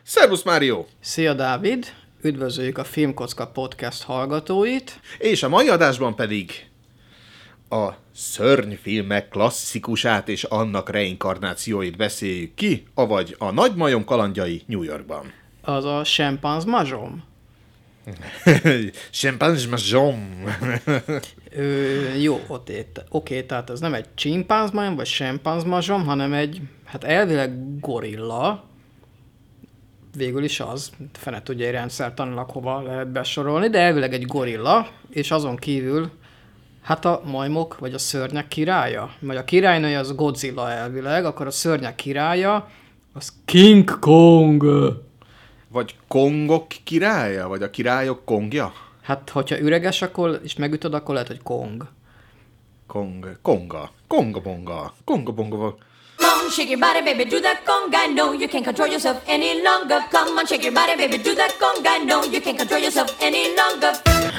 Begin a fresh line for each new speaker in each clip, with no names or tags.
Szervusz Mário!
Szia Dávid! Üdvözöljük a Filmkocka Podcast hallgatóit.
És a mai adásban pedig a szörnyfilmek klasszikusát és annak reinkarnációit beszéljük ki, avagy a Nagy Majom kalandjai New Yorkban.
Az a Chimpanz Majom.
Chimpanz Majom.
Jó, oké, tehát ez nem egy Chimpanz Majom, vagy Chimpanz Majom, hanem egy, hát elvileg gorilla. Végül is az, fene tudja, egy rendszertanilag hova lehet besorolni, de elvileg egy gorilla, és azon kívül hát a majmok, vagy a szörnyek királya, vagy a királynője az Godzilla elvileg, akkor a szörnyek királya az King Kong.
Vagy Kongok királya? Vagy a királyok kongja?
Hát, hogyha üreges, akkor, és megütöd, akkor lehet, hogy Kong.
Konga. Konga-bonga. Konga-bonga.
Come on, shake your body, baby, do that conga. No, you can't control yourself any longer. Come on, shake your body, baby, do that conga. No, you can't control yourself any longer.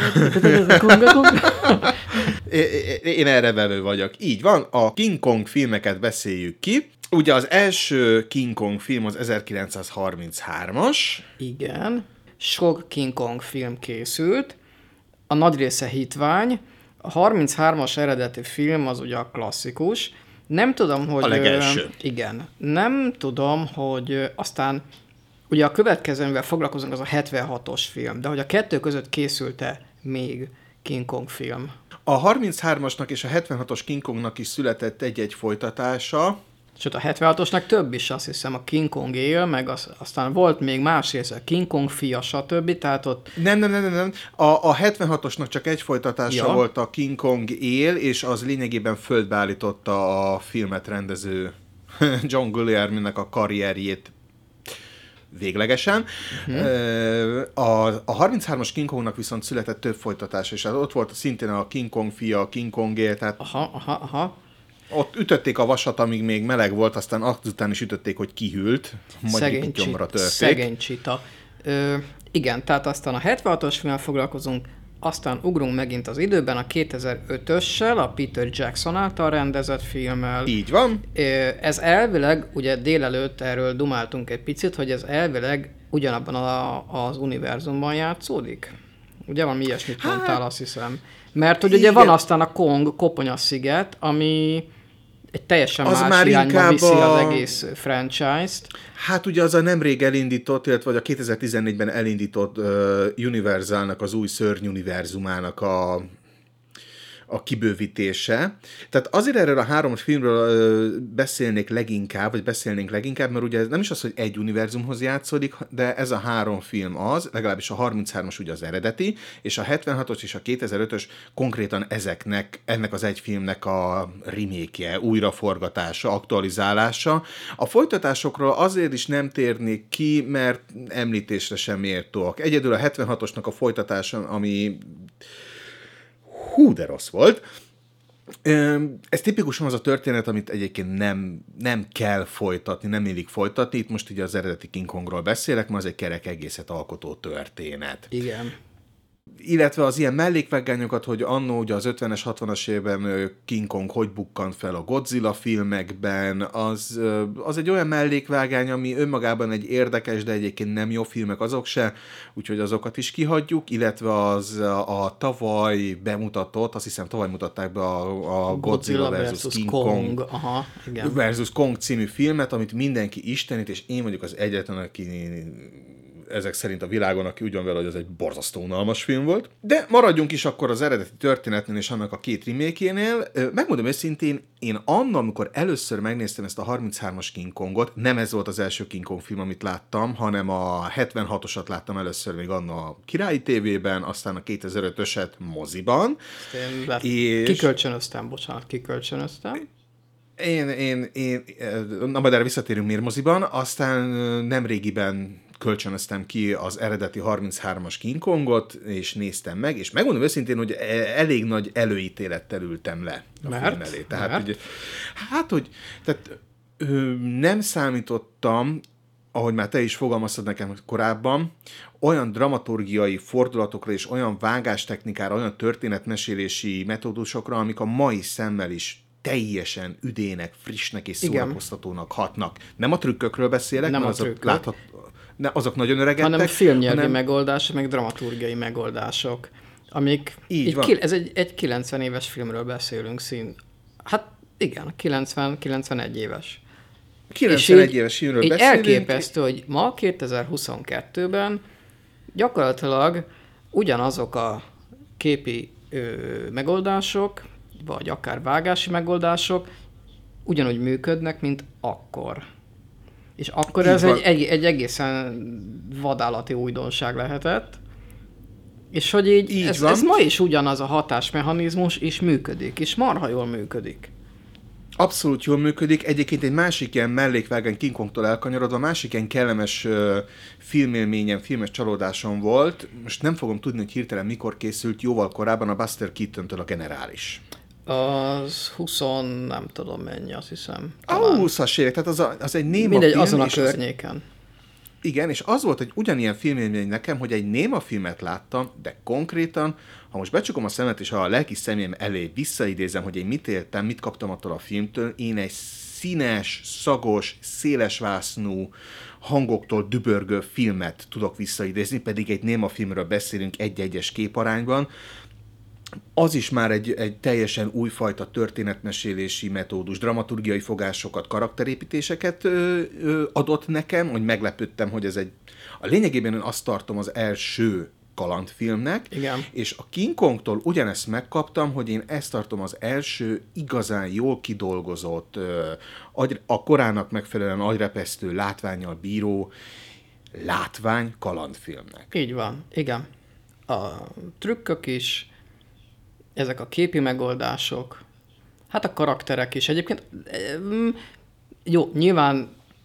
Én erre vevő vagyok. Így van, a King Kong filmeket beszéljük ki. Ugye az első King Kong film az 1933-as.
Igen. Sok King Kong film készült. A nagy része hitvány. A 33-as eredeti film az ugye a klasszikus. Nem tudom, hogy...
A legelső.
Igen. Nem tudom, hogy aztán... Ugye a következő, amivel foglalkozunk, az a 76-os film. De hogy a kettő között készült-e még King Kong film?
A 33-asnak és a 76-os King Kongnak is született egy-egy folytatása.
Sőt, a 76-osnak több is, azt hiszem, a King Kong él, meg aztán volt még más része, a King Kong fia, stb. Tehát ott...
Nem. A 76-osnak csak egy folytatása volt, a King Kong él, és az lényegében földbe állította a filmet rendező John Guillerminek a karrierjét véglegesen. A 33-as King Kongnak viszont született több folytatása, és ott volt szintén a King Kong fia, a King Kong él, tehát...
Aha.
Ott ütötték a vasat, amíg még meleg volt, aztán azután is ütötték, hogy kihűlt.
Szegény csita. Igen, tehát aztán a 76-os filmmel foglalkozunk, aztán ugrunk megint az időben a 2005-össel, a Peter Jackson által rendezett filmmel.
Így van.
Ez elvileg, ugye délelőtt erről dumáltunk egy picit, hogy ez elvileg ugyanabban az univerzumban játszódik. Ugye valami ilyesmit mondtál, azt hiszem. Mert hogy ugye van aztán a Kong Koponyasziget, ami egy teljesen
az
más irányba viszi az egész franchise-t.
Hát ugye az a nemrég elindított, illetve vagy a 2014-ben elindított Universalnak az új szörnyuniverzumának a kibővítése. Tehát azért erről a három filmről beszélnénk leginkább, mert ugye ez nem is az, hogy egy univerzumhoz játszódik, de ez a három film az, legalábbis a 33-as ugye az eredeti, és a 76-os és a 2005-ös konkrétan ennek az egy filmnek a remake-je, újraforgatása, aktualizálása. A folytatásokról azért is nem térnék ki, mert említésre sem méltóak. Egyedül a 76-osnak a folytatása, ami de rossz volt. Ez tipikusan az a történet, amit egyébként nem kell folytatni, nem illik folytatni. Itt most ugye az eredeti King Kongról beszélek, mert az egy kerek egészet alkotó történet.
Igen.
Illetve az ilyen mellékvágányokat, hogy annó ugye az 50-es, 60-as évben King Kong hogy bukkant fel a Godzilla filmekben, az egy olyan mellékvágány, ami önmagában egy érdekes, de egyébként nem jó filmek azok se, úgyhogy azokat is kihagyjuk, illetve az a tavaly bemutatott, azt hiszem tavaly mutatták be a Godzilla versus King Kong versus Kong című filmet, amit mindenki istenít, és én vagyok az egyetlen, aki ezek szerint a világon, aki úgy van vele, hogy ez egy borzasztó unalmas film volt. De maradjunk is akkor az eredeti történetnél és annak a két remake-jénél. Megmondom őszintén, én annak, amikor először megnéztem ezt a 33-as King Kongot, nem ez volt az első King Kong film, amit láttam, hanem a 76-osat láttam először még annak a Királyi TV-ben, aztán a 2005-öset moziban.
Kikölcsönöztem.
Na, majd erre visszatérünk miért moziban, aztán nemrégiben kölcsönöztem ki az eredeti 33-as King Kongot, és néztem meg, és megmondom őszintén, hogy elég nagy előítélettel ültem le a film elé. Tehát nem számítottam, ahogy már te is fogalmaztad nekem korábban, olyan dramaturgiai fordulatokra és olyan vágástechnikára, olyan történetmesélési metódusokra, amik a mai szemmel is teljesen üdének, frissnek és szórakoztatónak hatnak. Nem a trükkökről beszélek,
nem
mert azok azok nagyon öregedtek.
Hanem filmnyelvi megoldások, meg dramaturgiai megoldások, amik...
Így van.
Ez egy 90 éves filmről beszélünk Hát igen, 90-91 éves.
91 éves filmről beszélünk.
Elképesztő, hogy ma 2022-ben gyakorlatilag ugyanazok a képi megoldások, vagy akár vágási megoldások ugyanúgy működnek, mint akkor. És akkor ez egy egészen vadállati újdonság lehetett. És hogy így ez ma is ugyanaz a hatásmechanizmus, és működik, és marha jól működik.
Abszolút jól működik. Egyébként egy másik ilyen mellékvágány King Kongtól elkanyarodva, másik ilyen kellemes filmélményem, filmes csalódásom volt. Most nem fogom tudni, hogy hirtelen mikor készült, jóval korábban a Buster Keaton-től a Generális.
Az 20, nem tudom mennyi, azt hiszem.
A 20-as évek, tehát az egy néma
mindegy,
film.
azon a környéken.
Igen, és az volt egy ugyanilyen filmélmény nekem, hogy egy néma filmet láttam, de konkrétan, ha most becsukom a szemet, és a lelki személyem elé visszaidézem, hogy én mit éltem, mit kaptam attól a filmtől, én egy színes, szagos, szélesvásznú, hangoktól dübörgő filmet tudok visszaidézni, pedig egy néma filmről beszélünk egy-egyes képarányban. Az is már egy teljesen újfajta történetmesélési metódus, dramaturgiai fogásokat, karakterépítéseket adott nekem, hogy meglepődtem, hogy ez a lényegében én azt tartom az első kalandfilmnek,
igen.
És a King Kongtól ugyanezt megkaptam, hogy én ezt tartom az első igazán jól kidolgozott, a korának megfelelően agyrepesztő látvánnyal bíró látvány kalandfilmnek.
Így van, igen. A trükkök is, ezek a képi megoldások, hát a karakterek is. Egyébként jó, nyilván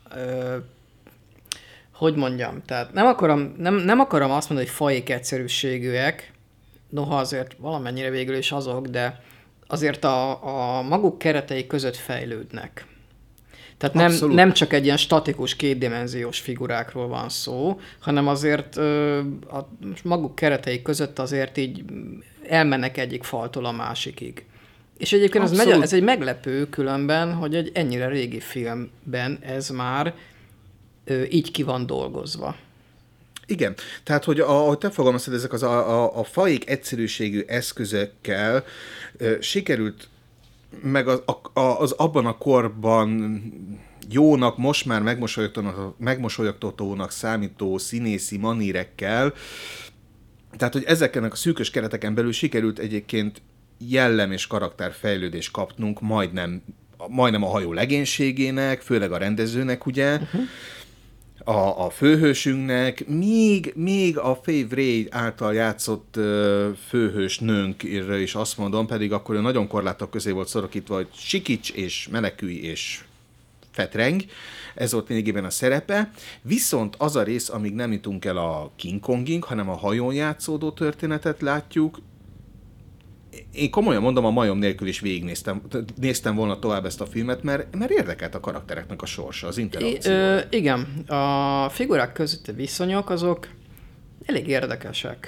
hogy mondjam, tehát nem akarom azt mondani, hogy fajék egyszerűségűek, noha azért valamennyire végül is azok, de azért a maguk keretei között fejlődnek. Tehát nem csak egy ilyen statikus, kétdimenziós figurákról van szó, hanem azért a maguk keretei között azért így elmennek egyik faltól a másikig. És egyébként ez egy meglepő különben, hogy egy ennyire régi filmben ez már így ki van dolgozva.
Igen, tehát, hogy ahogy te fogalmaztad, ezek a fajék egyszerűségű eszközökkel sikerült meg az abban a korban jónak, most már megmosolyogtatónak számító színészi manírekkel, tehát, hogy ezeknek a szűkös kereteken belül sikerült egyébként jellem és karakterfejlődést kapnunk majdnem a hajó legénységének, főleg a rendezőnek, ugye, a főhősünknek, még a Fay Wray által játszott főhős nőnkre is azt mondom, pedig akkor ő nagyon korlátok közé volt szorokítva, hogy sikíts és menekülj és fetreng, ez volt lényegében a szerepe, viszont az a rész, amíg nem jutunk el a King Kongig, hanem a hajón játszódó történetet látjuk, én komolyan mondom, a majom nélkül is néztem volna tovább ezt a filmet, mert érdekelt a karaktereknek a sorsa, az interakció.
Igen, a figurák közötti viszonyok azok elég érdekesek.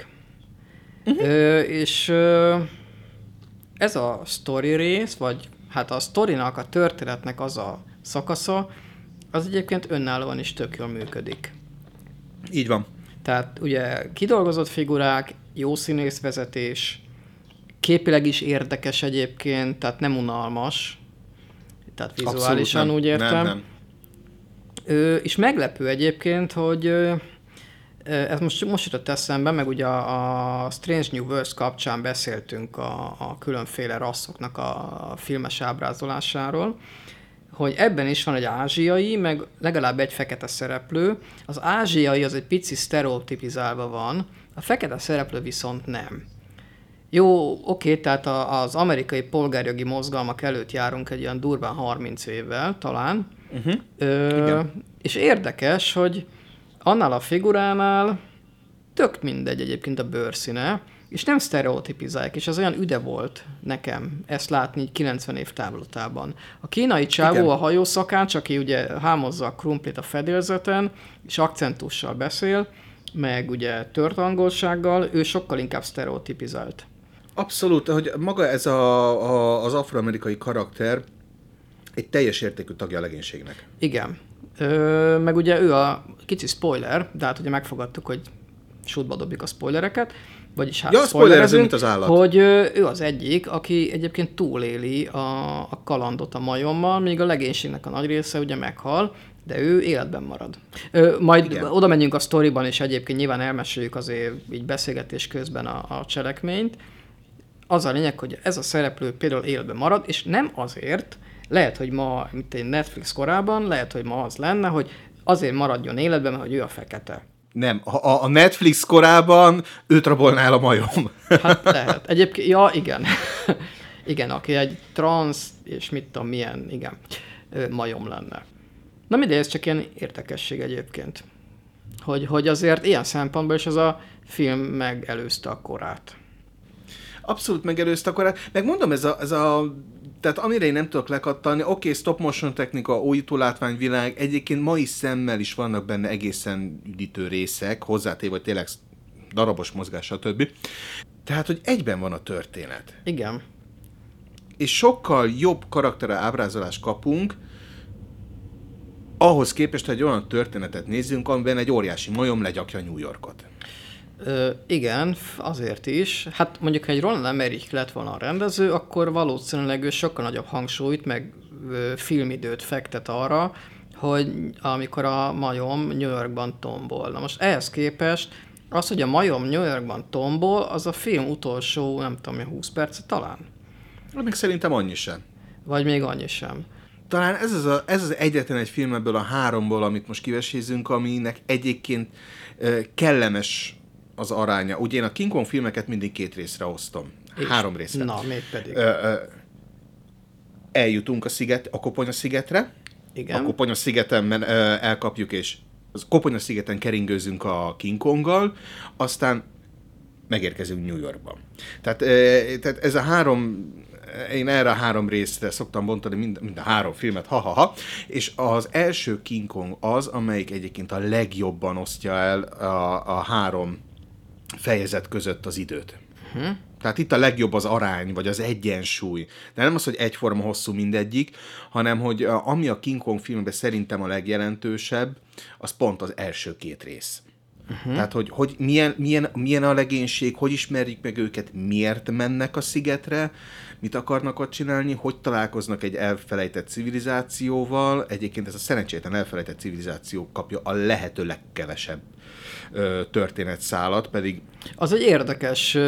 És ez a sztori rész, vagy hát a sztorinak, a történetnek az a szakasza, az egyébként önállóan is tök jól működik.
Így van.
Tehát ugye kidolgozott figurák, jó színészvezetés, képileg is érdekes egyébként, tehát nem unalmas, tehát vizuálisan
nem,
úgy értem.
Nem.
És meglepő egyébként, hogy ez most jutott eszembe, meg ugye a Strange New Worlds kapcsán beszéltünk a különféle rasszoknak a filmes ábrázolásáról, hogy ebben is van egy ázsiai, meg legalább egy fekete szereplő. Az ázsiai az egy pici sztereotipizálva van, a fekete szereplő viszont nem. Jó, oké, tehát az amerikai polgárjogi mozgalmak előtt járunk egy olyan durván 30 évvel talán. És érdekes, hogy annál a figuránál tök mindegy egyébként a bőrszíne, és nem sztereotipizálják, és az olyan üde volt nekem ezt látni így 90 év távlatában. A kínai csávó, a hajószakács, aki ugye hámozza a krumplit a fedélzeten, és akcentussal beszél, meg ugye tört angolsággal, ő sokkal inkább sztereotipizált.
Abszolút, hogy maga ez az afroamerikai karakter egy teljes értékű tagja a legénységnek.
Igen. Meg ugye ő a kicsi spoiler, de hát ugye megfogadtuk, hogy sútba dobjuk a spoilereket, vagyis hát
spoilerezünk, mint az állat.
hogy ő az egyik, aki egyébként túléli a kalandot a majommal, míg a legénységnek a nagy része ugye meghal, de ő életben marad. Majd oda menjünk a sztoriban, és egyébként nyilván elmeséljük azért így beszélgetés közben a cselekményt. Az a lényeg, hogy ez a szereplő például életben marad, és nem azért, lehet, hogy ma, mint egy Netflix korában, lehet, hogy ma az lenne, hogy azért maradjon életben, mert hogy ő a fekete.
Nem, a Netflix korában őt rabolná el a majom.
Hát lehet. Egyébként, ja, igen. Igen, aki egy transz, és mit tudom, milyen, igen, majom lenne. Na mindegy, ez csak ilyen érdekesség egyébként. Hogy azért ilyen szempontból is ez a film megelőzte a korát.
Abszolút megelőzte a korát. Megmondom, ez a tehát amire én nem tudok lekattalni, oké, stop motion technika, újító látványvilág, egyébként mai szemmel is vannak benne egészen üdítő részek, hozzátéve, hogy tényleg darabos mozgás, stb. Tehát, hogy egyben van a történet.
Igen.
És sokkal jobb karaktere ábrázolást kapunk, ahhoz képest, hogy egy olyan történetet nézzünk, amiben egy óriási majom legyakja New Yorkot.
Igen, azért is. Hát mondjuk, ha egy Roland Emmerich lett volna a rendező, akkor valószínűleg ő sokkal nagyobb hangsúlyt, meg filmidőt fektet arra, hogy amikor a majom New Yorkban tombol. Na most ehhez képest az, hogy a majom New Yorkban tombol, az a film utolsó, nem tudom, 20 perc talán.
Még szerintem annyi sem.
Vagy még annyi sem.
Talán ez az egyetlen egy film ebből a 3-ból, amit most kivesézünk, aminek egyébként kellemes az aránya. Ugye én a King Kong filmeket mindig 2 részre osztom. 3 részre.
Na, még pedig.
Eljutunk a Koponya-szigetre.
Igen.
A Koponya-szigeten elkapjuk, és a Koponya-szigeten keringőzünk a King Konggal, aztán megérkezünk New Yorkba. Tehát ez a 3, én erre a 3 részre szoktam bontani mind a 3 filmet, és az első King Kong az, amelyik egyébként a legjobban osztja el a 3 fejezet között az időt. Tehát itt a legjobb az arány, vagy az egyensúly. De nem az, hogy egyforma hosszú mindegyik, hanem, hogy ami a King Kong filmben szerintem a legjelentősebb, az pont az első 2 rész. Tehát, hogy milyen a legénység, hogy ismerjük meg őket, miért mennek a szigetre, mit akarnak ott csinálni, hogy találkoznak egy elfelejtett civilizációval. Egyébként ez a szerencsétlen elfelejtett civilizáció kapja a lehető legkevesebb történetszálat, pedig...
Az egy érdekes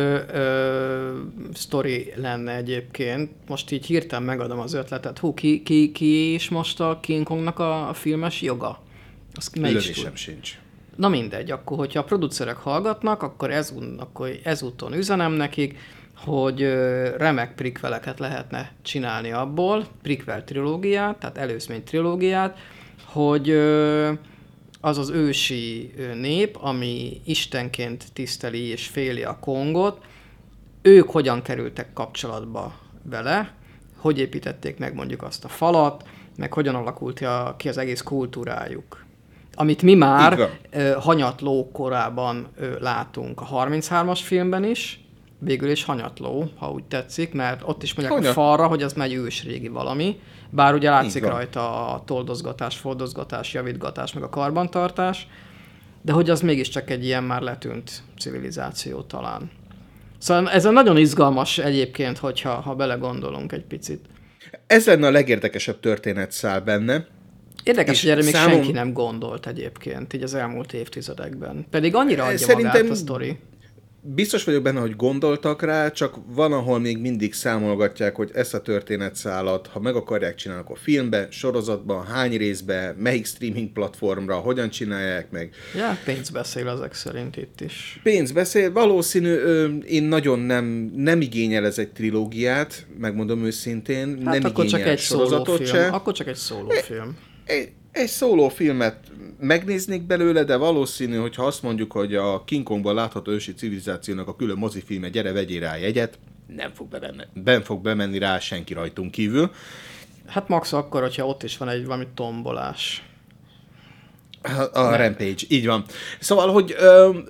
sztori lenne egyébként. Most így hirtelen megadom az ötletet. Ki is most a King Kongnak a filmes joga?
Lövésem sincs.
Na mindegy, akkor hogyha a producerek hallgatnak, akkor ezúton üzenem nekik, hogy remek prequeleket lehetne csinálni abból, prequel trilógiát, tehát előzmény trilógiát, hogy az az ősi nép, ami istenként tiszteli és féli a Kongot, ők hogyan kerültek kapcsolatba vele, hogy építették meg mondjuk azt a falat, meg hogyan alakult ki az egész kultúrájuk. Amit mi már hanyatló korában látunk a 33-as filmben is, végül is hanyatló, ha úgy tetszik, mert ott is mondják a falra, hogy az már egy ősrégi valami, bár ugye látszik rajta a toldozgatás, fordozgatás, javítgatás, meg a karbantartás, de hogy az mégiscsak egy ilyen már letűnt civilizáció talán. Szóval ez a nagyon izgalmas egyébként, ha belegondolunk egy picit.
Ez lenne a legérdekesebb történetszál benne.
Érdekes, hogy erre még senki nem gondolt egyébként, így az elmúlt évtizedekben. Pedig annyira adja magát a sztori.
Biztos vagyok benne, hogy gondoltak rá, csak van, ahol még mindig számolgatják, hogy ezt a történetszálat, ha meg akarják csinálni, akkor filmbe, sorozatban, hány részbe, melyik streaming platformra, hogyan csinálják meg.
Ja, pénz beszél ezek szerint itt is.
Pénz beszél, valószínű, én nagyon nem igényel ez egy trilógiát, megmondom őszintén,
hát
nem
akkor
igényel
csak egy
sorozatot sem.
Akkor csak egy szólófilm.
Egy szólófilmet megnéznék belőle, de valószínű, hogyha azt mondjuk, hogy a King Kongban látható ősi civilizációnak a külön mozifilme, gyere, vegyél rá jegyet, nem fog bemenni rá senki rajtunk kívül.
Hát max akkor, hogyha ott is van egy valami tombolás.
A Rampage, így van. Szóval, hogy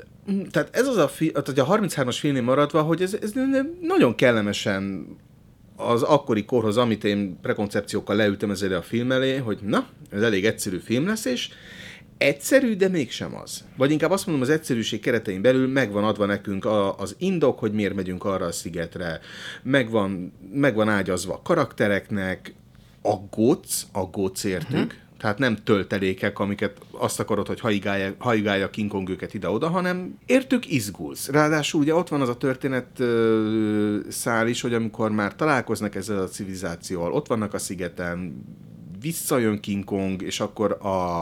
tehát ez az a 33-as filmnél maradva, hogy ez nagyon kellemesen az akkori korhoz, amit én prekoncepciókkal leültem ezzel a film elé, hogy na, ez elég egyszerű film lesz, és egyszerű, de mégsem az. Vagy inkább azt mondom, az egyszerűség keretein belül megvan adva nekünk az indok, hogy miért megyünk arra a szigetre. Megvan ágyazva a karaktereknek, aggódsz értük, tehát nem töltelékek, amiket azt akarod, hogy haigálja King Kong őket ide-oda, hanem értük izgulsz. Ráadásul ugye ott van az a történet szál is, hogy amikor már találkoznak ezzel a civilizációval, ott vannak a szigeten, visszajön King Kong, és akkor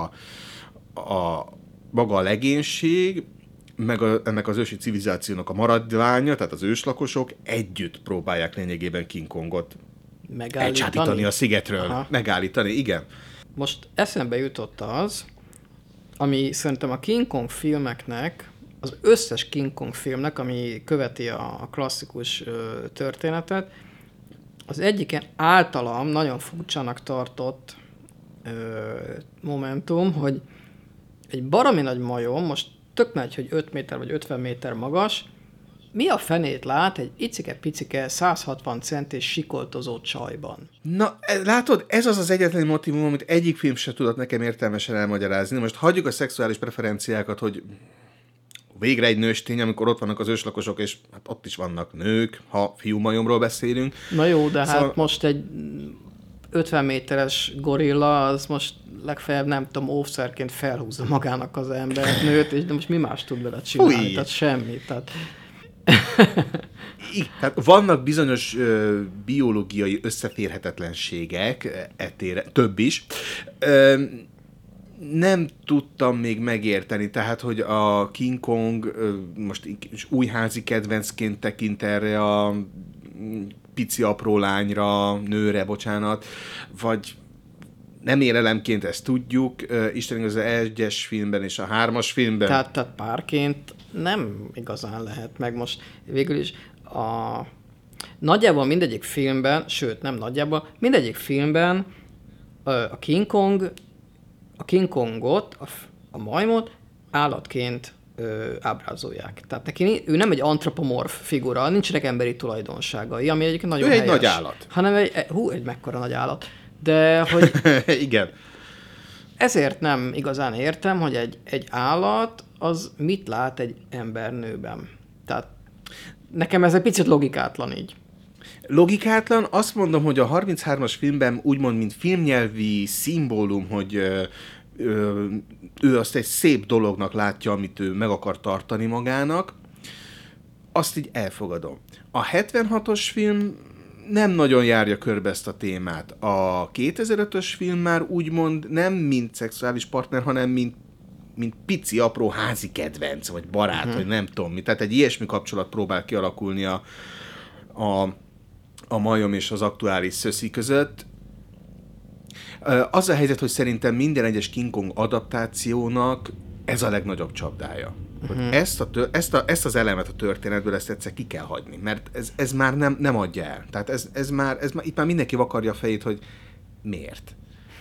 maga a legénység, meg ennek az ősi civilizációnak a maradványa, tehát az őslakosok együtt próbálják lényegében King Kongot elcsátítani a szigetről. Aha. Megállítani, igen.
Most eszembe jutott az, ami szerintem a King Kong filmeknek, az összes King Kong filmnek, ami követi a klasszikus történetet, az egyiken általam nagyon furcsának tartott momentum, hogy egy baromi nagy majom, most tök nagy, hogy 5 méter vagy 50 méter magas, mi a fenét lát egy icike-picike 160 centis sikoltozó csajban?
Na, látod, ez az egyetlen motivum, amit egyik film se tudott nekem értelmesen elmagyarázni. Most hagyjuk a szexuális preferenciákat, hogy végre egy nőstény, amikor ott vannak az őslakosok, és hát ott is vannak nők, ha fiúmajomról beszélünk.
Na jó, de szóval... hát most egy 50 méteres gorilla, az most legfeljebb nem tudom, óvszerként felhúzza magának az embert, nőt, és de most mi más tud vele csinálni? Tehát semmit.
Tehát vannak bizonyos biológiai összeférhetetlenségek, több is. Nem tudtam még megérteni, tehát, hogy a King Kong most újházi kedvencként tekint erre a pici apró lányra, nőre, bocsánat, vagy nem érelemként, ezt tudjuk, Isten az 1-es filmben és a 3-as filmben.
Tehát párként nem igazán lehet, meg most végül is nagyjából mindegyik filmben, sőt nem nagyjából, mindegyik filmben a King Kongot, a majmot állatként ábrázolják. Tehát ő nem egy antropomorf figura, nincsenek emberi tulajdonságai, ami egyébként nagyon helyes.
Ő egy nagy állat.
Hanem egy mekkora nagy állat. De hogy...
Igen.
Ezért nem igazán értem, hogy egy állat az mit lát egy embernőben. Tehát nekem ez egy picit logikátlan így.
Logikátlan, azt mondom, hogy a 33-as filmben úgymond, mint filmnyelvi szimbólum, hogy ő azt egy szép dolognak látja, amit ő meg akar tartani magának, azt így elfogadom. A 76-os film nem nagyon járja körbe ezt a témát. A 2005-ös film már úgymond nem mint szexuális partner, hanem mint pici, apró házi kedvenc, vagy barát, vagy nem tudom mi. Tehát egy ilyesmi kapcsolat próbál kialakulni a majom és az aktuális szöszi között. Az a helyzet, hogy szerintem minden egyes King Kong adaptációnak ez a legnagyobb csapdája. Hogy ezt az elemet a történetből ezt egyszer ki kell hagyni, mert ez már nem adja el. Tehát ez már itt már mindenki vakarja a fejét, hogy miért.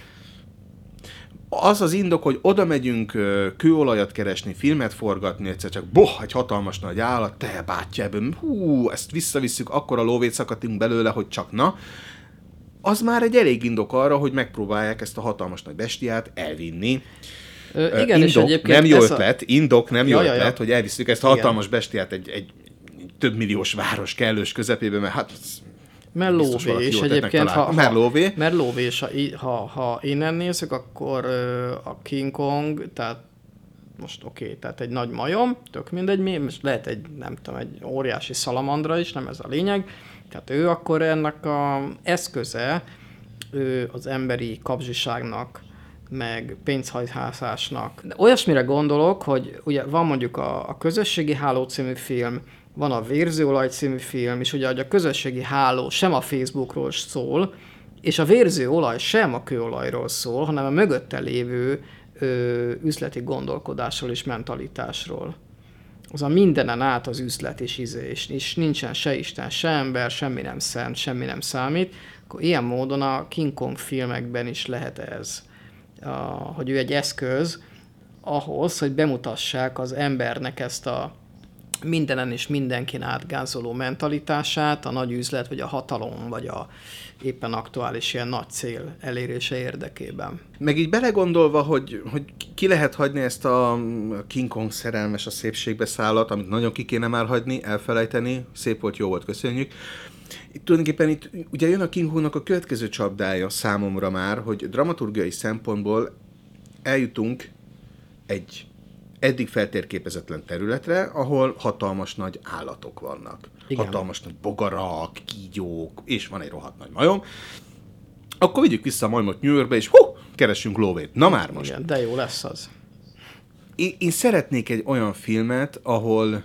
Az az indok, hogy oda megyünk kőolajat keresni, filmet forgatni, egyszer csak egy hatalmas nagy állat, te bátyja ebből, ezt visszavisszük, akkor a lóvét szakadtunk belőle, hogy csak na, az már egy elég indok arra, hogy megpróbálják ezt a hatalmas nagy bestiát elvinni.
Igen,
indok,
és egyébként
nem jó ötlet, nem jó ötlet, hogy elviszük ezt a hatalmas
igen.
bestiát egy több milliós város kellős közepébe, mert hát...
Mert lóvé, és egyébként mert lóvé, és ha innen nézzük, akkor a King Kong, tehát most tehát egy nagy majom, tök mindegy, most lehet egy, nem tudom, egy óriási szalamandra is, nem ez a lényeg, tehát ő akkor ennek az eszköze az emberi kapzsiságnak, meg pénzhajhászásnak. De olyasmire gondolok, hogy ugye van mondjuk a Közösségi Háló című film, van a Vérzőolaj című film, és ugye a közösségi háló sem a Facebookról szól, és a vérzőolaj sem a kőolajról szól, hanem a mögötte lévő üzleti gondolkodásról és mentalitásról. Az a mindenen át az üzlet és ízés, és nincsen se Isten, se ember, semmi nem szent, semmi nem számít, akkor ilyen módon a King Kong filmekben is lehet ez, hogy ő egy eszköz ahhoz, hogy bemutassák az embernek ezt a mindenen és mindenkin átgázoló mentalitását, a nagy üzlet, vagy a hatalom, vagy a éppen aktuális ilyen nagy cél elérése érdekében.
Meg így belegondolva, hogy ki lehet hagyni ezt a King Kong szerelmes a szépségbe szállat, amit nagyon ki kéne már hagyni, elfelejteni, szép volt, jó volt, köszönjük. Tulajdonképpen itt ugye jön a King Kongnak a következő csapdája számomra már, hogy dramaturgiai szempontból eljutunk egy eddig feltérképezetlen területre, ahol hatalmas nagy állatok vannak.
Igen.
Hatalmas nagy bogarak, kígyók, és van egy rohadt nagy majom. Akkor vigyük vissza a majmot New Yorkba, és keressünk lóvét. Na már most.
Igen, de jó lesz az.
Én szeretnék egy olyan filmet, ahol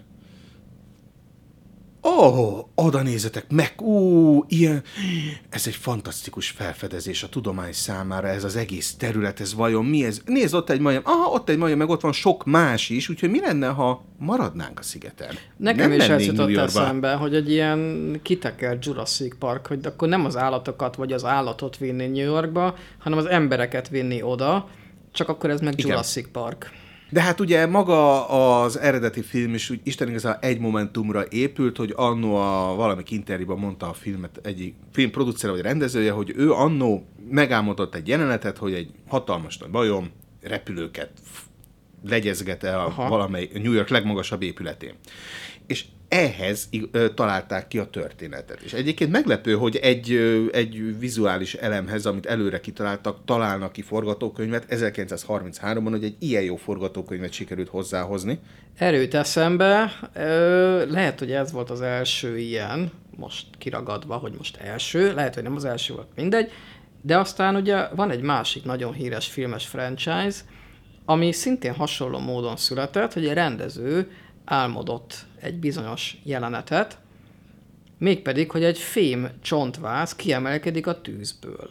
oda nézzetek meg, ilyen, ez egy fantasztikus felfedezés a tudomány számára, ez az egész terület, ez vajon mi ez? Nézd, ott egy majom, ott egy majom, meg ott van sok más is, úgyhogy mi lenne, ha maradnánk a szigeten?
Nekem
Nem
is ez
mennénk
jutott
New Yorkba.
eszembe, hogy egy ilyen kitekert Jurassic Park, hogy akkor nem az állatokat vagy az állatot vinni New Yorkba, hanem az embereket vinni oda, csak akkor ez meg
Igen.
Jurassic Park.
De hát ugye maga az eredeti film is úgy Isten igazából egy momentumra épült, hogy annó a valamik interjúban mondta a filmet egyik filmproducere vagy rendezője, hogy ő annó megálmodott egy jelenetet, hogy egy hatalmas nagy majom repülőket legyezget el valamely New York legmagasabb épületén. És ehhez találták ki a történetet. És egyébként meglepő, hogy egy vizuális elemhez, amit előre kitaláltak, találnak ki forgatókönyvet 1933-ban, hogy egy ilyen jó forgatókönyvet sikerült hozzáhozni.
Erőt eszembe, lehet, hogy ez volt az első ilyen, most kiragadva, hogy most első, lehet, hogy nem az első volt, mindegy, de aztán ugye van egy másik nagyon híres filmes franchise, ami szintén hasonló módon született, hogy egy rendező álmodott egy bizonyos jelenetet, mégpedig, hogy egy fém csontváz kiemelkedik a tűzből.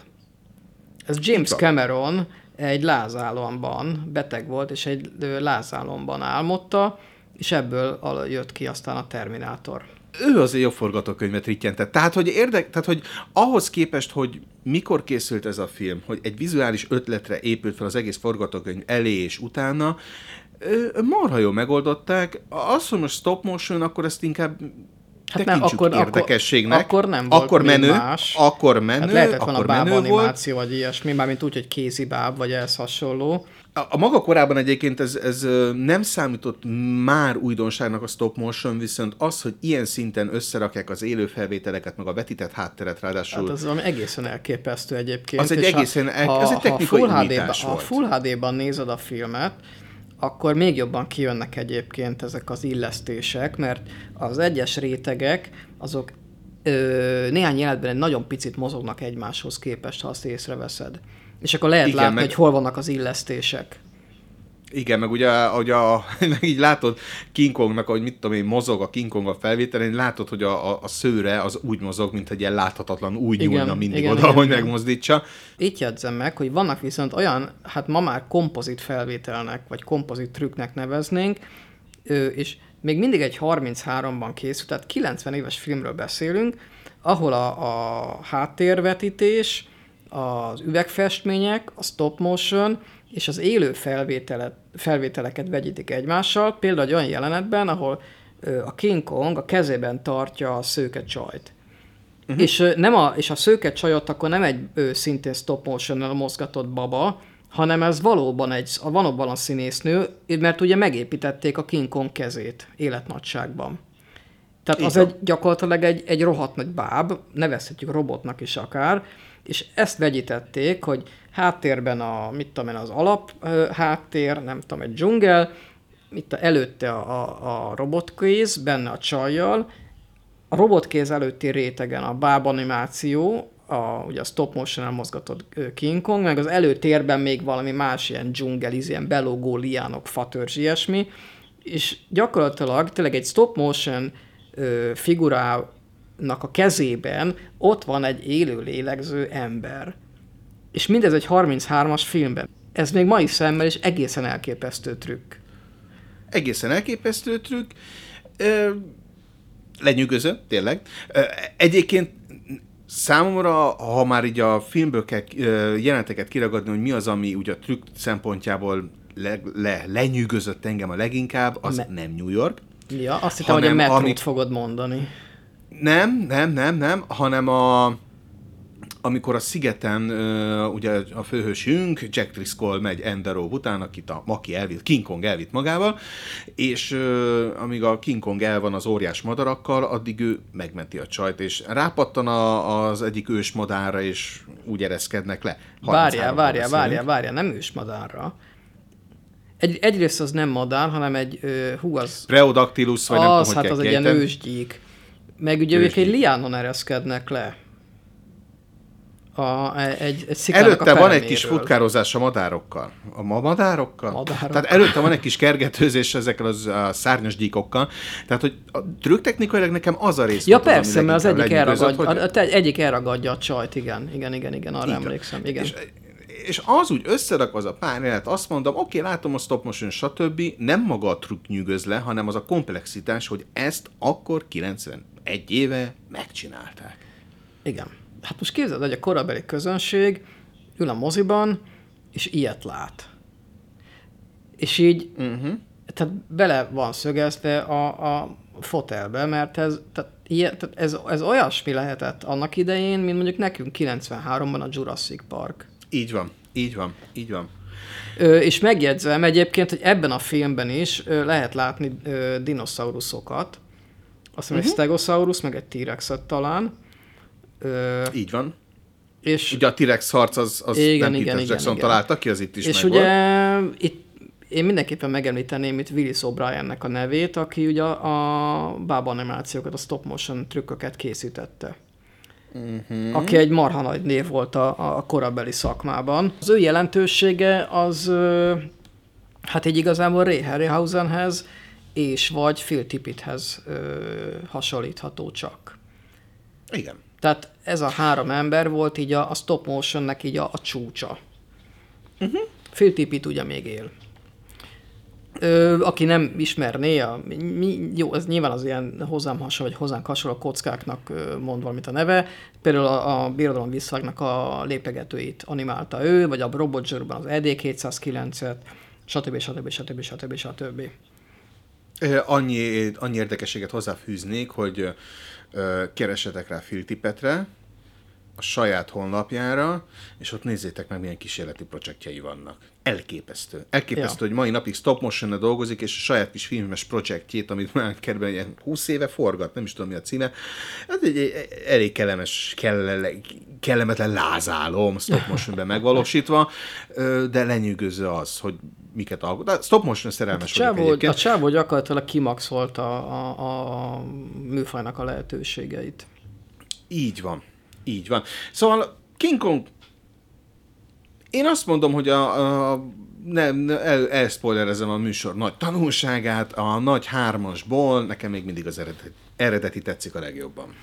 Ez James Cameron egy lázálomban beteg volt, és egy lázálomban álmodta, és ebből jött ki aztán a Terminátor.
Ő azért jobb forgatókönyvet rittyentett. Tehát, hogy ahhoz képest, hogy mikor készült ez a film, hogy egy vizuális ötletre épült fel az egész forgatókönyv elé és utána, marha jól megoldották. Az, hogy most stop motion, akkor ezt inkább tekintsük érdekességnek.
Akkor nem volt
akkor menő,
más.
Akkor menő,
hát lehetett volna
akkor
báb
menő
animáció, vagy ilyesmi, mármint úgy, hogy kézibáb, vagy ehhez hasonló.
A maga korában egyébként ez nem számított már újdonságnak a stop motion, viszont az, hogy ilyen szinten összerakják az élő felvételeket, meg a vetített hátteret ráadásul.
Hát az valami egészen elképesztő egyébként.
Az egy egészen, ez egy technikai újítás volt.
Ha Full HD-ban nézed a filmet, akkor még jobban kijönnek egyébként ezek az illesztések, mert az egyes rétegek, azok néhány jelenetben egy nagyon picit mozognak egymáshoz képest, ha azt észreveszed. És akkor lehet látni, hogy hol vannak az illesztések.
Igen, meg ugye, meg így látod King Kongnak, ahogy mit tudom én, mozog a King Kong a felvételen, látod, hogy a szőre az úgy mozog, mint egy ilyen láthatatlan úgy nyúlna mindig oda, hogy megmozdítsa.
Így jegyzem meg, hogy vannak viszont olyan, hát ma már kompozit felvételnek, vagy kompozit trükknek neveznénk, és még mindig egy 33-ban készült, tehát 90 éves filmről beszélünk, ahol a háttérvetítés, az üvegfestmények, a stop motion és az élő felvételeket vegyítik egymással, például egy olyan jelenetben, ahol a King Kong a kezében tartja a szőke csajt. És a szőke csajot akkor nem egy szintén stop motion-nal mozgatott baba, hanem ez valóban a színésznő, mert ugye megépítették a King Kong kezét életnagyságban. Tehát az gyakorlatilag egy rohadt nagy báb, nevezhetjük robotnak is akár, és ezt vegyítették, hogy háttérben az alap háttér, nem tudom, egy dzsungel, előtte a robotkéz, benne a csajjal, a robotkéz előtti rétegen a báb animáció, ugye a stop motion-el mozgatott King Kong, meg az előtérben még valami más ilyen dzsungel, ilyen belógó liánok, fatörzs, ilyesmi, és gyakorlatilag tényleg egy stop motion figurának a kezében ott van egy élő lélegző ember. És mindez egy 33-as filmben. Ez még mai szemmel is egészen elképesztő trükk.
Egészen elképesztő trükk. Lenyűgöző, tényleg. Egyébként számomra, ha már így a filmből kell jeleneteket kiragadni, hogy mi az, ami ugye a trükk szempontjából lenyűgözött engem a leginkább, az nem New York.
Ja, azt hittem, hogy a metrót fogod mondani.
Nem, hanem amikor a szigeten ugye a főhősünk, Jack Driscoll megy Enderóv után, akit aki elvitt, King Kong elvitt magával, és amíg a King Kong el van az óriás madarakkal, addig ő megmenti a csajt, és rápattan az egyik ős madárra, és úgy ereszkednek le.
Várjál, nem ős madárra. Egyrészt az nem madár, hanem egy az...
Preodactylus, vagy nem tudom, hogy
az egy ilyen ősgyík. Meg ugye ők egy liánon ereszkednek le. Egy
előtte van egy kis futkározás a madárokkal. A madárokkal? Tehát előtte van egy kis kergetőzés ezekkel a szárnyas gyíkokkal. Tehát, hogy a trükktechnikailag nekem az a rész.
Ja volt, persze, mert az egyik elragadja a csajt, igen, arra emlékszem. Igen.
És az úgy összerakva az a pár élet, azt mondom, oké, látom a stop motion, stb. Nem maga a trükk nyűgöz le, hanem az a komplexitás, hogy ezt akkor 91 éve megcsinálták.
Igen. Hát most képzeld, hogy a korabeli közönség ül a moziban, és ilyet lát. És így, tehát bele van szögezve a fotelbe, mert ez olyasmi lehetett annak idején, mint mondjuk nekünk 93-ban a Jurassic Park.
Így van.
És megjegyzem egyébként, hogy ebben a filmben is lehet látni dinoszauruszokat. Azt hiszem, egy Stegosaurus, meg egy T-rexet talán.
Így van.
És
ugye a T-rex harc az nem Peter Jackson találta ki, az itt is
és
megvolt.
És ugye itt én mindenképpen megemlíteném itt Willis O'Briennek a nevét, aki ugye a bába animációkat, a stop motion trükköket készítette. Aki egy marha nagy név volt a korabeli szakmában. Az ő jelentősége az hát így igazából Ray Harryhausenhez és vagy Phil Tippetthez hasonlítható csak.
Igen.
Tehát ez a három ember volt így a stop motionnek így a csúcsa. Phil Tippett ugye még él. Aki nem ismerné, jó, ez nyilván az ilyen hozzánk hasonló kockáknak mond valamit a neve. Például a Birodalom visszvágnak a lépegetőit animálta ő, vagy a Robot Zsőrben az ED209-et, stb.
Annyi érdekességet hozzáfűznék, hogy keresetek rá Phil Tipettre, a saját honlapjára, és ott nézzétek meg, milyen kísérleti projektjei vannak. Elképesztő, hogy mai napig stop motion-nel dolgozik, és a saját kis filmes projektjét, amit már kb. 20 éve forgat, nem is tudom, mi a címe. Ez egy elég kellemetlen lázálom stop motion-ben megvalósítva, de lenyűgöző az, hogy miket alkot. De stop motion szerelmes vagyok egyébként.
A csávó gyakorlatilag kimaxolt a műfajnak a lehetőségeit.
Így van. Szóval King Kong, én azt mondom, hogy elspoilerezem a műsor nagy tanulságát, a nagy 3-asból, nekem még mindig az eredeti tetszik a legjobban.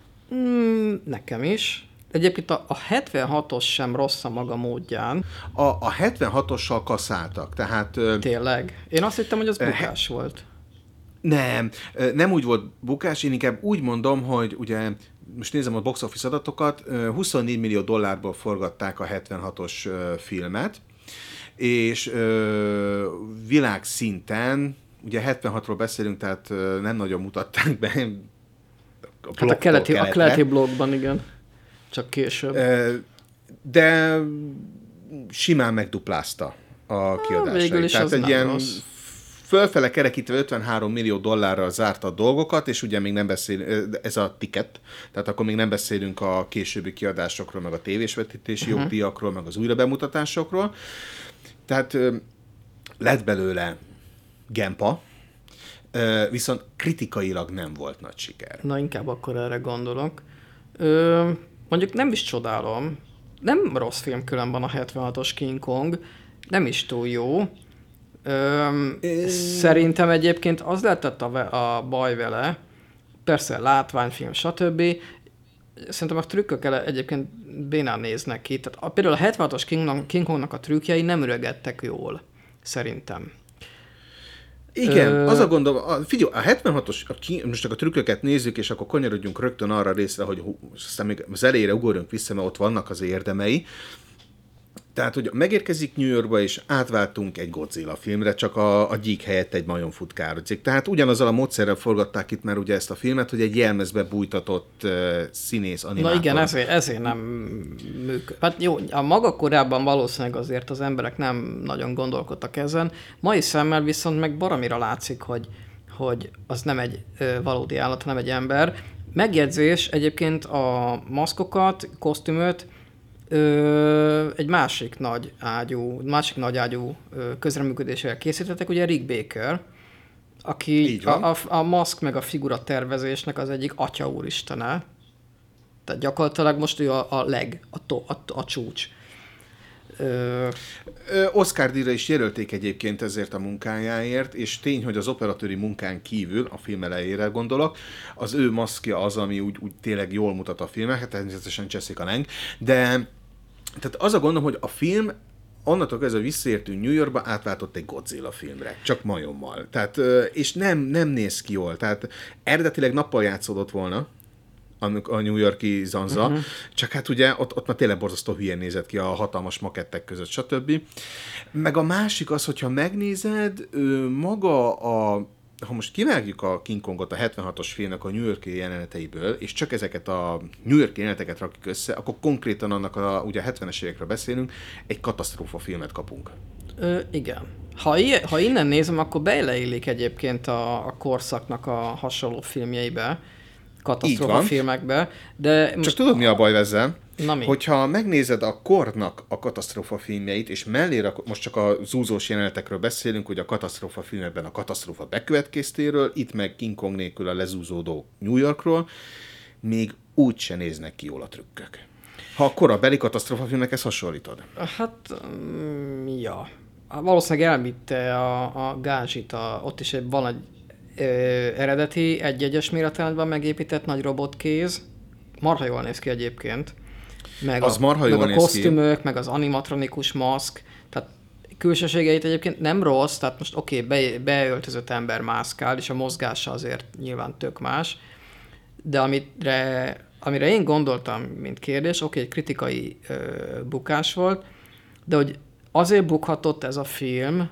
Nekem is. Egyébként a 76-os sem rossz a maga módján.
A 76-ossal kaszáltak, tehát...
Tényleg? Én azt hittem, hogy az bukás volt.
Nem úgy volt bukás, én inkább úgy mondom, hogy ugye most nézem a box office adatokat, $24 millió forgatták a 76-os filmet, és világszinten, ugye 76-ról beszélünk, tehát nem nagyon mutatták be
a keleti blogban, igen. Csak később.
De simán megduplázta a kiadásait. Tehát egy ilyen fölfele kerekítve $53 millió zárta a dolgokat, és ugye még nem beszélünk, ez a ticket, tehát akkor még nem beszélünk a későbbi kiadásokról, meg a tévésvetítési jogdíjakról, meg az újrabemutatásokról. Tehát lett belőle Gempa, viszont kritikailag nem volt nagy siker.
Na, inkább akkor erre gondolok. Mondjuk nem is csodálom. Nem rossz film különben a 76-os King Kong, nem is túl jó. Szerintem egyébként az lehetett a baj vele, persze látványfilm, stb. Szerintem a trükkök egyébként bénán néznek ki. Tehát például a 76-os King Kongnak a trükkjei nem öregedtek jól, szerintem.
Igen, az a gondom, figyelj, a 76-os, most csak a trükköket nézzük, és akkor kanyarodjunk rögtön arra részre, hogy aztán még az elejére ugorjunk vissza, mert ott vannak az érdemei. Tehát, hogy megérkezik New Yorkba, és átváltunk egy Godzilla filmre, csak a gyík helyett egy majom futkározik. Tehát ugyanazzal a módszerrel forgatták itt már ugye ezt a filmet, hogy egy jelmezbe bújtatott színész, animátor.
Na igen, ezért nem működik. Hát jó, a maga korában valószínűleg azért az emberek nem nagyon gondolkodtak ezen. Mai szemmel viszont meg baromira látszik, hogy az nem egy valódi állat, hanem egy ember. Megjegyzés, egyébként a maszkokat, kosztümöt egy másik nagy ágyú közreműködésével készítettek, ugye Rick Baker, aki a maszk meg a figura tervezésnek az egyik atya úristene. Tehát gyakorlatilag most ő a csúcs.
Oscar-díjra is jelölték egyébként ezért a munkájáért, és tény, hogy az operatőri munkán kívül, a film elejére gondolok, az ő maszkja az, ami úgy tényleg jól mutat a filmet, hát természetesen Jessica Lange, de tehát az a gondom, hogy a film onnantól kezdve visszaértünk New Yorkba, átváltott egy Godzilla filmre, csak majommal. Tehát, és nem néz ki jól. Tehát eredetileg nappal játszódott volna a New York-i zanza, csak hát ugye ott már tényleg borzasztó hülyén nézett ki a hatalmas makettek között, stb. Meg a másik az, hogyha megnézed, maga ha most kivágjuk a King Kongot a 76-os filmnek a New York-i jeleneteiből, és csak ezeket a New York-i jeleneteket rakjuk össze, akkor konkrétan annak ugye a 70-es évekről beszélünk, egy katasztrófa filmet kapunk.
Igen. Ha innen nézem, akkor beleillik egyébként a korszaknak a hasonló filmjeibe, katasztrófa filmekbe, de...
Csak tudod, mi a baj ezzel?
Na mi?
Hogyha megnézed a kornak a katasztrófa filmjeit, és mellére, most csak a zúzós jelenetekről beszélünk, hogy a katasztrófa filmekben a katasztrófa bekövetkeztéről, itt meg King Kong nélkül a lezúzódó New Yorkról, még úgy se néznek ki jól a trükkök. Ha a korabeli katasztrófa filmekhez hasonlítod.
Hát, ja. Valószínűleg elvitte a gázsit, ott is van egy eredeti, egyes méretrenedben megépített nagy robotkéz. Marha jól néz ki egyébként. Meg
az marha jól
meg
néz
a kosztümök, ki. Meg az animatronikus maszk. Tehát külsőségeit egyébként nem rossz, tehát most beöltözött ember mászkál, és a mozgása azért nyilván tök más. De amire én gondoltam, mint kérdés, egy kritikai bukás volt, de hogy azért bukhatott ez a film,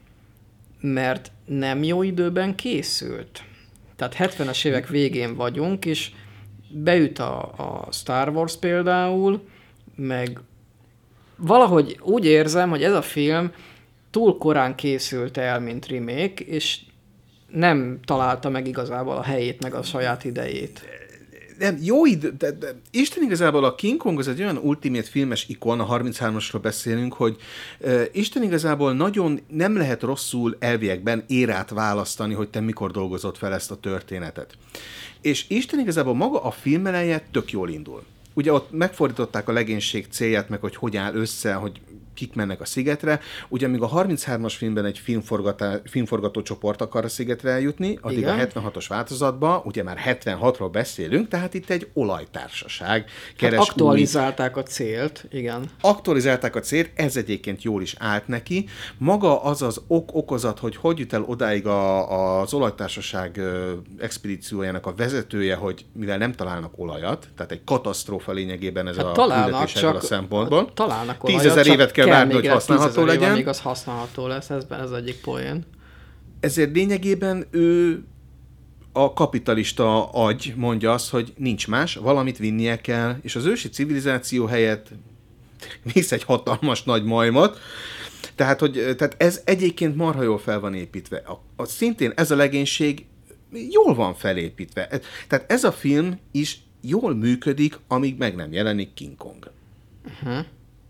mert nem jó időben készült. Tehát 70-es évek végén vagyunk, és beüt a Star Wars például, meg valahogy úgy érzem, hogy ez a film túl korán készült el, mint remake, és nem találta meg igazából a helyét, meg a saját idejét.
Nem, jó idő, de Isten igazából a King Kong az egy olyan ultimate filmes ikon, a 33-asról beszélünk, hogy Isten igazából nagyon nem lehet rosszul elviekben érát választani, hogy te mikor dolgozott fel ezt a történetet. És Isten igazából maga a film eleje tök jól indul. Ugye ott megfordították a legénység célját, meg hogy áll össze, hogy kik mennek a szigetre. Ugye amíg a 33-as filmben egy filmforgató csoport akar a szigetre eljutni, addig igen. A 76-os változatban, ugye már 76-ról beszélünk, tehát itt egy olajtársaság keres
aktualizálták a célt, igen.
Aktualizálták a célt, ez egyébként jól is állt neki. Maga az okozat, hogy jut el odáig az olajtársaság expedíciójának a vezetője, hogy mivel nem találnak olajat, tehát egy katasztrófa lényegében ez a küldetés ebből a szempontból.
Találnak
olajat, 10 000 évet kell várni, hogy használható legyen.
Még az használható lesz, ez egyik poén.
Ezért lényegében ő a kapitalista agy mondja azt, hogy nincs más, valamit vinnie kell, és az ősi civilizáció helyett visz egy hatalmas nagy majmot. Tehát ez egyébként marha jól fel van építve. Szintén ez a legénység jól van felépítve. Tehát ez a film is jól működik, amíg meg nem jelenik King Kong. Uh-huh.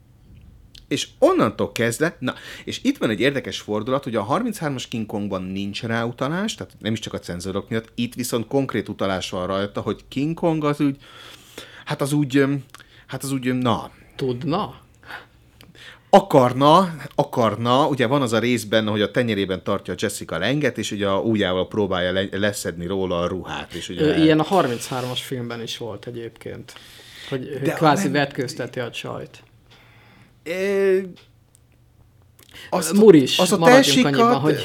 És onnantól kezdve, és itt van egy érdekes fordulat, hogy a 33-as King Kongban nincs ráutalás, tehát nem is csak a cenzorok miatt, itt viszont konkrét utalás van rajta, hogy King Kong az úgy,
Tudna?
Akarna, ugye van az a rész benne, hogy a tenyerében tartja Jessica Langet, és ugye a ujjával próbálja leszedni róla a ruhát. És ugye
ilyen a 33-as filmben is volt egyébként, hogy kvázi vetkőzteti a csajt. Muris,
az a
maradjunk annyiban, hogy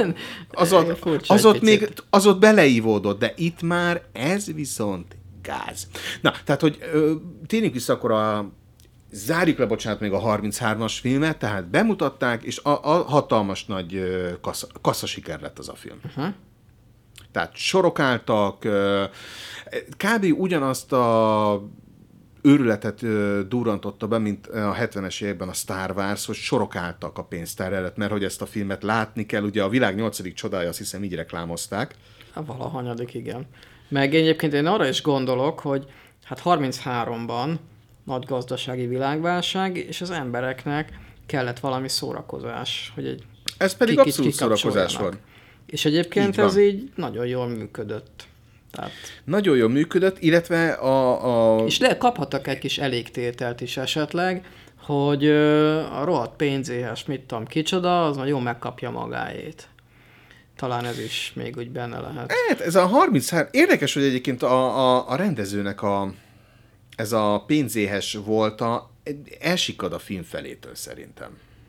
az ott beleívódott, de itt már ez viszont gáz. Na, tehát, hogy térjünk vissza akkor zárjuk le, bocsánat, még a 33-as filmet, tehát bemutatták, és a hatalmas nagy kasszasiker lett az a film. Tehát sorok álltak, kb. Ugyanazt a őrületet durrantotta be, mint a 70-es években a Star Wars, hogy sorok álltak a pénztár előtt, mert hogy ezt a filmet látni kell, ugye a világ 8. csodája, azt hiszem így reklámozták.
Valahanyadik, igen. Meg egyébként én arra is gondolok, hogy hát 33-ban nagy gazdasági világválság, és az embereknek kellett valami szórakozás, hogy egy
ez pedig abszolút szórakozás volt.
És egyébként ez így nagyon jól működött. Tehát...
Nagyon jól működött, illetve
És kaphattak egy kis elégtételt is esetleg, hogy a rohadt pénzéhes, mit tudom, kicsoda, az jól megkapja magáét. Talán ez is még úgy benne lehet.
Hát ez a 33... Érdekes, hogy egyébként a rendezőnek ez a pénzéhes volta, elsikad a film felétől szerintem.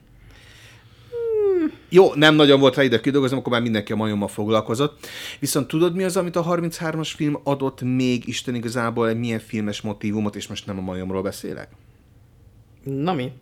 Jó, nem nagyon volt rá ide kidolgozom, akkor már mindenki a majommal foglalkozott. Viszont tudod, mi az, amit a 33-as film adott még Isten igazából milyen filmes motívumot, és most nem a majomról beszélek?
Na mi?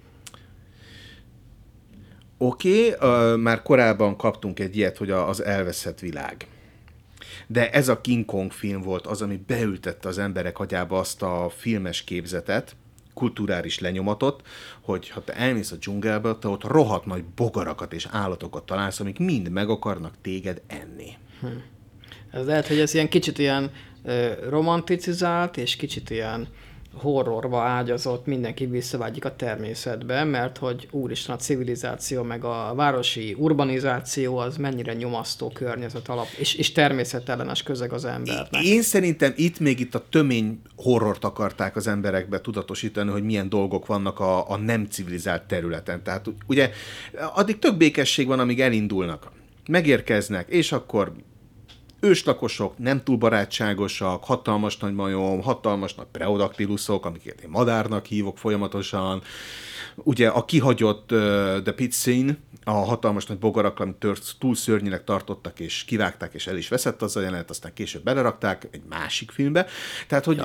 Oké, már korábban kaptunk egy ilyet, hogy az elveszett világ. De ez a King Kong film volt az, ami beültette az emberek agyába azt a filmes képzetet, kulturális lenyomatot, hogy ha te elmész a dzsungelbe, te ott rohadt nagy bogarakat és állatokat találsz, amik mind meg akarnak téged enni.
Ez lehet, hogy ez ilyen kicsit ilyen romanticizált, és kicsit ilyen horrorba ágyazott, mindenki visszavágyik a természetbe, mert hogy úristen, a civilizáció, meg a városi urbanizáció az mennyire nyomasztó környezet alap, és természetellenes közeg az embernek.
Én szerintem itt a tömény horrort akarták az emberekbe tudatosítani, hogy milyen dolgok vannak a nem civilizált területen. Tehát ugye addig tök békesség van, amíg elindulnak. Megérkeznek, és akkor őslakosok, nem túl barátságosak, hatalmas nagy majom, hatalmas nagy preodaktiluszok, amiket én madárnak hívok folyamatosan. Ugye a kihagyott The Pit Scene, a hatalmas nagy bogarak, amit túl szörnyűnek tartottak, és kivágták, és el is veszett az a jelenet, aztán később belerakták egy másik filmbe. Tehát, hogy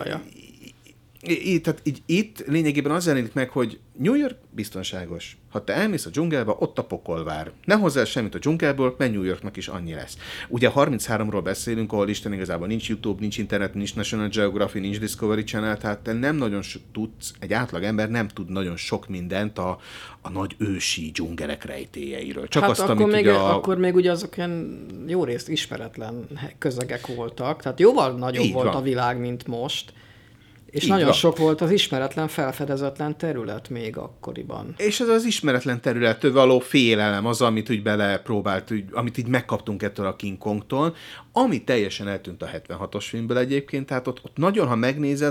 tehát itt lényegében az jelenik meg, hogy New York biztonságos. Ha te elmész a dzsungelbe, ott a pokol vár. Ne hozzá semmit a dzsungelből, mert New Yorknak is annyi lesz. Ugye 33-ról beszélünk, ahol Isten igazából nincs YouTube, nincs internet, nincs National Geographic, nincs Discovery Channel, tehát te nem nagyon tudsz, egy átlag ember nem tud nagyon sok mindent a nagy ősi dzsungelek rejtélyeiről. Csak
hát
azt,
akkor,
amit
még,
ugye
akkor még ugye azok ilyen jó részt ismeretlen közegek voltak, tehát jóval nagyobb volt a világ, mint most. És így nagyon sok volt az ismeretlen, felfedezetlen terület még akkoriban.
És ez az ismeretlen területtől való félelem az, amit úgy belepróbált, amit így megkaptunk ettől a King Kongtól, ami teljesen eltűnt a 76-os filmből egyébként, tehát ott nagyon, ha megnézed,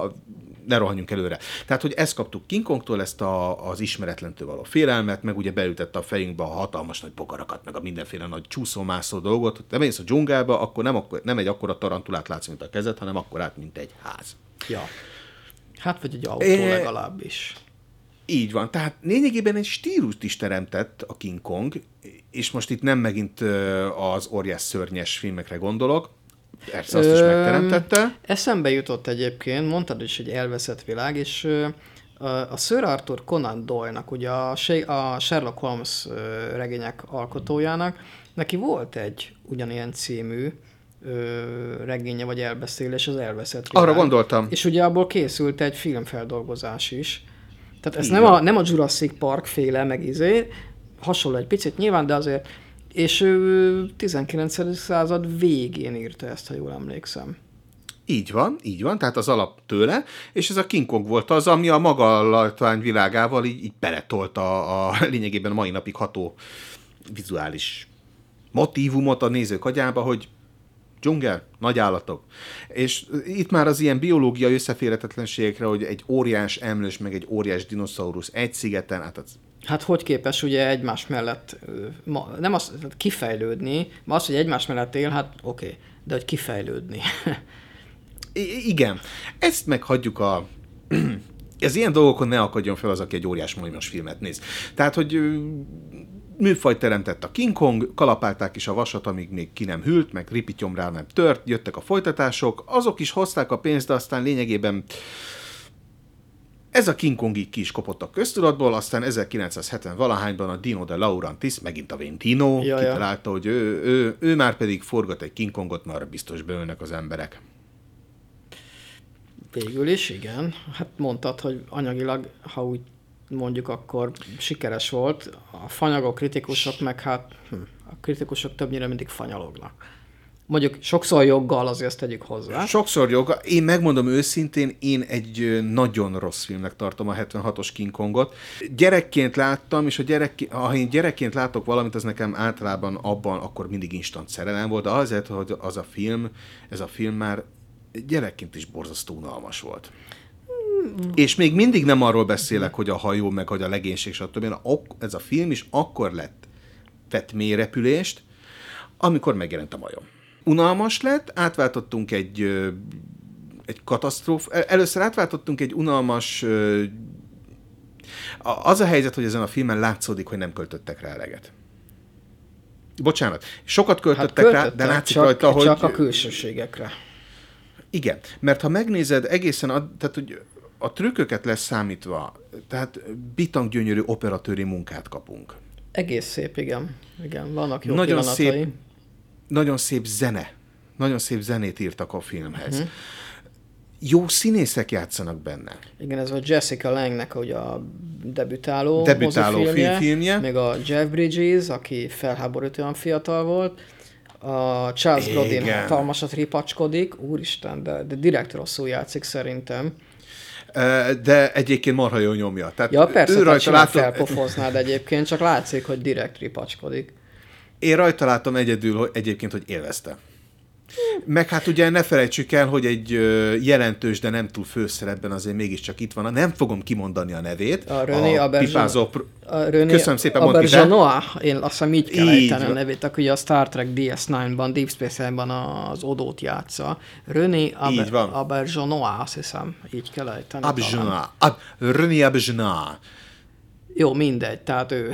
ne rohanjunk előre. Tehát, hogy ezt kaptuk King Kongtól, ezt az ismeretlentől való félelmet, meg ugye beütette a fejünkbe a hatalmas nagy bogarakat, meg a mindenféle nagy csúszómászó dolgot. Te mész a dzsungelbe, akkor nem egy akkora tarantulát látsz, mint a kezed, hanem akkorát, mint egy ház.
Ja. Hát, vagy egy autó legalábbis.
Így van. Tehát lényegében egy stílust is teremtett a King Kong, és most itt nem megint az óriás szörnyes filmekre gondolok, persze azt is megteremtette.
Eszembe jutott egyébként, mondtad is, hogy elveszett világ, és a Sir Arthur Conan Doyle-nak, ugye a Sherlock Holmes regények alkotójának, neki volt egy ugyanilyen című regénye vagy elbeszélés, az elveszett világ.
Arra gondoltam.
És ugye abból készült egy filmfeldolgozás is. Tehát ez nem a Jurassic Park féle meg hasonló egy picit nyilván, de azért, és ő 19. század végén írta ezt, ha jól emlékszem.
Így van, tehát az alap tőle, és ez a King Kong volt az, ami a maga látvány világával így beletolta a lényegében a mai napig ható vizuális motívumot a nézők agyába, hogy dzsungel, nagy állatok. És itt már az ilyen biológiai összeférhetetlenségekre, hogy egy óriás emlős, meg egy óriás dinoszaurusz egy szigeten,
Hát hogy képes ugye egymás mellett, nem az kifejlődni, mert az, hogy egymás mellett él, hát oké, de hogy kifejlődni.
Igen. Ezt meghagyjuk ez ilyen dolgokon ne akadjon fel az, aki egy óriás majmos filmet néz. Tehát, hogy műfajt teremtett a King Kong, kalapálták is a vasat, amíg még ki nem hűlt, meg ripityomrá nem tört, jöttek a folytatások, azok is hozták a pénzt, de aztán lényegében Ez a King Kong így ki is kopott a köztudatból, aztán 1970-valahányban a Dino de Laurentiis, megint a Vén Dino, kitalálta, hogy ő már pedig forgat egy King Kongot, már biztos beölnek az emberek.
Végül is, igen. Hát mondtad, hogy anyagilag, ha úgy mondjuk, akkor sikeres volt. A fanyagok, kritikusok meg hát a kritikusok többnyire mindig fanyalognak. Mondjuk sokszor joggal, azért ezt tegyük hozzá.
Sokszor joggal. Én megmondom őszintén, én egy nagyon rossz filmnek tartom a 76-os King Kongot. Gyerekként láttam, és ha én gyerekként látok valamit, az nekem általában abban akkor mindig instant szerelem volt, de azért, hogy ez a film már gyerekként is borzasztó unalmas volt. És még mindig nem arról beszélek, hogy a hajó, meg hogy a legénység, stb. Ez a film is akkor vett mélyrepülést, amikor megjelent a majom. Unalmas lett, átváltottunk egy először átváltottunk egy unalmas... Az a helyzet, hogy ezen a filmen látszódik, hogy nem költöttek rá eleget. Bocsánat, sokat költöttek rá, de látszik rajta, hogy...
Csak a külsőségekre.
Igen, mert ha megnézed egészen, tehát hogy a trükköket leszámítva, tehát bitanggyönyörű operatőri munkát kapunk.
Egész szép, igen. Igen, vannak jó pillanatai.
Nagyon szép zene. Nagyon szép zenét írtak a filmhez. Jó színészek játszanak benne.
Igen, ez a Jessica Lange-nek ugye a debütáló filmje. Még a Jeff Bridges, aki felháborítóan fiatal volt. A Charles Grodin hatalmasat ripacskodik. Úristen, de direkt rosszul játszik szerintem.
De egyébként marha jól nyomja. Tehát
ja, persze, tehát felpofoznád egyébként, csak látszik, hogy direkt ripacskodik.
Én rajta látom egyébként, hogy élvezte. Meg hát ugye ne felejtsük el, hogy egy jelentős, de nem túl főszerepben azért mégiscsak itt van. Nem fogom kimondani a nevét.
A René
pipázó... Köszönöm szépen, mondd ki
te. Én azt hiszem így kell ejteni a nevét, aki a Star Trek DS9-ban, Deep Space Nine-ban az Odót játsza. René Auberjonois, azt hiszem, így kell ejteni.
René Auberjonois.
Jó, mindegy, tehát ő...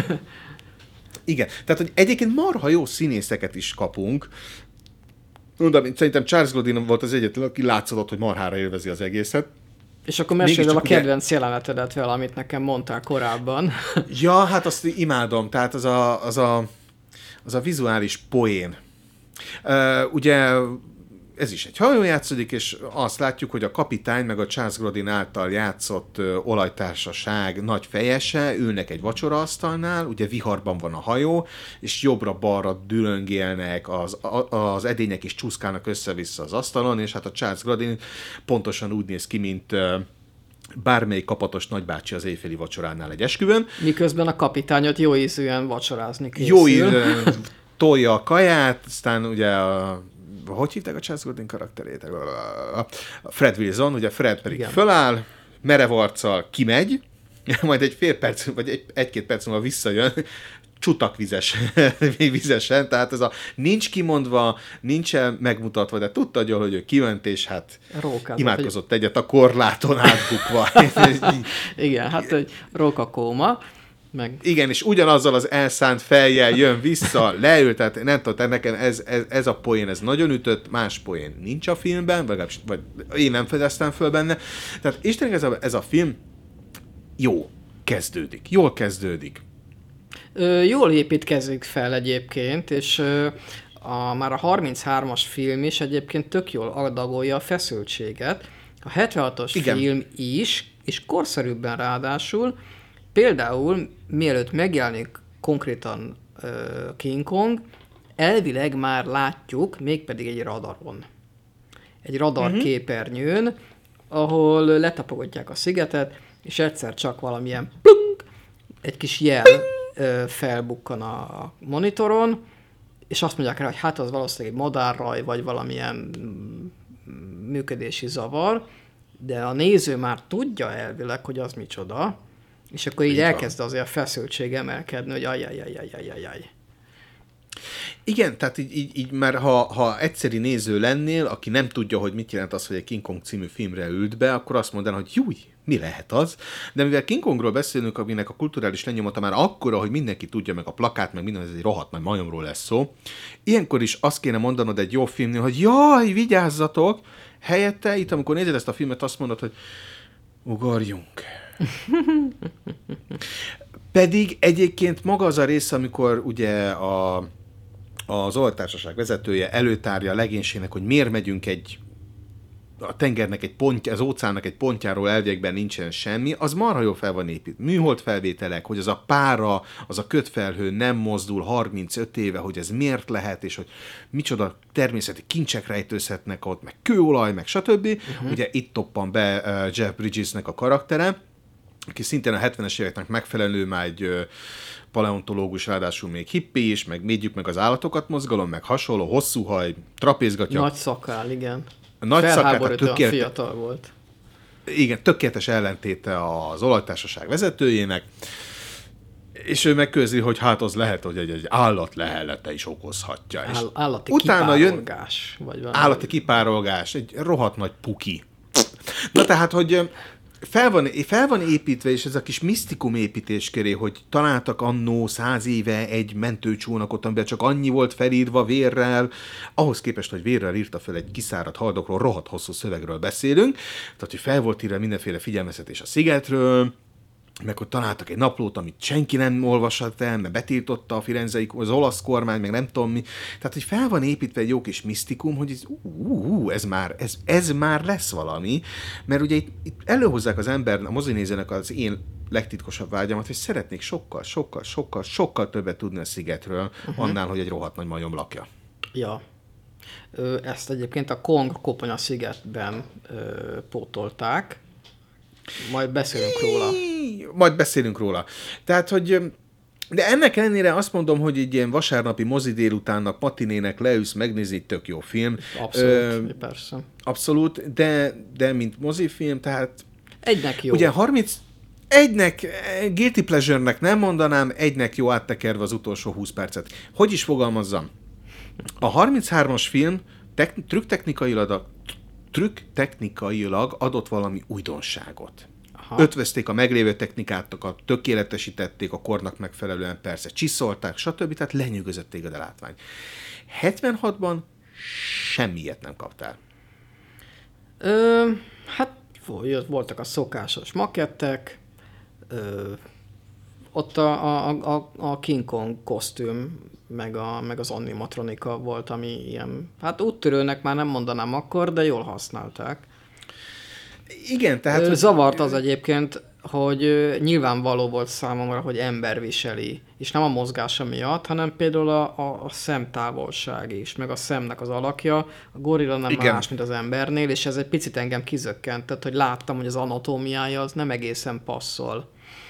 Igen, tehát hogy egyébként marha jó színészeket is kapunk. Mondom, szerintem Charles Grodin volt az egyetlen, aki látszott, hogy marhára élvezi az egészet.
És akkor mesélj el a kedvenc jelenetedet vele, amit nekem mondtál korábban.
Ja, hát azt imádom, tehát az a vizuális poén. Ugye ez is egy hajón játszódik, és azt látjuk, hogy a kapitány meg a Charles Grodin által játszott olajtársaság nagy fejese ülnek egy vacsoraasztalnál, ugye viharban van a hajó, és jobbra-balra dülöngélnek, az edények is csúszkálnak össze-vissza az asztalon, és hát a Charles Grodin pontosan úgy néz ki, mint bármelyik kapatos nagybácsi az éjféli vacsoránál egy esküvőn.
Miközben a kapitányot jó ízűen vacsorázni készül.
Jó ízűen tolja a kaját, aztán ugye hogy hívták a Charles Grodin karakterét? Fred Wilson, ugye Fred pedig föláll, merev arccal kimegy, majd egy fél perc, vagy egy-két perc múlva visszajön, vizesen, tehát ez nincs kimondva, nincs megmutatva, de tudta jól, hogy ő kiment, és hát imádkozott egyet a korláton átbukva.
Igen, hát egy rókakóma. Meg.
Igen, és ugyanazzal az elszánt fejjel jön vissza, leül, tehát nem tudom, nekem ez a poén, ez nagyon ütött, más poén nincs a filmben, vagy én nem fedeztem föl benne. Tehát Istenik, ez a film jól kezdődik.
Jól építkezik fel egyébként, és már a 33-as film is egyébként tök jól adagolja a feszültséget. A 76-os film is, és korszerűbben ráadásul, például, mielőtt megjelenik konkrétan King Kong, elvileg már látjuk, mégpedig egy radaron. Egy radarképernyőn, ahol letapogatják a szigetet, és egyszer csak valamilyen plunk, egy kis jel felbukkan a monitoron, és azt mondják rá, hogy hát az valószínűleg egy madárraj, vagy valamilyen működési zavar, de a néző már tudja elvileg, hogy az micsoda, és akkor így elkezd azért a feszültség emelkedni, hogy ajjajjajjajjajjaj.
Igen, tehát így már ha egyszeri néző lennél, aki nem tudja, hogy mit jelent az, hogy egy King Kong című filmre ült be, akkor azt mondaná, hogy júj, mi lehet az? De mivel King Kongról beszélünk, aminek a kulturális lenyomata már akkora, hogy mindenki tudja, meg a plakát, meg minden, ez egy rohadt nagy majomról lesz szó, ilyenkor is azt kéne mondanod egy jó filmnél, hogy jaj, vigyázzatok! Helyette itt, amikor nézed ezt a filmet, azt mondod, hogy Ugorjunk. Pedig egyébként maga az a rész, amikor ugye az olajtársaság vezetője előtárja a legénységnek, hogy miért megyünk a tengernek egy pontja, az óceánnak egy pontjáról elvégben nincsen semmi, az marha jól fel van építve. Műhold felvételek, hogy az a pára, az a kötfelhő nem mozdul 35 éve, hogy ez miért lehet, és hogy micsoda természeti kincsek rejtőzhetnek ott, meg kőolaj, meg stb. Ugye itt toppan be Jeff Bridgesnek a karaktere, aki szintén a 70-es éveknek megfelelő, már egy paleontológus, ráadásul még hippi is, meg védjük meg az állatokat mozgalom, meg hasonló, hosszú haj, trapézgatja.
Nagy szakál, igen.
Nagy
felháborítóan fiatal volt.
Igen, tökéletes ellentéte az olajtársaság vezetőjének, és ő megközli, hogy hát az lehet, hogy egy állat lehellete is okozhatja.
Állati
utána
kipárolgás.
Állati kipárolgás, egy rohadt nagy puki. Na tehát, hogy fel van építve, és ez a kis misztikum építés köré, hogy találtak annó 100 éve egy mentőcsónakot, amiben csak annyi volt felírva vérrel, ahhoz képest, hogy vérrel írta fel egy kiszáradt haldokról, rohadt hosszú szövegről beszélünk, tehát, hogy fel volt írva mindenféle figyelmeztetés a szigetről, meg hogy találtak egy naplót, amit senki nem olvashat el, mert betiltotta a firenzei, az olasz kormány, meg nem tudom mi. Tehát, hogy fel van építve egy jó kis misztikum, hogy ez már lesz valami, mert ugye itt előhozzák az ember, a mozinézőnek az én legtitkosabb vágyamat, hogy szeretnék sokkal többet tudni a szigetről, annál, hogy egy rohadt nagy majom lakja.
Ja. Ezt egyébként a Kong-Koponya szigetben pótolták. Majd beszélünk róla. Tehát, hogy de ennek ellenére azt mondom, hogy egy ilyen vasárnapi mozi délutánnak, matinének leülsz, megnézni, tök jó film. Abszolút, persze.
Abszolút, de mint mozifilm, tehát...
Egynek jó.
Ugye egynek, guilty pleasure-nek nem mondanám, egynek jó áttekerve az utolsó 20 percet. Hogy is fogalmazzam? A 33-as film trükktechnikailag adott valami újdonságot. Aha. Ötvözték a meglévő technikátokat, tökéletesítették a kornak megfelelően, persze csiszolták, stb. Tehát lenyűgözött téged a látvány. 76-ban semmi ilyet nem kaptál.
Hát voltak a szokásos makettek, ott a King Kong kosztüm, meg az animatronika volt, ami ilyen, hát úttörőnek már nem mondanám akkor, de jól használták.
Igen, tehát...
Zavart az egyébként, hogy nyilvánvaló volt számomra, hogy ember viseli, és nem a mozgása miatt, hanem például a szemtávolság is, meg a szemnek az alakja, a gorilla nem más, mint az embernél, és ez egy picit engem kizökkent, tehát hogy láttam, hogy az anatómiája az nem egészen passzol.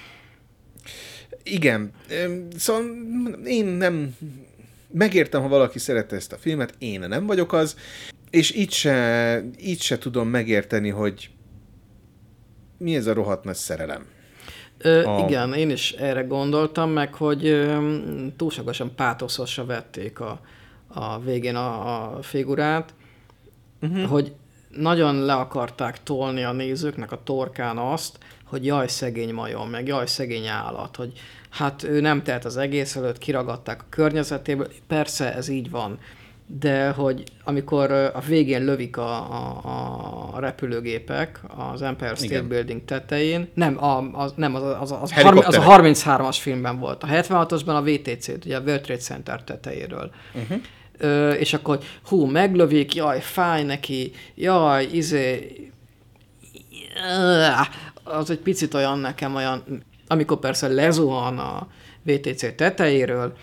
Igen, szóval én nem... Megértem, ha valaki szerette ezt a filmet, én nem vagyok az, és így se tudom megérteni, hogy mi ez a rohadt nagy szerelem.
Igen, én is erre gondoltam, meg hogy túlságosan pátoszosra vették a végén a figurát, hogy nagyon le akarták tolni a nézőknek a torkán azt, hogy jaj, szegény majom, meg jaj, szegény állat, hogy hát ő nem tehet az egész előtt, kiragadták a környezetéből, persze ez így van, de hogy amikor a végén lövik a repülőgépek az Empire State Building tetején, az a 33-as filmben volt, a 76-osban a VTC-t, ugye a World Trade Center tetejéről. És akkor meglövik, jaj, fáj neki, jaj, az egy picit olyan nekem olyan, amikor persze lezuhan a VTC tetejéről,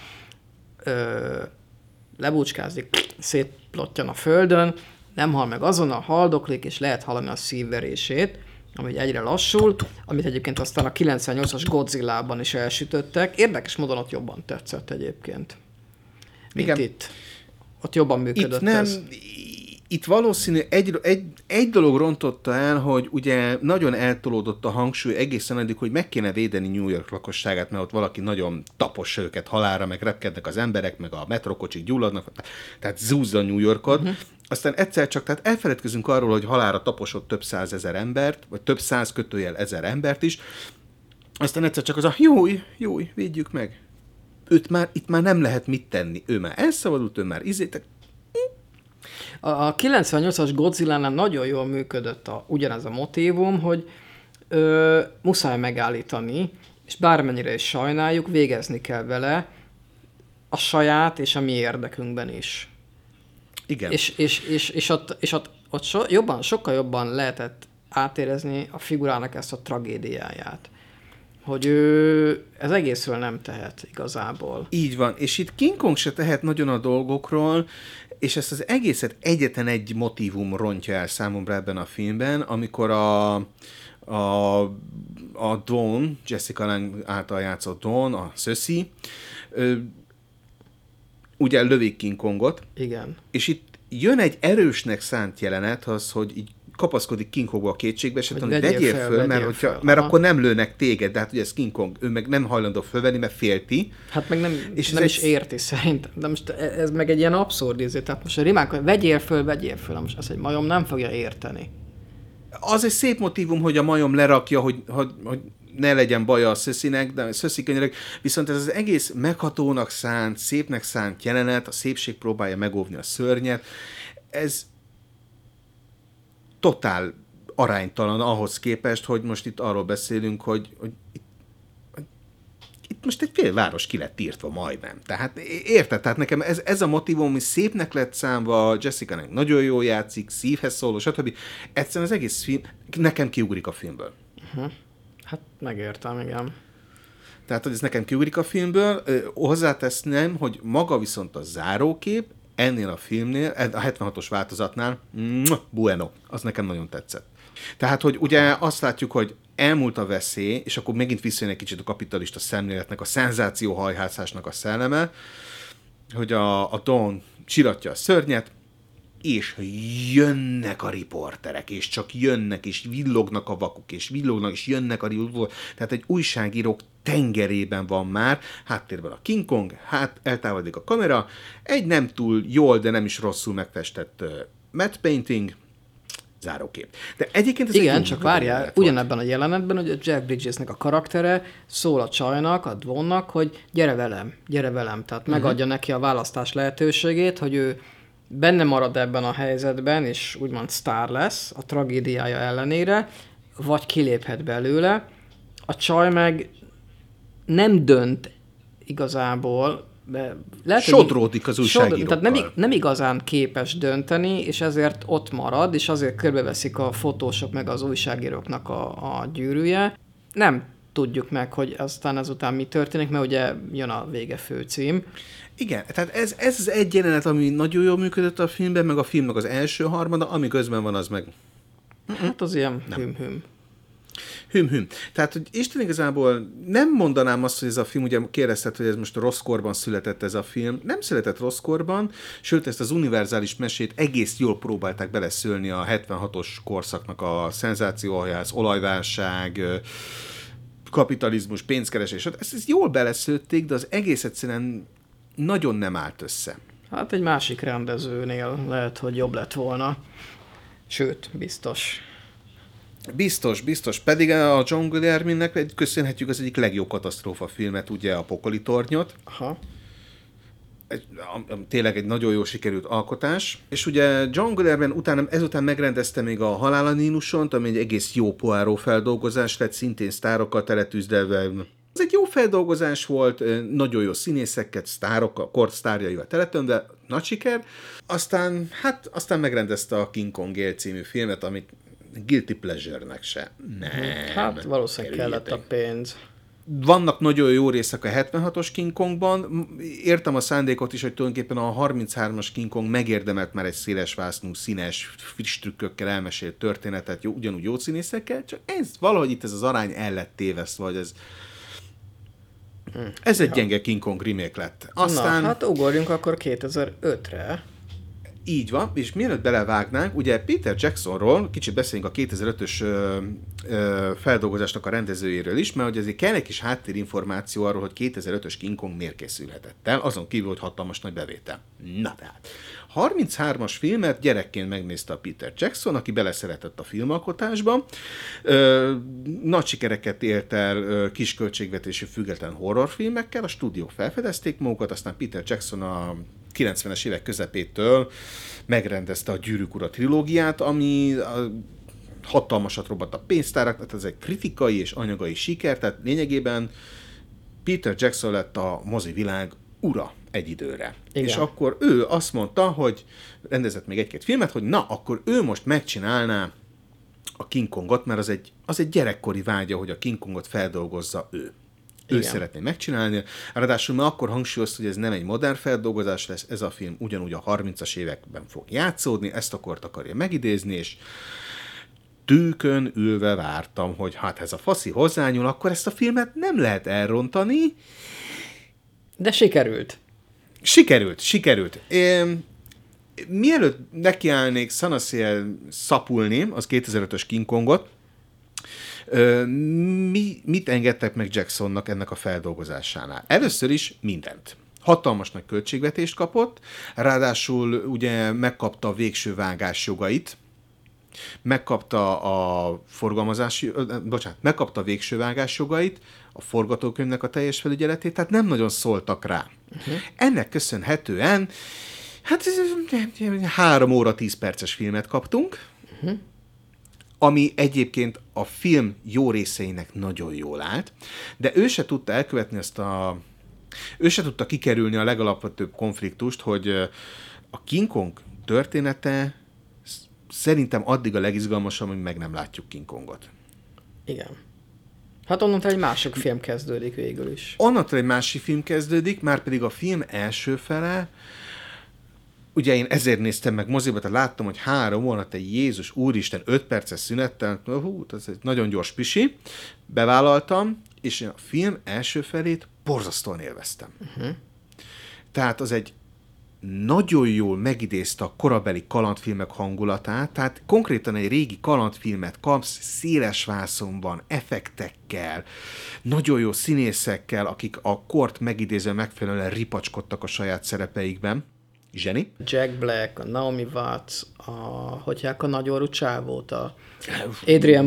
lebúcskázik, szétplottyan a földön, nem hal meg azonnal, haldoklik, és lehet hallani a szívverését, ami egyre lassul, amit egyébként aztán a 98-as Godzilla-ban is elsütöttek. Érdekes módon ott jobban tetszett egyébként, mint itt. Ott jobban működött ez.
Itt valószínű egy dolog rontotta el, hogy ugye nagyon eltolódott a hangsúly egészen eddig, hogy meg kéne védeni New York lakosságát, mert ott valaki nagyon tapossa őket halálra, meg repkednek az emberek, meg a metrokocsik gyulladnak, tehát zúzza New Yorkot. Aztán egyszer csak, tehát elfeledkezünk arról, hogy halálra taposott több 100 000 embert, vagy több 100 1000 embert is. Aztán egyszer csak az a jó, védjük meg. Itt már nem lehet mit tenni. Ő már elszabadult, ő már
A 98-as Godzilla-nál nagyon jól működött ugyanez a motívum, hogy muszáj megállítani, és bármennyire is sajnáljuk, végezni kell vele a saját és a mi érdekünkben is.
Igen.
És ott sokkal jobban lehetett átérezni a figurának ezt a tragédiáját. Hogy ő ez egészről nem tehet igazából.
Így van, és itt King Kong se tehet nagyon a dolgokról, és ezt az egészet egyetlen egy motívum rontja el számomra ebben a filmben, amikor a Dawn, Jessica Lange által játszott Dawn, a Szöszi, ugye lövik King Kongot.
Igen.
És itt jön egy erősnek szánt jelenet, az, hogy így kapaszkodik King Kongba a kétségbe, és hogy vegyél föl, mert akkor nem lőnek téged, de hát ugye ez King Kong, ő meg nem hajlandó fölvenni, mert félti.
Hát meg nem is érti szerintem. De most ez meg egy ilyen abszurd ízé. Tehát most a rimák, hogy vegyél föl, most ez egy majom nem fogja érteni.
Az egy szép motívum, hogy a majom lerakja, hogy ne legyen baja a Szöszinek, de a Szöszi könyörög, viszont ez az egész meghatónak szánt, szépnek szánt jelenet, a szépség próbálja megóvni a szörnyet, ez totál aránytalan ahhoz képest, hogy most itt arról beszélünk, hogy itt most egy fél város ki lett írtva majdnem. Tehát érted? Tehát nekem ez a motívum, ami szépnek lett számva, Jessica-nek nagyon jól játszik, szívhez szóló, stb. Egyszerűen az egész film nekem kiugrik a filmből.
Uh-huh. Hát megértem, igen.
Tehát, hogy ez nekem kiugrik a filmből, hozzátesznem, hogy maga viszont a zárókép ennél a filmnél, a 76-os változatnál, bueno, az nekem nagyon tetszett. Tehát, hogy ugye azt látjuk, hogy elmúlt a veszély, és akkor megint visszajön egy kicsit a kapitalista szemléletnek, a szenzációhajhászásnak a szelleme, hogy a Dawn csiratja a szörnyet, és jönnek a riporterek, és csak jönnek, és villognak a vakuk, és villognak, és jönnek a riporterek. Tehát egy újságírók tengerében van már, háttérben a King Kong, eltávolodik a kamera, egy nem túl jól, de nem is rosszul megfestett matte painting, zárókép. De egyébként ez
igen, csak várjál, ugyanebben a jelenetben, hogy a Jeff Bridgesnek a karaktere szól a csajnak, a Dawnnak, hogy gyere velem. Tehát megadja neki a választás lehetőségét, hogy ő benne marad ebben a helyzetben, és úgymond sztár lesz a tragédiája ellenére, vagy kiléphet belőle. A csaj meg nem dönt igazából,
sodródik az újságírókkal.
Tehát nem igazán képes dönteni, és ezért ott marad, és azért körbeveszik a fotósok meg az újságíróknak a gyűrűje. Nem tudjuk meg, hogy aztán ezután mi történik, mert ugye jön a vége főcím.
Igen, tehát ez az egy jelenet, ami nagyon jól működött a filmben, meg a filmnek az első harmada, ami közben van, az meg...
Hát az ilyen hüm-hüm.
Tehát, hogy Isten igazából nem mondanám azt, hogy ez a film, ugye kérdezted, hogy ez most rossz korban született ez a film. Nem született rossz korban, sőt, ezt az univerzális mesét egész jól próbálták beleszőlni a 76-os korszaknak a szenzációhajász, olajválság, kapitalizmus, pénzkeresés. Ezt jól beleszőtték, de az egész egyszerűen nagyon nem állt össze.
Hát egy másik rendezőnél lehet, hogy jobb lett volna. Sőt, biztos.
Biztos. Pedig a John Guillerminnek köszönhetjük az egyik legjobb katasztrófa filmet, ugye a Pokoli tornyot.
Aha.
Tényleg egy nagyon jó sikerült alkotás. És ugye John Guillermin ezután megrendezte még a Halál a Níluson, ami egy egész jó Poirot feldolgozás lett, szintén sztárokkal teletűzdelve. Ez egy jó feldolgozás volt, nagyon jó színészeket, sztárokkal, korsztárjaival teletömve, nagy siker. Aztán megrendezte a King Kong Él című filmet, amit guilty pleasure-nek se. Nem.
Hát valószínűleg kellett a pénz.
Vannak nagyon jó részek a 76-os King Kongban. Értem a szándékot is, hogy tulajdonképpen a 33-as King Kong megérdemelt már egy széles vásznú, színes, friss trükkökkel elmesélt történetet, ugyanúgy jó színészekkel, csak valahogy itt ez az arány el lett tévesztve, vagy ez egy gyenge King Kong remake lett. Aztán...
Na, hát ugorjunk akkor 2005-re.
Így van, és mielőtt belevágnánk, ugye Peter Jacksonról, kicsit beszéljünk a 2005-ös feldolgozásnak a rendezőjéről is, mert azért kell egy kis háttérinformáció arról, hogy 2005-ös King Kong miért készülhetett el, azon kívül, hogy hatalmas nagy bevétel. Na tehát, 33-as filmet gyerekként megnézte a Peter Jackson, aki beleszeretett a filmalkotásba. Nagy sikereket ért el kis költségvetésű független horrorfilmekkel, a stúdiók felfedezték magukat, aztán Peter Jackson a 90-es évek közepétől megrendezte a Gyűrűk ura trilógiát, ami hatalmasat robbant a pénztárak, tehát ez egy kritikai és anyagai siker, tehát lényegében Peter Jackson lett a mozivilág ura egy időre.
Igen.
És akkor ő azt mondta, hogy rendezett még egy-két filmet, hogy na, akkor ő most megcsinálná a King Kongot, mert az egy gyerekkori vágya, hogy a King Kongot feldolgozza ő. Ő
Igen.
szeretné megcsinálni. Ráadásul már akkor hangsúlyozta, hogy ez nem egy modern feldolgozás lesz, ez a film ugyanúgy a 30-as években fog játszódni, ezt akarja megidézni, és tűkön ülve vártam, hogy hát ez a faszi hozzányúl, akkor ezt a filmet nem lehet elrontani.
De sikerült.
Sikerült. Mielőtt nekiállnék Szanaszél szapulni, az 2005-ös King Kongot, mit engedtek meg Jacksonnak ennek a feldolgozásánál? Először is mindent. Hatalmas nagy költségvetést kapott, ráadásul ugye megkapta a végső vágás jogait, megkapta megkapta a végső vágás jogait, a forgatókönyvnek a teljes felügyeletét, tehát nem nagyon szóltak rá. Ennek köszönhetően 3 óra 10 perces filmet kaptunk, ami egyébként a film jó részeinek nagyon jól állt, de ő se tudta elkövetni ő se tudta kikerülni a legalapvetőbb konfliktust, hogy a King Kong története szerintem addig a legizgalmasabb, amíg meg nem látjuk King Kongot.
Igen. Hát onnantól egy másik film kezdődik végül is.
Onnantól egy másik film kezdődik, már pedig a film első fele, ugye én ezért néztem meg moziba, tehát láttam, hogy 3 óra, te Jézus, Úristen, 5 perces szünettel, ez egy nagyon gyors pisi, bevállaltam, és a film első felét borzasztóan élveztem. Tehát az egy nagyon jól megidézte a korabeli kalandfilmek hangulatát, tehát konkrétan egy régi kalandfilmet kapsz, széles vászonban, effektekkel, nagyon jó színészekkel, akik a kort megidézve megfelelően ripacskodtak a saját szerepeikben. Zseni?
Jack Black, a Naomi Watts, a nagyorú csávót, a Adrian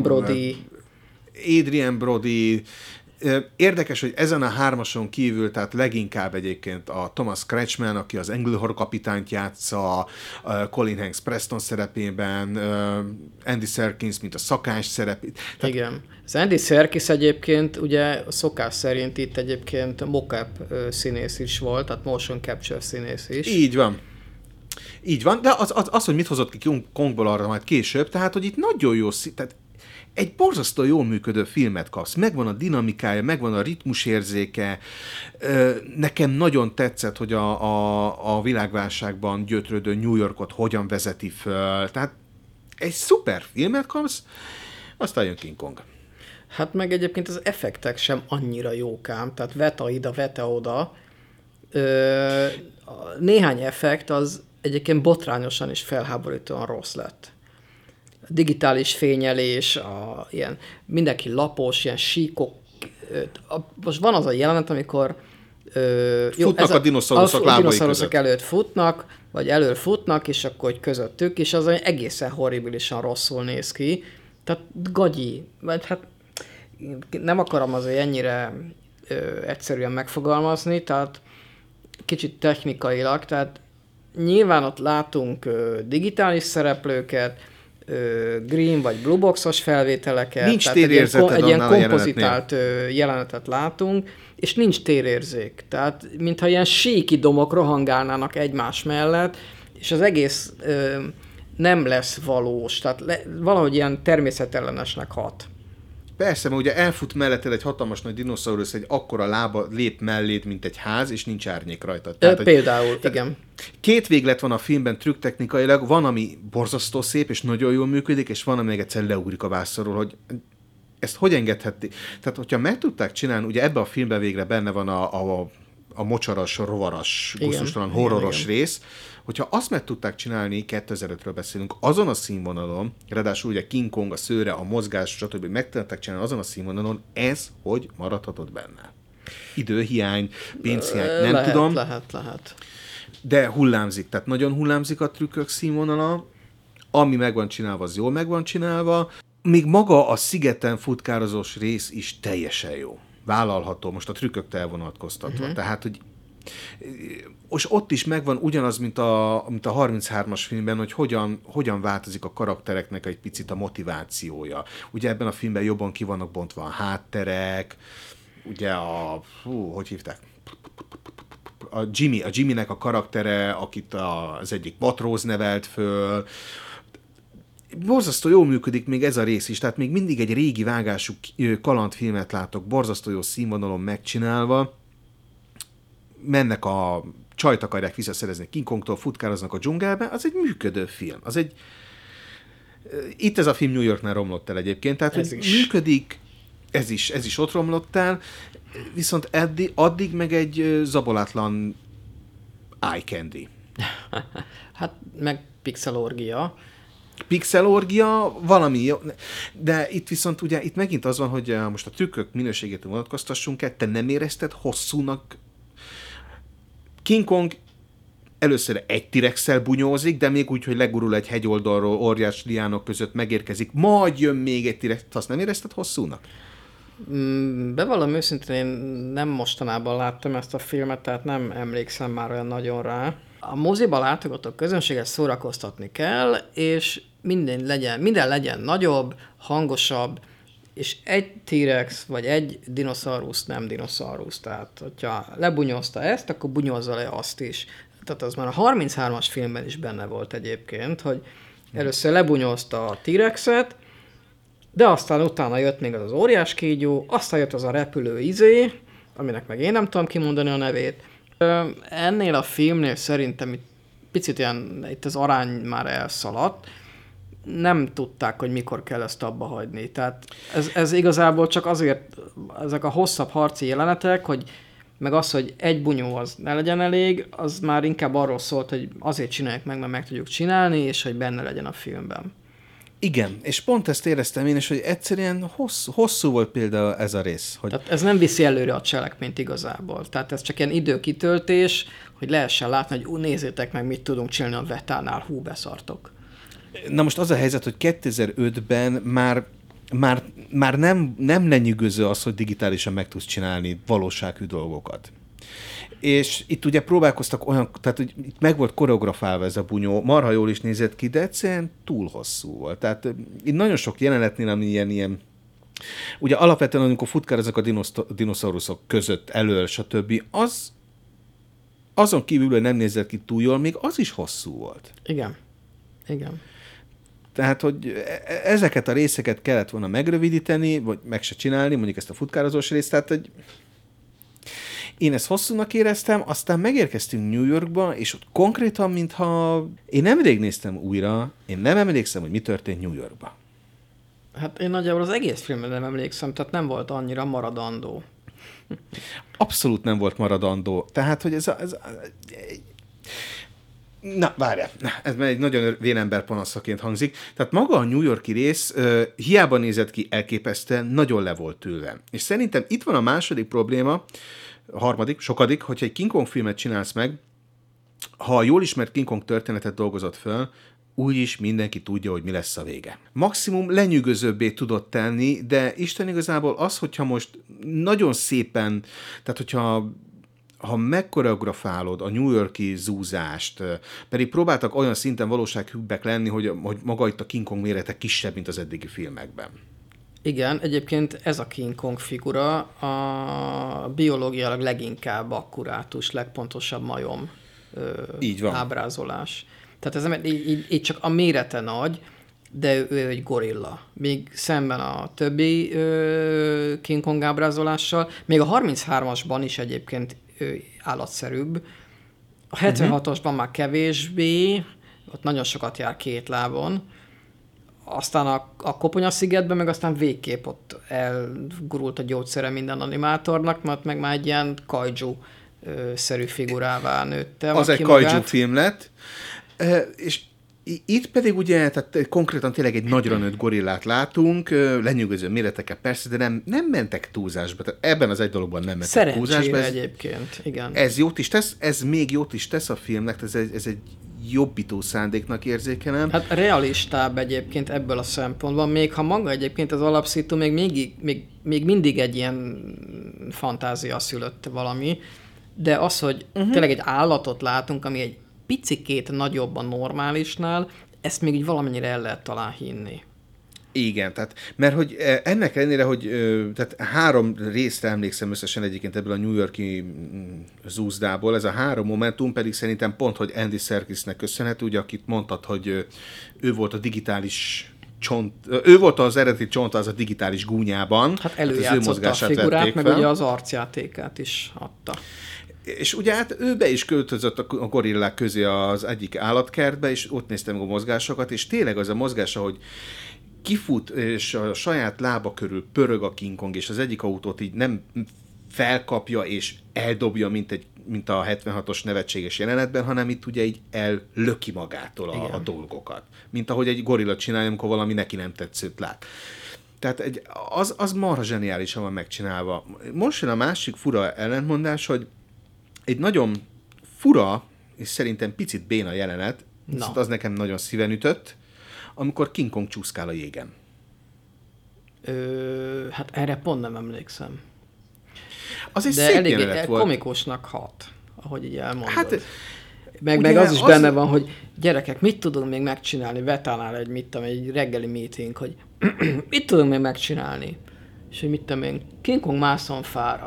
Brody.
Érdekes, hogy ezen a 3-ason kívül, tehát leginkább egyébként a Thomas Kretschmann, aki az Englehorn kapitányt játsza, Colin Hanks Preston szerepében, Andy Serkis, mint a szakács szerepét.
Igen. Az Andy Serkis egyébként ugye a szokás szerint itt egyébként mock-up színész is volt, tehát motion capture színész is.
Így van, de az hogy mit hozott ki Kongból arra majd később, tehát hogy itt nagyon jó tehát egy borzasztó jól működő filmet kapsz, megvan a dinamikája, megvan a ritmusérzéke. Nekem nagyon tetszett, hogy a világválságban gyötrődő New Yorkot hogyan vezeti föl. Tehát egy szuper filmet kapsz, aztán jön King Kong.
Hát meg egyébként az effektek sem annyira jókám, tehát veta ide, veta oda. Néhány effekt az egyébként botrányosan és felháborítóan rossz lett. A digitális fényelés, ilyen mindenki lapos, ilyen síkok. Most van az a jelenet, amikor
futnak a dinoszauruszok lábai között.
Előtt futnak, vagy elől futnak, és akkor hogy közöttük, és az egészen horribilisan rosszul néz ki. Tehát gagyi. Hát nem akarom azért ennyire egyszerűen megfogalmazni, tehát kicsit technikailag, tehát nyilván ott látunk digitális szereplőket, green vagy blue boxos felvételeket.
Nincs térérzeted
egy ilyen kompozitált jelenetet látunk, és nincs térérzék. Tehát mintha ilyen síki domok rohangálnának egymás mellett, és az egész nem lesz valós. Tehát valahogy ilyen természetellenesnek hat.
Persze, mert ugye elfut melletted egy hatalmas nagy dinoszaurusz, egy akkora lába lép mellét, mint egy ház, és nincs árnyék rajta. Tehát,
például, igen.
2 véglet van a filmben trükktechnikailag, van, ami borzasztó szép, és nagyon jól működik, és van, ami meg egyszer leugrik a vászorról, hogy ezt hogy engedheti? Tehát, hogyha meg tudták csinálni, ugye ebben a filmben végre benne van a mocsaras, rovaras, gusztustalan, horroros rész, hogyha azt meg tudták csinálni, 2005-ről beszélünk, azon a színvonalon, ráadásul ugye King Kong, a szőre, a mozgás, stb. Meg tudták csinálni azon a színvonalon, ez hogy maradhatott benne? Időhiány, pénzhiány, nem tudom.
Lehet.
De hullámzik, tehát nagyon hullámzik a trükkök színvonala, ami meg van csinálva, az jól meg van csinálva, még maga a szigeten futkározós rész is teljesen jó. Vállalható, most a trükköktől elvonatkoztatva. Tehát, hogy És ott is megvan ugyanaz, mint a 33-as filmben, hogy hogyan változik a karaktereknek egy picit a motivációja. Ugye ebben a filmben jobban ki vannak bontva a hátterek, ugye hogy hívták? A Jimmynek a karaktere, akit az egyik matróz nevelt föl. Borzasztó jól működik még ez a rész is, tehát még mindig egy régi vágású kalandfilmet látok, borzasztó jó színvonalon megcsinálva. Mennek a csajt akarják visszaszerezni King Kongtól, futkároznak a dzsungelbe, az egy működő film. Itt ez a film New Yorknál romlott el egyébként, tehát hogy működik, ez is ott romlott el, viszont addig meg egy zabolátlan eye candy.
Hát meg pixelorgia.
Pixelorgia, valami, de itt viszont ugye, itt megint az van, hogy most a trükkök minőségét vonatkoztassunk el, te nem érezted hosszúnak? King Kong először egy T-rexsel bunyózik, de még úgy, hogy legurul egy hegyoldalról, óriás liánok között megérkezik, majd jön még egy T-rex, azt nem érezted hosszúnak?
Bevallom őszintén, én nem mostanában láttam ezt a filmet, tehát nem emlékszem már olyan nagyon rá. A moziba látogató közönséget szórakoztatni kell, és minden legyen nagyobb, hangosabb, és egy T-rex vagy egy dinoszaurusz nem dinoszaurusz. Tehát, hogyha lebunyózta ezt, akkor bunyózza le azt is. Tehát az már a 33-as filmben is benne volt egyébként, hogy először lebunyózta a T-rexet, de aztán utána jött még az óriás kígyó, aztán jött az a repülő aminek meg én nem tudom kimondani a nevét. Ennél a filmnél szerintem picit itt az arány már elszaladt, nem tudták, hogy mikor kell ezt abba hagyni. Tehát ez igazából csak azért, ezek a hosszabb harci jelenetek, hogy meg az, hogy egy bunyó az ne legyen elég, az már inkább arról szólt, hogy azért csináljuk meg, mert meg tudjuk csinálni, és hogy benne legyen a filmben.
Igen, és pont ezt éreztem én is, hogy egyszerűen hosszú volt például ez a rész. Hogy...
Tehát ez nem viszi előre a cselekményt igazából. Tehát ez csak ilyen időkitöltés, hogy lehessen látni, hogy nézzétek meg, mit tudunk csinálni a Vetánál, beszartok.
Na most az a helyzet, hogy 2005-ben már nem lenyűgöző az, hogy digitálisan meg tudsz csinálni valóságű dolgokat. És itt ugye próbálkoztak olyan, tehát hogy itt meg volt koreografálva ez a bunyó, marha jól is nézett ki, de egyszerűen túl hosszú volt. Tehát itt nagyon sok jelenetnél, ami ilyen ugye alapvetően, amikor futkároznak a dinoszauruszok között, elől, stb., azon kívül, hogy nem nézett ki túl jól, még az is hosszú volt.
Igen.
Tehát, hogy ezeket a részeket kellett volna megrövidíteni, vagy meg se csinálni, mondjuk ezt a futkározós részt, tehát, hogy én ezt hosszúnak éreztem, aztán megérkeztünk New Yorkba, és ott konkrétan, mintha én nemrég néztem újra, én nem emlékszem, hogy mi történt New Yorkba.
Hát én nagyjából az egész filmre nem emlékszem, tehát nem volt annyira maradandó.
Abszolút nem volt maradandó. Tehát, hogy ez Na, várjál, ez már egy nagyon vénember panaszaként hangzik. Tehát maga a New York-i rész hiába nézett ki elképesztően, nagyon le volt ülve. És szerintem itt van a második probléma, sokadik, hogyha egy King Kong filmet csinálsz meg, ha a jól ismert King Kong történetet dolgozott föl, úgyis mindenki tudja, hogy mi lesz a vége. Maximum lenyűgözőbbé tudott tenni, de Isten igazából az, hogyha most nagyon szépen, tehát hogyha megkoreografálod a New York-i zúzást, pedig próbáltak olyan szinten valósághűbbek lenni, hogy maga itt a King Kong mérete kisebb, mint az eddigi filmekben.
Igen, egyébként ez a King Kong figura a biológiailag leginkább akkurátus, legpontosabb majom ábrázolás. Tehát ez nem, így csak a mérete nagy, de ő egy gorilla. Még szemben a többi King Kong ábrázolással, még a 33-asban is egyébként állatszerűbb. A 76-osban már kevésbé, ott nagyon sokat jár két lábon. Aztán a Koponya-szigetben meg aztán végképp ott elgurult a gyógyszere minden animátornak, mert meg már egy ilyen kaiju-szerű figurává nőtte.
Az egy kaiju film lett, és itt pedig ugye, tehát konkrétan tényleg egy nagyra nőtt gorillát látunk, lenyűgöző méreteket persze, de nem mentek túlzásba. Tehát ebben az egy dologban nem mentek
Szerencsére
túlzásba.
Egyébként, igen.
Ez jót is tesz, ez még jót is tesz a filmnek, ez egy jobbító szándéknak érzékelem.
Hát realistább egyébként ebből a szempontból, még ha maga egyébként az alapszító még mindig egy ilyen fantázia szülött valami, de az, hogy tényleg egy állatot látunk, ami egy picikét nagyobb a normálisnál, ezt még így valamennyire el lehet talán hinni.
Igen, tehát, mert hogy ennek ellenére, hogy tehát 3 részre emlékszem összesen egyébként ebből a New York-i zúzdából, ez a 3 momentum pedig szerintem pont, hogy Andy Serkisnek köszönhető, ugye, akit mondtad, hogy ő volt a digitális ő volt az eredeti csont az a digitális gúnyában.
Hát előjátszotta a figurát, meg ugye az arcjátékát is adta.
És ugye hát ő be is költözött a gorillák közé az egyik állatkertbe, és ott néztem a mozgásokat, és tényleg az a mozgása, hogy kifut, és a saját lába körül pörög a King Kong, és az egyik autót így nem felkapja, és eldobja, mint a 76-os nevetséges jelenetben, hanem itt ugye így ellöki magától a dolgokat. Mint ahogy egy gorilla csinálja, amikor valami neki nem tetszőt lát. Tehát az marha zseniálisan van megcsinálva. Most jön a másik fura ellentmondás, hogy egy nagyon fura, és szerintem picit béna jelenet, viszont az nekem nagyon szíven ütött, amikor King Kong csúszkál a jégen.
Hát erre pont nem emlékszem.
Az egy szép
elég
jelenet volt.
Komikusnak hat, ahogy így elmondod.
Hát,
meg az is benne van, hogy gyerekek, mit tudunk még megcsinálni? Vetánál egy reggeli meeting, hogy mit tudunk még megcsinálni? És hogy mit tudom én, King Kong mászon fára.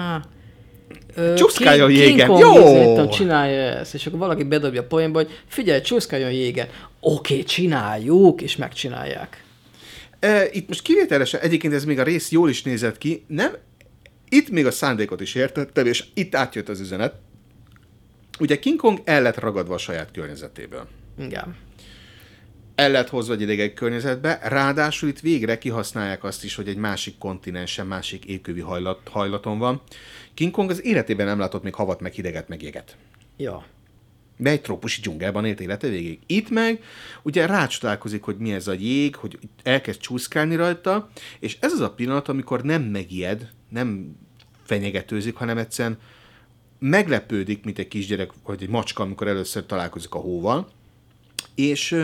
Csúszkáljon jégen,
King
jó!
Kong csinálja ezt, és akkor valaki bedobja a poénba, hogy figyelj, csúszkáljon jégen. Oké, csináljuk, és megcsinálják.
Itt most kivételesen, egyébként ez még a rész jól is nézett ki, nem? Itt még a szándékot is értettem, és itt átjött az üzenet. Ugye King Kong el lett ragadva a saját környezetéből.
Igen.
El lett hozva egy idegen környezetbe, ráadásul itt végre kihasználják azt is, hogy egy másik kontinensen, másik égkövi hajlaton van. King Kong az életében nem látott még havat, meg hideget, meg jéget.
Ja.
De egy trópusi dzsungelban élt élete végig. Itt meg ugye rácsodálkozik, hogy mi ez a jég, hogy elkezd csúszkálni rajta, és ez az a pillanat, amikor nem megijed, nem fenyegetőzik, hanem egyszerűen meglepődik, mint egy kisgyerek, vagy egy macska, amikor először találkozik a hóval, és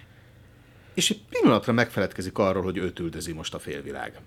egy pillanatra megfeledkezik arról, hogy őt üldözi most a félvilág.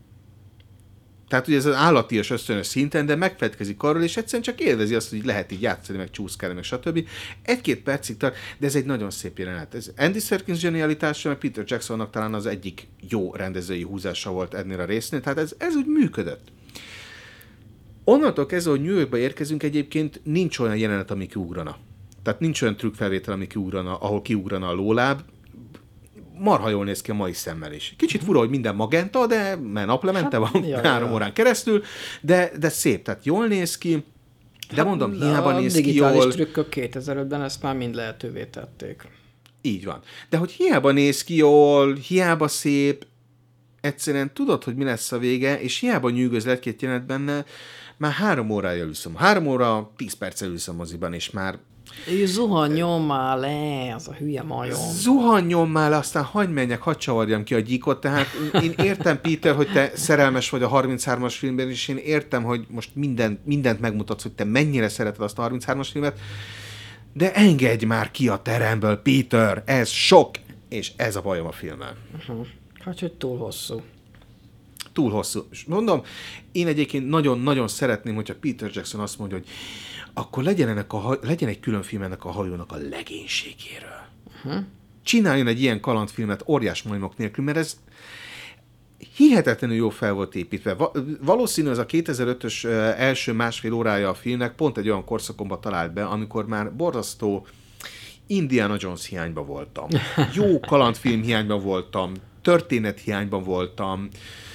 Tehát ugye ez az állati és ösztönös szinten, de megfeledkezik arról, és egyszerűen csak élvezi azt, hogy lehet így játszani, meg csúszkálni, meg stb. 1-2 percig tart, de ez egy nagyon szép jelenet. Ez Andy Serkis zsenialitása, meg Peter Jacksonnak talán az egyik jó rendezői húzása volt ennél a résznél, tehát ez úgy működött. Onnantól kezdve, hogy New Yorkba érkezünk, egyébként nincs olyan jelenet, ami kiugrana. Tehát nincs olyan trükkfelvétel, ami kiugrana, ahol kiugrana a lóláb. Marha jól néz ki a mai szemmel is. Kicsit fura, hogy minden magenta, de mert naplemente van 3 órán keresztül, de szép, tehát jól néz ki, de mondom, hiába néz ki jól. A
digitális trükkök 2005-ben ezt már mind lehetővé tették.
Így van. De hogy hiába néz ki jól, hiába szép, egyszerűen tudod, hogy mi lesz a vége, és hiába nyűgöz lett jelenet benne, már 3 órája ülszöm. 3 óra, 10 perccel ülszöm moziban, és már
Zuhanjon már le, az a hülye majom.
Zuhanjon már le, aztán hadd menjek, hadd csavarjam ki a gyíkot. Tehát én értem, Peter, hogy te szerelmes vagy a 33-as filmben, és én értem, hogy most mindent megmutatsz, hogy te mennyire szereted azt a 33-as filmet, de engedj már ki a teremből, Peter, ez sok, és ez a bajom a filmmel.
Hát, hogy túl hosszú.
Túl hosszú. És mondom, én egyébként nagyon-nagyon szeretném, hogyha Peter Jackson azt mondja, hogy akkor legyen egy külön film ennek a hajónak a legénységéről. Csináljon egy ilyen kalandfilmet óriás majmok nélkül, mert ez hihetetlenül jó fel volt építve. Valószínű az a 2005-ös első 1,5 órája a filmnek pont egy olyan korszakomba talált be, amikor már borzasztó Indiana Jones hiányban voltam. Jó kalandfilm hiányban voltam, történet hiányban voltam,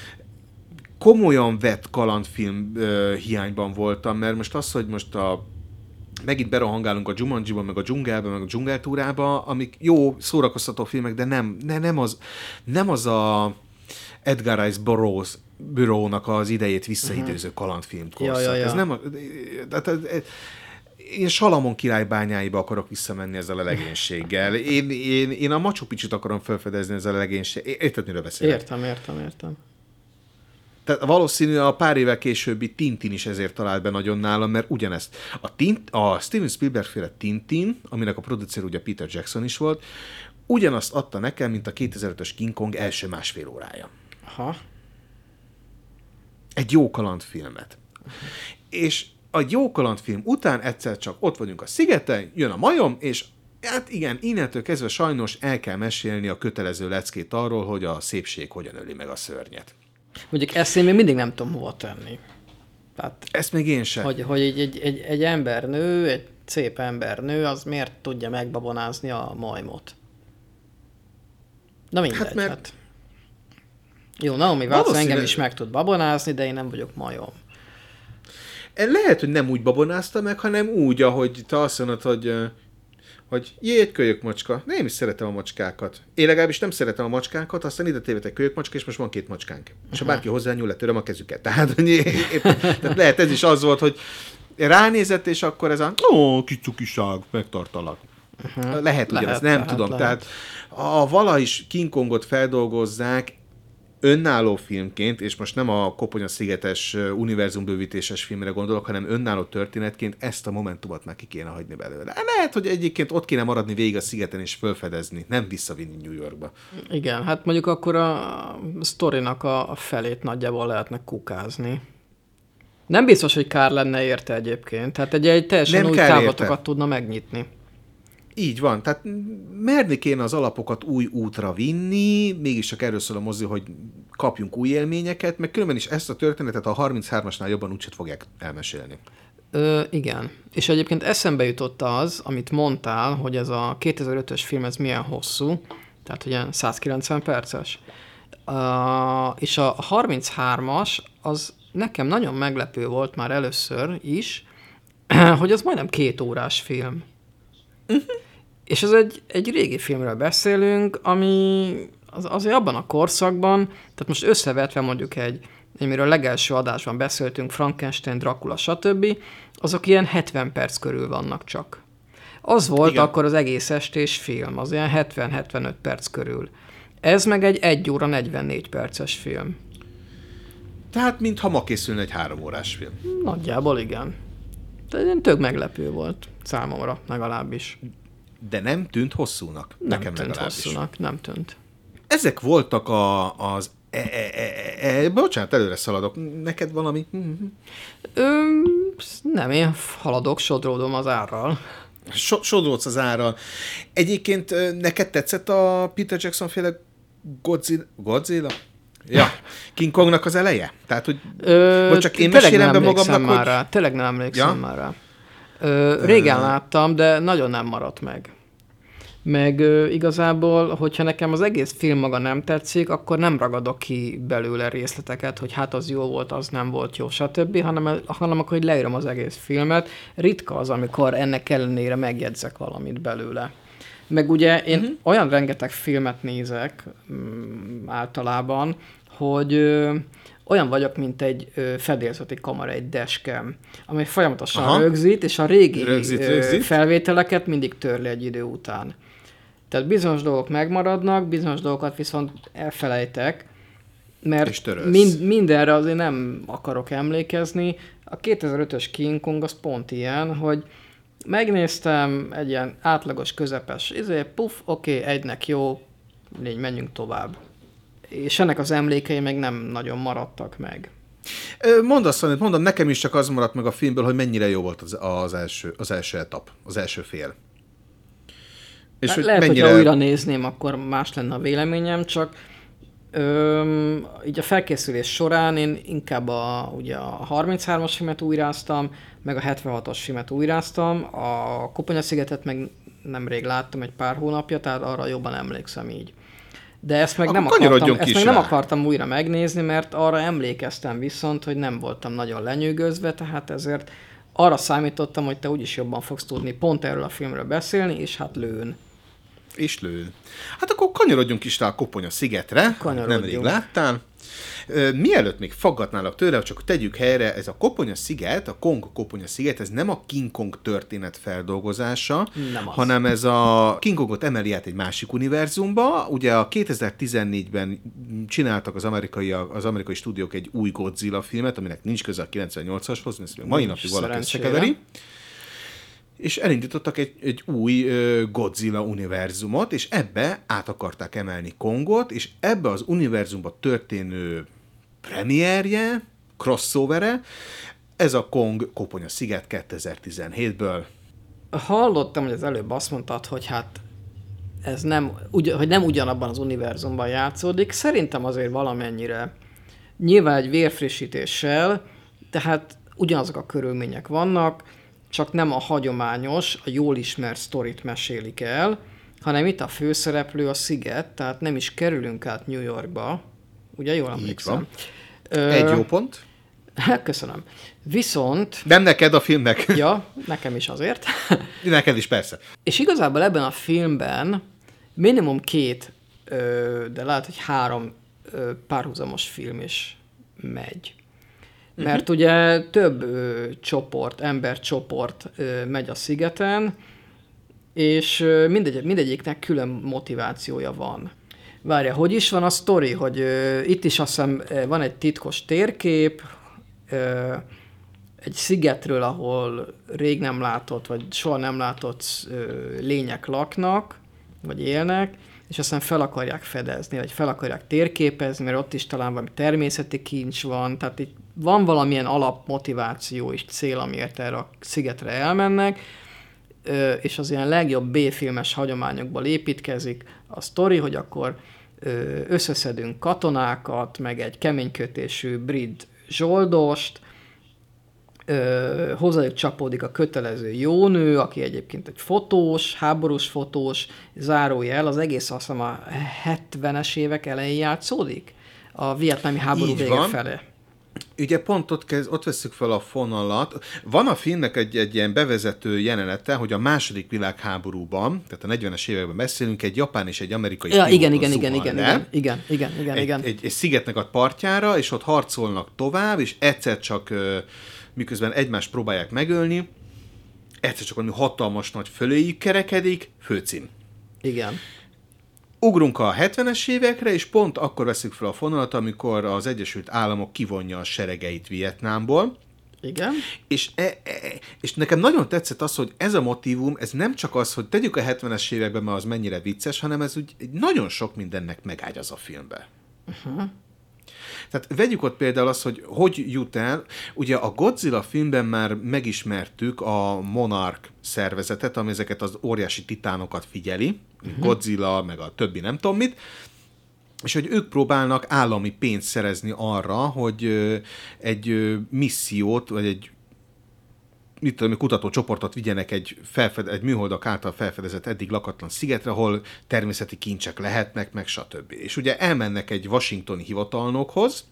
komolyan vett kalandfilm hiányban voltam, mert most az, hogy most megint berohangálunk a Jumanjiba, meg a dzsungelbe, meg a dzsungeltúrába, amik jó, szórakoztató filmek, de nem az a Edgar Rice Burroughs-nak az idejét visszaidéző kalandfilm korszak. Ez nem én Salamon király bányáiba akarok visszamenni ezzel a legénységgel. Én a Machu Picchut akarom felfedezni ezzel a legénységgel. Érted, miről beszélek?
Értem.
Tehát valószínű a pár évvel későbbi Tintin is ezért talált be nagyon nálam, mert ugyanezt. A Steven Spielberg-féle Tintin, aminek a producer ugye Peter Jackson is volt, ugyanazt adta nekem, mint a 2005-ös King Kong első 1,5 órája.
Aha.
Egy jó kalandfilmet. És a jó kalandfilm után egyszer csak ott vagyunk a szigeten, jön a majom, és hát igen, innentől kezdve sajnos el kell mesélni a kötelező leckét arról, hogy a szépség hogyan öli meg a szörnyet.
Mondjuk ezt én még mindig nem tudom hova tenni. Tehát,
ezt még én sem.
hogy egy embernő, egy szép embernő, az miért tudja megbabonázni a majmot? Na mindegy,
Hát mert...
Jó, Naomi Watts engem is meg tud babonázni, de én nem vagyok majom.
Lehet, hogy nem úgy babonázta meg, hanem úgy, ahogy te azt mondod, hogy egy kölyökmacska. Nem is szeretem a macskákat. Én legalábbis nem szeretem a macskákat, aztán ide tévedek kölyökmacska, és most van 2 macskánk. És ha bárki hozzányúl, letöröm a kezüket. Tehát lehet ez is az volt, hogy ránézett, és akkor ez a kicukiság, megtartalak. Lehet ugyanez, nem tudom. Lehet. Tehát ha vala is King Kongot feldolgozzák önálló filmként, és most nem a Koponya-szigetes univerzumbővítéses filmre gondolok, hanem önálló történetként ezt a momentumot már ki kéne hagyni belőle. Lehet, hogy egyébként ott kéne maradni végig a szigeten és felfedezni, nem visszavinni New Yorkba.
Igen, hát mondjuk akkor a sztorinak a felét nagyjából lehetne kukázni. Nem biztos, hogy kár lenne érte egyébként. Tehát egy teljesen új távlatokat tudna megnyitni.
Így van, tehát merni kéne az alapokat új útra vinni, mégis csak erről szól a mozi, hogy kapjunk új élményeket, meg különben is ezt a történetet a 33-asnál jobban úgyse fogják elmesélni.
Igen, és egyébként eszembe jutott az, amit mondtál, hogy ez a 2005-ös film, ez milyen hosszú, tehát ugye 190 perces. És a 33-as, az nekem nagyon meglepő volt már először is, hogy az majdnem 2 órás film. És ez egy régi filmről beszélünk, ami azért abban a korszakban, tehát most összevetve mondjuk amiről a legelső adásban beszéltünk, Frankenstein, Dracula, stb., azok ilyen 70 perc körül vannak csak. Az volt igen. Akkor az egész estés film, az ilyen 70-75 perc körül. Ez meg egy 1 óra 44 perces film.
Tehát mintha ma készülne egy 3 órás film.
Nagyjából igen. Tehát tök meglepő volt számomra legalábbis.
De nem tűnt hosszúnak.
Nem tűnt hosszúnak, nem tűnt.
Ezek voltak az... Bocsánat, előre szaladok. Neked valami?
Nem, én haladok, sodródom az árral.
Sodródsz az árral. Egyébként neked tetszett a Peter Jackson-féle Godzilla? Ja, King Kongnak az eleje? Tehát, hogy csak én mesélem be magamnak,
hogy... Rá. Tényleg nem emlékszem már rá. Régen láttam, de nagyon nem maradt meg. Meg igazából, hogyha nekem az egész film maga nem tetszik, akkor nem ragadok ki belőle részleteket, hogy hát az jó volt, az nem volt jó, stb., hanem akkor, hogy leírom az egész filmet. Ritka az, amikor ennek ellenére megjegyzek valamit belőle. Meg ugye én olyan rengeteg filmet nézek általában, hogy olyan vagyok, mint egy fedélzeti kamera, egy dashcam, amely folyamatosan rögzít, és a régi felvételeket mindig törli egy idő után. Tehát bizonyos dolgok megmaradnak, bizonyos dolgokat viszont elfelejtek, mert mindenre azért nem akarok emlékezni. A 2005-ös King Kong az pont ilyen, hogy megnéztem egy ilyen átlagos, közepes, oké, egynek jó, légy, menjünk tovább. És ennek az emlékei meg nem nagyon maradtak meg.
Mondd azt, amit mondom, nekem is csak az maradt meg a filmből, hogy mennyire jó volt az első etap, az első fél.
És hogy lehet, hogyha újra nézném, akkor más lenne a véleményem, csak így a felkészülés során én inkább ugye a 33-as filmet újráztam, meg a 76-os filmet újráztam, a Koponya-szigetet meg nemrég láttam egy pár hónapja, tehát arra jobban emlékszem így. De ezt meg nem akartam újra megnézni, mert arra emlékeztem viszont, hogy nem voltam nagyon lenyűgözve, tehát ezért arra számítottam, hogy te úgyis jobban fogsz tudni pont erről a filmről beszélni, és hát lőn.
És lőn. Hát akkor kanyarodjunk is rá a Koponya-szigetre, nemrég láttál. Mielőtt még faggatnálak tőle, csak tegyük helyre, ez a Koponya-sziget, a Kong Koponya-sziget, ez nem a King Kong történet feldolgozása, hanem ez a King Kongot emeli át egy másik univerzumba. Ugye a 2014-ben csináltak az amerikai stúdiók egy új Godzilla filmet, aminek nincs köze a 98-ashoz, ezt még mai napig valaki összekeveri. És elindítottak egy új Godzilla univerzumot, és ebbe át akarták emelni Kongot, és ebbe az univerzumba történő premierje, crossovere, Ez a Kong Koponya sziget 2017-ből.
Hallottam, hogy az előbb azt mondtad, hogy hát ez hogy nem ugyanabban az univerzumban játszódik. Szerintem azért valamennyire. Nyilván egy vérfrissítéssel, tehát ugyanazok a körülmények vannak, csak nem a hagyományos, a jól ismert sztorit mesélik el, hanem itt a főszereplő a sziget, tehát nem is kerülünk át New Yorkba. Ugye jól emlékszem?
Egy jó pont.
Köszönöm. Viszont...
Nem neked, a filmnek.
Ja, nekem is azért.
Neked is, persze.
És igazából ebben a filmben minimum 2, de lehet, hogy 3 párhuzamos film is megy. Mert ugye több embercsoport megy a szigeten, és mindegyiknek külön motivációja van. Várja, hogy is van a sztori, hogy itt is azt hiszem van egy titkos térkép, egy szigetről, ahol rég nem látott, vagy soha nem látott lények laknak, vagy élnek, és aztán fel akarják fedezni, vagy fel akarják térképezni, mert ott is talán valami természeti kincs van, tehát itt van valamilyen alapmotiváció és cél, amiért erre a szigetre elmennek, és az ilyen legjobb B-filmes hagyományokból építkezik a sztori, hogy akkor összeszedünk katonákat, meg egy keménykötésű brit zsoldost, hozzájuk csapódik a kötelező jónő, aki egyébként egy fotós, háborús fotós, zárójel, az egész azt hiszem a 70-es évek elején játszódik, a vietnámi háború vége felé.
Ugye pont ott vesszük fel a fonalat. Van a filmnek egy ilyen bevezető jelenete, hogy a második világháborúban, tehát a 40-es években beszélünk, egy japán és egy amerikai
igen.
Egy szigetnek a partjára, és ott harcolnak tovább, és egyszer csak miközben egymást próbálják megölni, egyszer csak valami hatalmas nagy föléjük kerekedik, főcím.
Igen.
Ugrunk a 70-es évekre, és pont akkor veszük fel a fonalat, amikor az Egyesült Államok kivonja a seregeit Vietnámból.
Igen.
És nekem nagyon tetszett az, hogy ez a motívum, ez nem csak az, hogy tegyük a 70-es években, mert az mennyire vicces, hanem ez úgy nagyon sok mindennek megágyaz a filmbe. Tehát vegyük ott például azt, hogy jut el, ugye a Godzilla filmben már megismertük a Monarch szervezetet, ami ezeket az óriási titánokat figyeli, Godzilla, meg a többi nem tudom mit, és hogy ők próbálnak állami pénzt szerezni arra, hogy egy missziót, vagy egy kutatócsoportot vigyenek egy műholdak által felfedezett eddig lakatlan szigetre, ahol természeti kincsek lehetnek, meg stb. És ugye elmennek egy washingtoni hivatalnokhoz,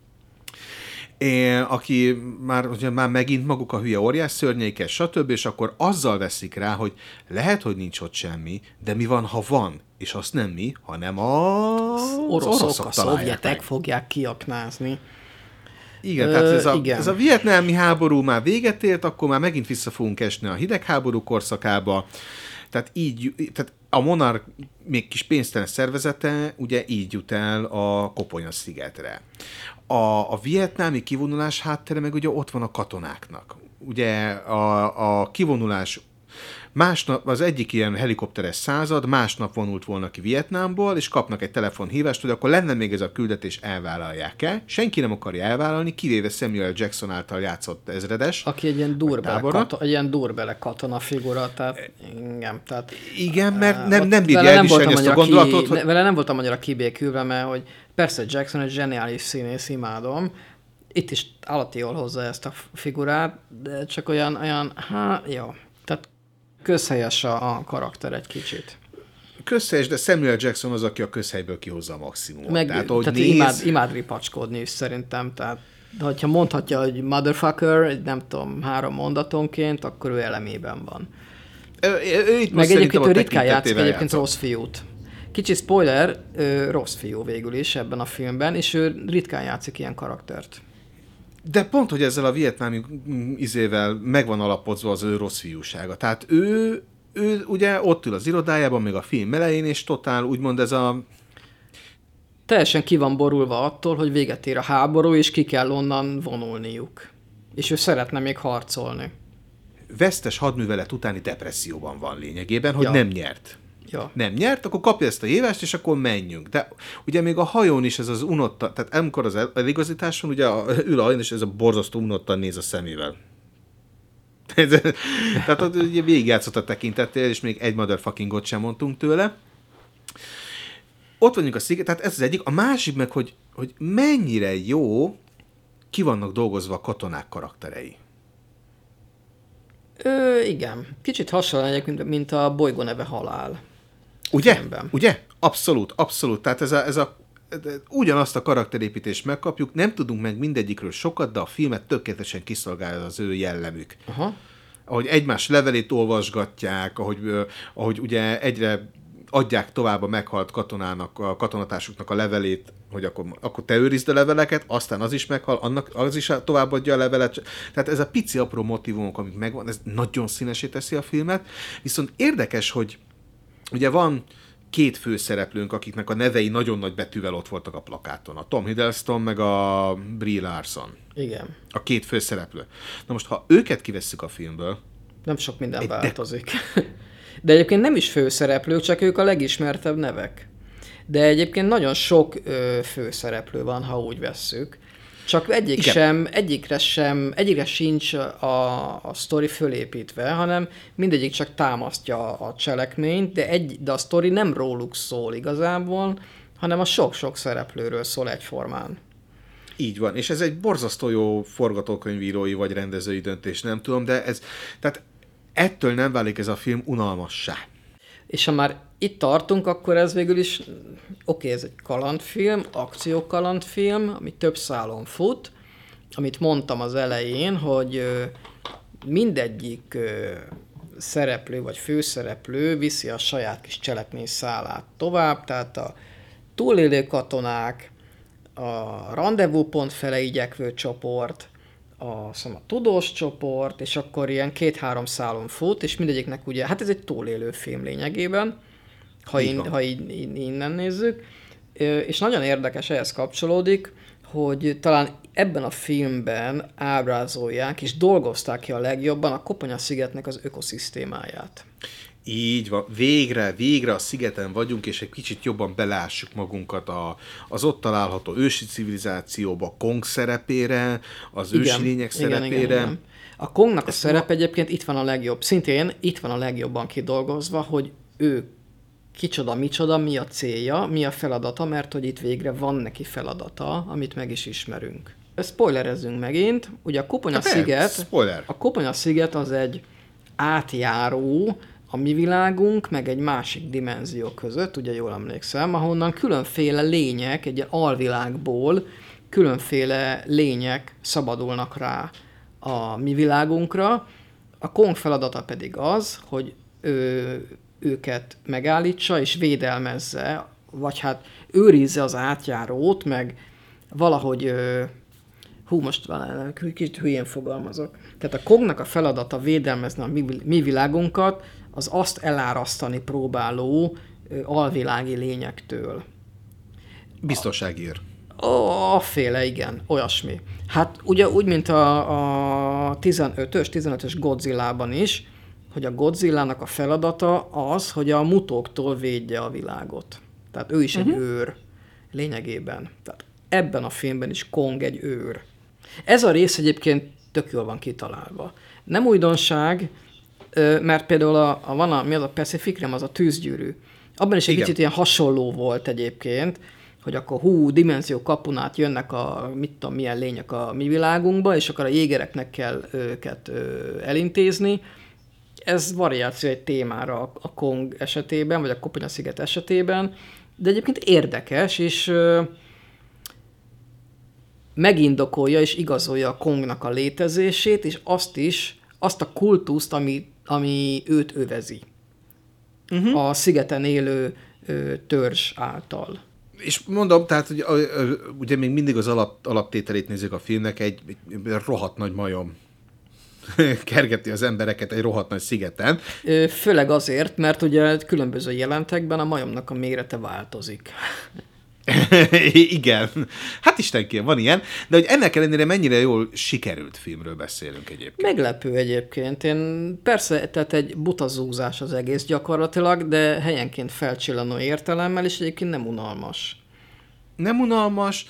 aki már megint maguk a hülye óriás szörnyeikkel, stb., és akkor azzal veszik rá, hogy lehet, hogy nincs ott semmi, de mi van, ha van? És azt nem mi, hanem az oroszok
a szovjetek fogják kiaknázni.
Igen, tehát ez a vietnámi háború már véget ért, akkor már megint vissza fogunk esni a hidegháború korszakába. Tehát a Monarch még kis pénztelen szervezete ugye így jut el a Koponya-szigetre. A vietnámi kivonulás háttere meg ugye ott van a katonáknak. Ugye a kivonulás másnap, az egyik ilyen helikopteres század másnap vonult volna ki Vietnámból, és kapnak egy telefonhívást, hogy akkor lenne még ez a küldetés, elvállalják-e. Senki nem akarja elvállalni, kivéve Samuel Jackson által játszott ezredes.
Aki egy ilyen durbele katona figura, tehát
igen, mert nem bírja elviselni ezt a gondolatot.
Vele nem voltam annyira kibékülve, mert hogy persze Jackson egy zseniális színész, imádom. Itt is állati jól hozza ezt a figurát, de csak olyan jó. Tehát közhelyes a karakter egy kicsit.
Közhelyes, de Samuel Jackson az, aki a közhelyből kihozza a maximumot.
Tehát imád ripacskodni is szerintem, tehát hogyha mondhatja, hogy motherfucker, nem tudom, 3 mondatonként, akkor ő elemében van. Meg egyébként ő ritkán játszik egyébként rossz fiút. Kicsi spoiler, rossz fiú végül is ebben a filmben, és ő ritkán játszik ilyen karaktert.
De pont, hogy ezzel a vietnámi izével megvan alapozva az ő rossz fiúsága. Tehát ő ugye ott ül az irodájában, még a film elején, és totál úgymond ez a...
Teljesen ki van borulva attól, hogy véget ér a háború, és ki kell onnan vonulniuk. És ő szeretne még harcolni.
Vesztes hadművelet utáni depresszióban van lényegében, hogy nem nyert.
Ja.
nem nyert, akkor kapja ezt a hívást, és akkor menjünk. De ugye még a hajón is ez az unotta, tehát amikor az eligazításon, ugye ül a hajón, és ez a borzasztó unottan néz a szemével. Tehát ugye végigjátszott a tekintettél, és még egy motherfuckingot sem mondtunk tőle. Ott vagyunk a sziget, tehát ez az egyik. A másik meg, hogy mennyire jó ki vannak dolgozva a katonák karakterei.
Igen. Kicsit hasonló egyébként, mint a Bolygó neve Halál.
Ugye?
Filmben.
Ugye? Abszolút, abszolút. Tehát ez a ugyanazt a karakterépítést megkapjuk, nem tudunk meg mindegyikről sokat, de a filmet tökéletesen kiszolgálja az ő jellemük.
Aha.
Ahogy egymás levelét olvasgatják, ahogy ugye egyre adják tovább a meghalt katonának, a katonatársuknak a levelét, hogy akkor te őrizd a leveleket, aztán az is meghal, az is továbbadja a levelet. Tehát ez a pici apró motívumok, amik megvan, ez nagyon színesé teszi a filmet. Viszont érdekes, hogy ugye van két főszereplőnk, akiknek a nevei nagyon nagy betűvel ott voltak a plakáton. A Tom Hiddleston, meg a Brie Larson.
Igen.
A két főszereplő. Na most, ha őket kivesszük a filmből...
Nem sok minden változik. De egyébként nem is főszereplők, csak ők a legismertebb nevek. De egyébként nagyon sok főszereplő van, ha úgy vesszük. Csak egyikre sincs a sztori fölépítve, hanem mindegyik csak támasztja a cselekményt, de a sztori nem róluk szól igazából, hanem a sok-sok szereplőről szól egyformán.
Így van, és ez egy borzasztó jó forgatókönyvírói vagy rendezői döntés, nem tudom, de tehát ettől nem válik ez a film unalmassá.
És ha már itt tartunk, akkor ez végül is, ez egy kalandfilm, akciókalandfilm, ami több szálon fut, amit mondtam az elején, hogy mindegyik szereplő vagy főszereplő viszi a saját kis cselekmény szálát tovább, tehát a túlélő katonák, a rendezvúpont fele igyekvő csoport, a tudós csoport, és akkor ilyen 2-3 szálon fut, és mindegyiknek ugye, hát ez egy túlélő film lényegében, ha innen nézzük, és nagyon érdekes, ehhez kapcsolódik, hogy talán ebben a filmben ábrázolják, és dolgozták ki a legjobban a Koponya-szigetnek az ökoszisztémáját.
Így van, végre a szigeten vagyunk, és egy kicsit jobban belássuk magunkat az ott található ősi civilizációba, Kong szerepére, az ősi lények szerepére.
Igen. A Kongnak a szerep egyébként itt van a legjobb, szintén itt van a legjobban kidolgozva, hogy ő micsoda, mi a célja, mi a feladata, mert hogy itt végre van neki feladata, amit meg is ismerünk. Spoilerezzünk megint, ugye a Koponya-sziget az egy átjáró a mi világunk, meg egy másik dimenzió között, ugye jól emlékszem, ahonnan különféle lények, egy ilyen alvilágból különféle lények szabadulnak rá a mi világunkra. A Kong feladata pedig az, hogy őket megállítsa és védelmezze, vagy hát őrizze az átjárót, meg valahogy, most kicsit hülyén fogalmazok. Tehát a Kongnak a feladata védelmezni a mi világunkat, az azt elárasztani próbáló alvilági lényektől.
Biztonsági őr.
Afféle, igen, olyasmi. Hát ugye úgy, mint a 15-ös Godzillában is, hogy a Godzillának a feladata az, hogy a mutóktól védje a világot. Tehát ő is egy őr lényegében. Tehát ebben a filmben is Kong egy őr. Ez a rész egyébként tök jól van kitalálva. Nem újdonság, mert például mi az a Pacific Rim, az a tűzgyűrű. Abban is egy picit ilyen hasonló volt egyébként, hogy akkor dimenzió kapunát jönnek milyen lények a mi világunkba, és akkor a jégereknek kell őket elintézni. Ez variáció egy témára a Kong esetében, vagy a Koponya-sziget esetében, de egyébként érdekes, és megindokolja és igazolja a Kongnak a létezését, és azt a kultuszt, ami őt övezi. A szigeten élő törzs által.
És mondom, tehát ugye még mindig az alaptételét nézzük a filmnek, egy rohadt nagy majom kergeti az embereket egy rohadt nagy szigeten.
Főleg azért, mert ugye különböző jelentekben a majomnak a mérete változik.
Igen. Hát istenkém, van ilyen. De hogy ennek ellenére mennyire jól sikerült filmről beszélünk egyébként.
Meglepő egyébként. Én persze, tehát egy buta zúzás az egész gyakorlatilag, de helyenként felcsillanó értelemmel, és egyébként nem unalmas.
Nem unalmas,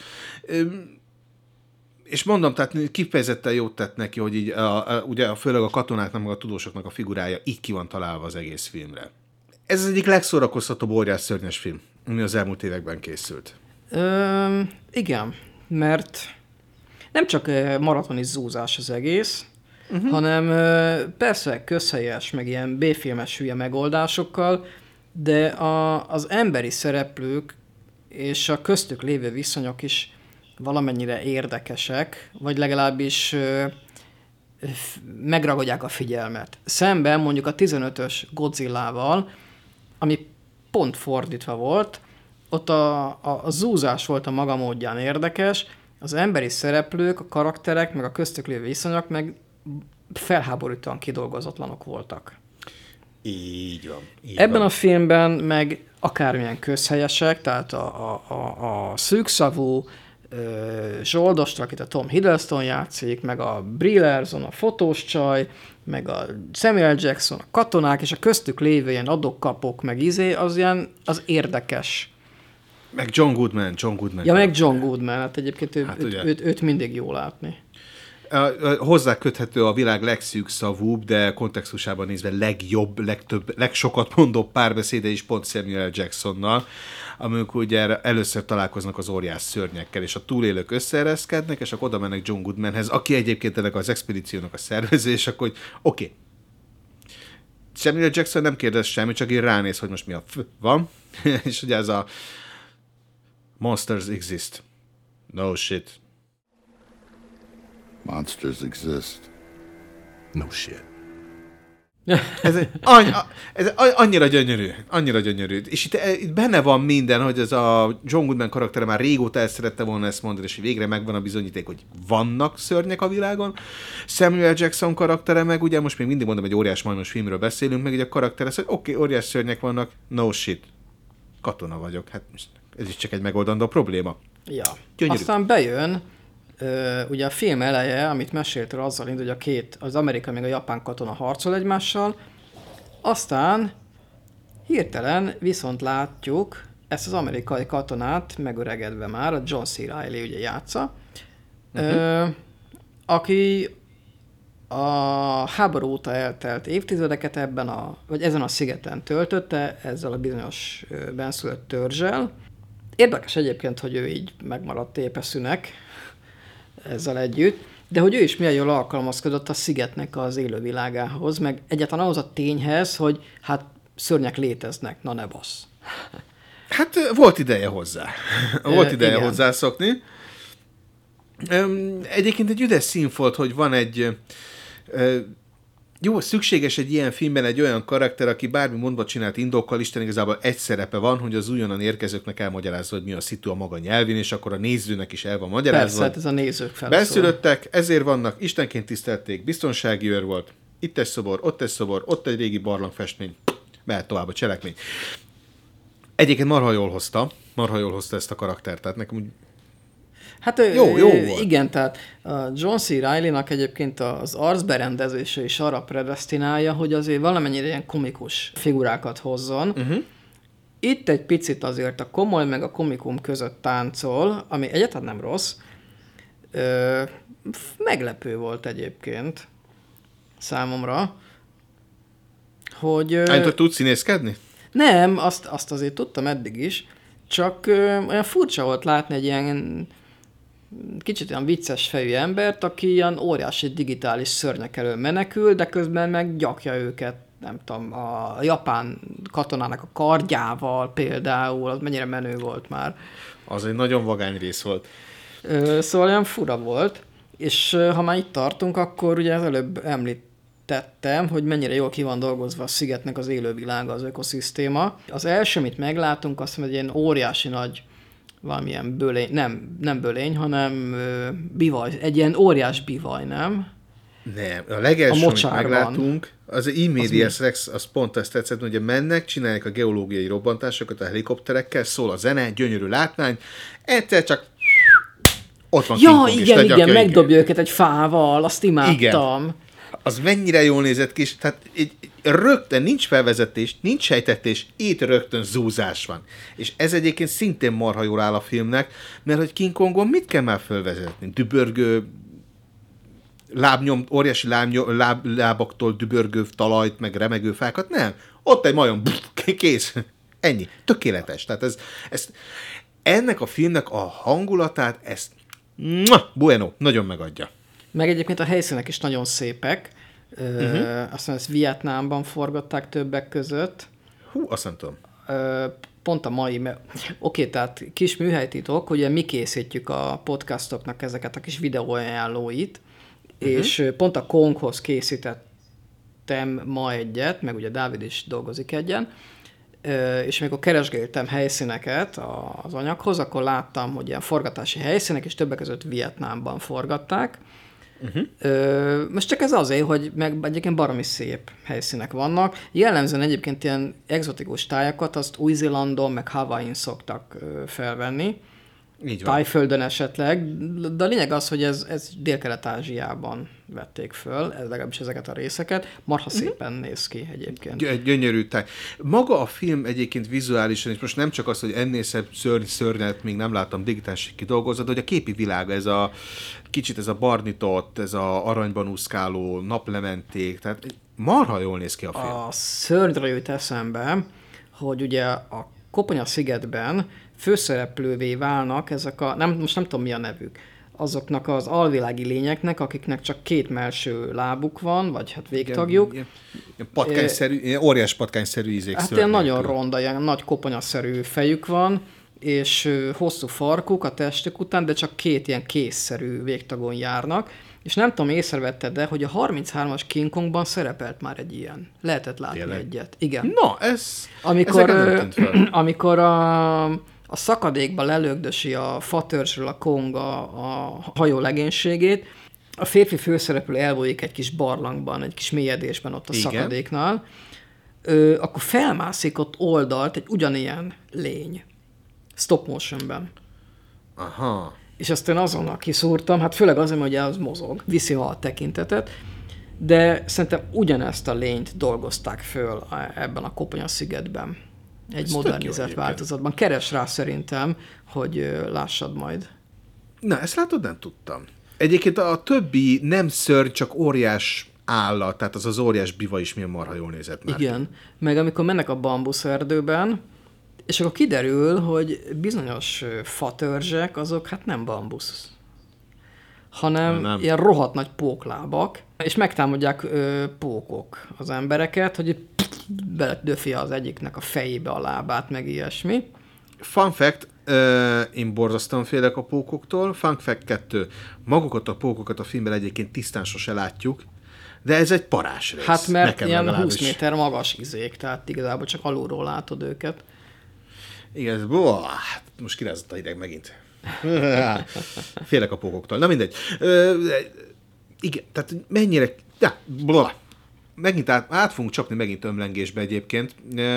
és mondom, tehát kifejezetten jót tett neki, hogy így ugye főleg a katonáknak, meg a tudósoknak a figurája így ki van találva az egész filmre. Ez az egyik legszórakoztatóbb óriás szörnyes film, ami az elmúlt években készült.
Igen, mert nem csak maratoni zúzás az egész, hanem persze közhelyes, meg ilyen B-filmes hülye megoldásokkal, de az emberi szereplők és a köztük lévő viszonyok is valamennyire érdekesek, vagy legalábbis megragadják a figyelmet. Szemben mondjuk a 15-ös Godzillával, ami pont fordítva volt, ott a zúzás volt a maga módján érdekes, az emberi szereplők, a karakterek, meg a köztük lévő viszonyok meg felháborítóan kidolgozatlanok voltak.
Így van.
Ebben a filmben meg akármilyen közhelyesek, tehát a szűkszavú zsoldost, akit a Tom Hiddleston játszik, meg a Brie Larson, a fotós csaj, meg a Samuel Jackson, a katonák, és a köztük lévő ilyen adok-kapok, meg az ilyen, az érdekes.
Meg John Goodman.
Ja, meg John Goodman, hát egyébként őt mindig jól látni.
Hozzá köthető a világ legszűkszavúbb, de kontextusában nézve legjobb, legsokat mondóbb párbeszéde is pont Samuel Jacksonnal, amikor ugye először találkoznak az óriás szörnyekkel, és a túlélők összeereszkednek, és akkor oda mennek John Goodmanhez, aki egyébként ennek az expedíciónak a szervező, és akkor, hogy oké. Samuel Jackson nem kérdez semmit, csak így ránéz, hogy most mi a van, és ugye ez a Monsters exist. No shit.
Monsters exist.
No shit.
Ez annyira gyönyörű. És itt benne van minden, hogy ez a John Goodman karaktere már régóta el szerette volna ezt mondani, és végre megvan a bizonyíték, hogy vannak szörnyek a világon. Samuel Jackson karaktere meg, ugye most még mindig mondom, egy óriás majmos filmről beszélünk, meg ugye a karakter az, hogy oké, óriás szörnyek vannak, no shit. Katona vagyok, hát ez is csak egy megoldandó probléma.
Ja.
Gyönyörű.
Aztán bejön, ugye a film eleje, amit meséltél, azzal indul, hogy az amerikai meg a japán katona harcol egymással, aztán hirtelen viszont látjuk ezt az amerikai katonát, megöregedve már, a John C. Reilly ugye játsza, aki a háború óta eltelt évtizedeket ezen a szigeten töltötte, ezzel a bizonyos benszülött törzsel. Érdekes egyébként, hogy ő így megmaradt épeszűnek ezzel együtt, de hogy ő is milyen jól alkalmazkodott a szigetnek az élővilágához, meg egyáltalán ahhoz a tényhez, hogy hát szörnyek léteznek, na ne bassz.
Hát volt ideje hozzá.
Igen.
Hozzászokni. Egyébként egy üdes színfolt, hogy van egy jó, szükséges egy ilyen filmben egy olyan karakter, aki bármi mondva csinált indokkal, Isten igazából egy szerepe van, hogy az újonnan érkezőknek elmagyarázza, hogy mi a szitu a maga nyelvén, és akkor a nézőnek is el van magyarázva.
Persze, hát ez a nézők felszól.
Benszülöttek, ezért vannak, Istenként tisztelték, biztonsági őr volt, itt egy szobor, ott egy régi barlangfestmény, mehet tovább a cselekmény. Egyébként marha jól hozta ezt a karaktert, tehát nekem úgy
Hát
jó volt.
Igen, tehát a John C. Reilly-nak egyébként az arcberendezése is arra predesztinálja, hogy azért valamennyire ilyen komikus figurákat hozzon. Itt egy picit azért a komoly meg a komikum között táncol, ami egyáltalán nem rossz. Meglepő volt egyébként számomra, hogy...
hogy tudsz színészkedni?
Nem, azt azért tudtam eddig is, csak olyan furcsa volt látni egy ilyen kicsit olyan vicces fejű embert, aki ilyen óriási digitális szörnyek elől menekül, de közben meg gyakja őket, nem tudom, a japán katonának a kardjával például, az mennyire menő volt már.
Az egy nagyon vagány rész volt.
Szóval olyan fura volt, és ha már itt tartunk, akkor ugye az előbb említettem, hogy mennyire jól ki van dolgozva a szigetnek az élővilága, az ökoszisztéma. Az első, amit meglátunk, azt mondja, egy ilyen óriási nagy valamilyen bölény, nem bölény, hanem bivaj, egy ilyen óriás bivaj, nem?
Nem, a legelső, amit meglátunk, Az immediate Rex, az pont ezt tetszett, hogy mennek, csinálják a geológiai robbantásokat a helikopterekkel, szól a zene, gyönyörű látvány, egyszer csak ott van King Kong, és
igen, megdobja őket egy fával, azt imádtam. Igen.
Az mennyire jól nézett ki, tehát rögtön nincs felvezetés, nincs sejtetés, itt rögtön zúzás van. És ez egyébként szintén marha jól áll a filmnek, mert hogy King Kongon mit kell már felvezetni? Dübörgő óriási lábaktól dübörgő talajt, meg remegő fákat? Nem. Ott egy majom, kész. Ennyi. Tökéletes. Tehát ez ennek a filmnek a hangulatát, ezt bueno, nagyon megadja.
Meg egyébként a helyszínek is nagyon szépek. Aztán ezt Vietnámban forgatták többek között.
Azt nem tudom.
Pont a mai, oké, tehát kis műhelytitok, ugye mi készítjük a podcastoknak ezeket a kis videóajánlóit, és pont a Konghoz készítettem ma egyet, meg ugye Dávid is dolgozik egyen, és amikor keresgéltem helyszíneket az anyaghoz, akkor láttam, hogy ilyen forgatási helyszínek, és többek között Vietnámban forgatták. Most csak ez azért, hogy meg egyébként baromi szép helyszínek vannak. Jellemzően egyébként ilyen egzotikus tájakat, azt Új-Zélandon, meg Hawaii-n szoktak felvenni. Tájföldön esetleg, de a lényeg az, hogy ez Dél-Kelet-Ázsiában vették föl, legalábbis ezeket a részeket. Marha szépen néz ki egyébként.
Gyönyörű táj. Maga a film egyébként vizuálisan, és most nem csak az, hogy ennél szebb szörnyet még nem láttam digitálisan kidolgozott, de hogy a képi világa, kicsit ez a barnitott, ez a aranyban úszkáló naplementék, tehát marha jól néz ki a film.
A szörnyre jut eszembe, hogy ugye a Koponya-szigetben főszereplővé válnak ezek most nem tudom mi a nevük, azoknak az alvilági lényeknek, akiknek csak 2 mellső lábuk van, vagy hát végtagjuk.
Patkányszerű, óriás patkányszerű ízék.
Hát ilyen nagyon ronda, ilyen nagy koponyaszerű fejük van, és hosszú farkuk a testük után, de csak 2 ilyen kézszerű végtagon járnak. És nem tudom, észrevetted, de hogy a 33-as King Kongban szerepelt már egy ilyen. Lehetett látni egyet. Igen.
Na,
amikor a szakadékba lelögdösi a fatörzsről a Kong a hajó legénységét, a férfi főszereplő elbújik egy kis barlangban, egy kis mélyedésben ott a szakadéknál, akkor felmászik ott oldalt egy ugyanilyen lény. Stop motionben.
Aha.
És azt én azonnal kiszúrtam, hát főleg azért, hogy az mozog, viszi a tekintetet, de szerintem ugyanezt a lényt dolgozták föl ebben a Koponya-szigetben. Egy modernizált változatban. Keres rá szerintem, hogy lássad majd.
Na, ezt látod, nem tudtam. Egyébként a többi nem szörny, csak óriás állat, tehát az óriás biva is milyen marha jól nézett már.
Igen, meg amikor mennek a bambuszerdőben, és akkor kiderül, hogy bizonyos fatörzsek, azok hát nem bambusz, hanem ilyen rohadt nagy póklábak, és megtámadják pókok az embereket, hogy beledöfi az egyiknek a fejébe a lábát, meg ilyesmi.
Fun fact, én borzasztóan félek a pókoktól. Fun fact 2, magukat a pókokat a filmben egyébként tisztán sose látjuk, de ez egy parás rész.
Hát mert nekem ilyen 20 méter magas izék, tehát igazából csak alulról látod őket.
Igen, most kirázott a hideg megint. Félek a pókoktól. Na mindegy. Igen, tehát mennyire... Megint át fogunk csapni megint ömlengésbe egyébként.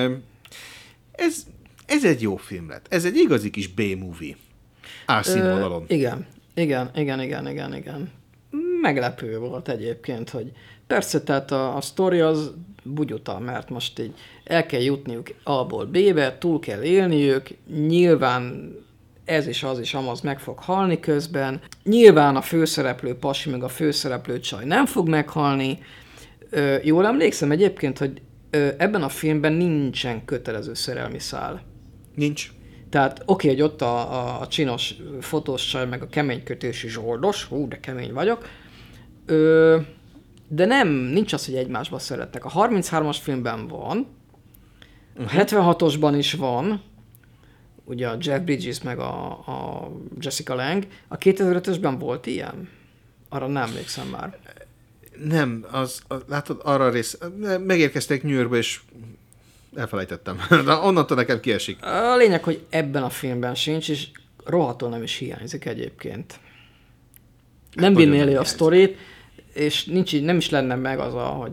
Ez egy jó film lett. Ez egy igazi kis B-movie. Árszínvonalon.
Igen. Meglepő volt egyébként, hogy persze, tehát a sztori az bugyuta, mert most így el kell jutniuk A-ból B-be, túl kell élniük, nyilván ez is, az is, amaz meg fog halni közben, nyilván a főszereplő pasi, meg a főszereplő csaj nem fog meghalni. Jól emlékszem egyébként, hogy ebben a filmben nincsen kötelező szerelmi szál.
Nincs.
Tehát oké, hogy ott a csinos fotós csaj, meg a keménykötésű zsoldos, de kemény vagyok, de nincs az, hogy egymásba szeretnek. A 33-as filmben van, a 76-osban is van, ugye a Jeff Bridges meg a Jessica Lange, a 2005-ösben volt ilyen? Arra nem emlékszem már.
Nem, látod, arra rész, megérkeztek New Yorkba, és elfelejtettem. De onnantól nekem kiesik.
A lényeg, hogy ebben a filmben sincs, és rohadtul nem is hiányzik egyébként. Nem vinné elő a sztorit, és nem is lenne meg az hogy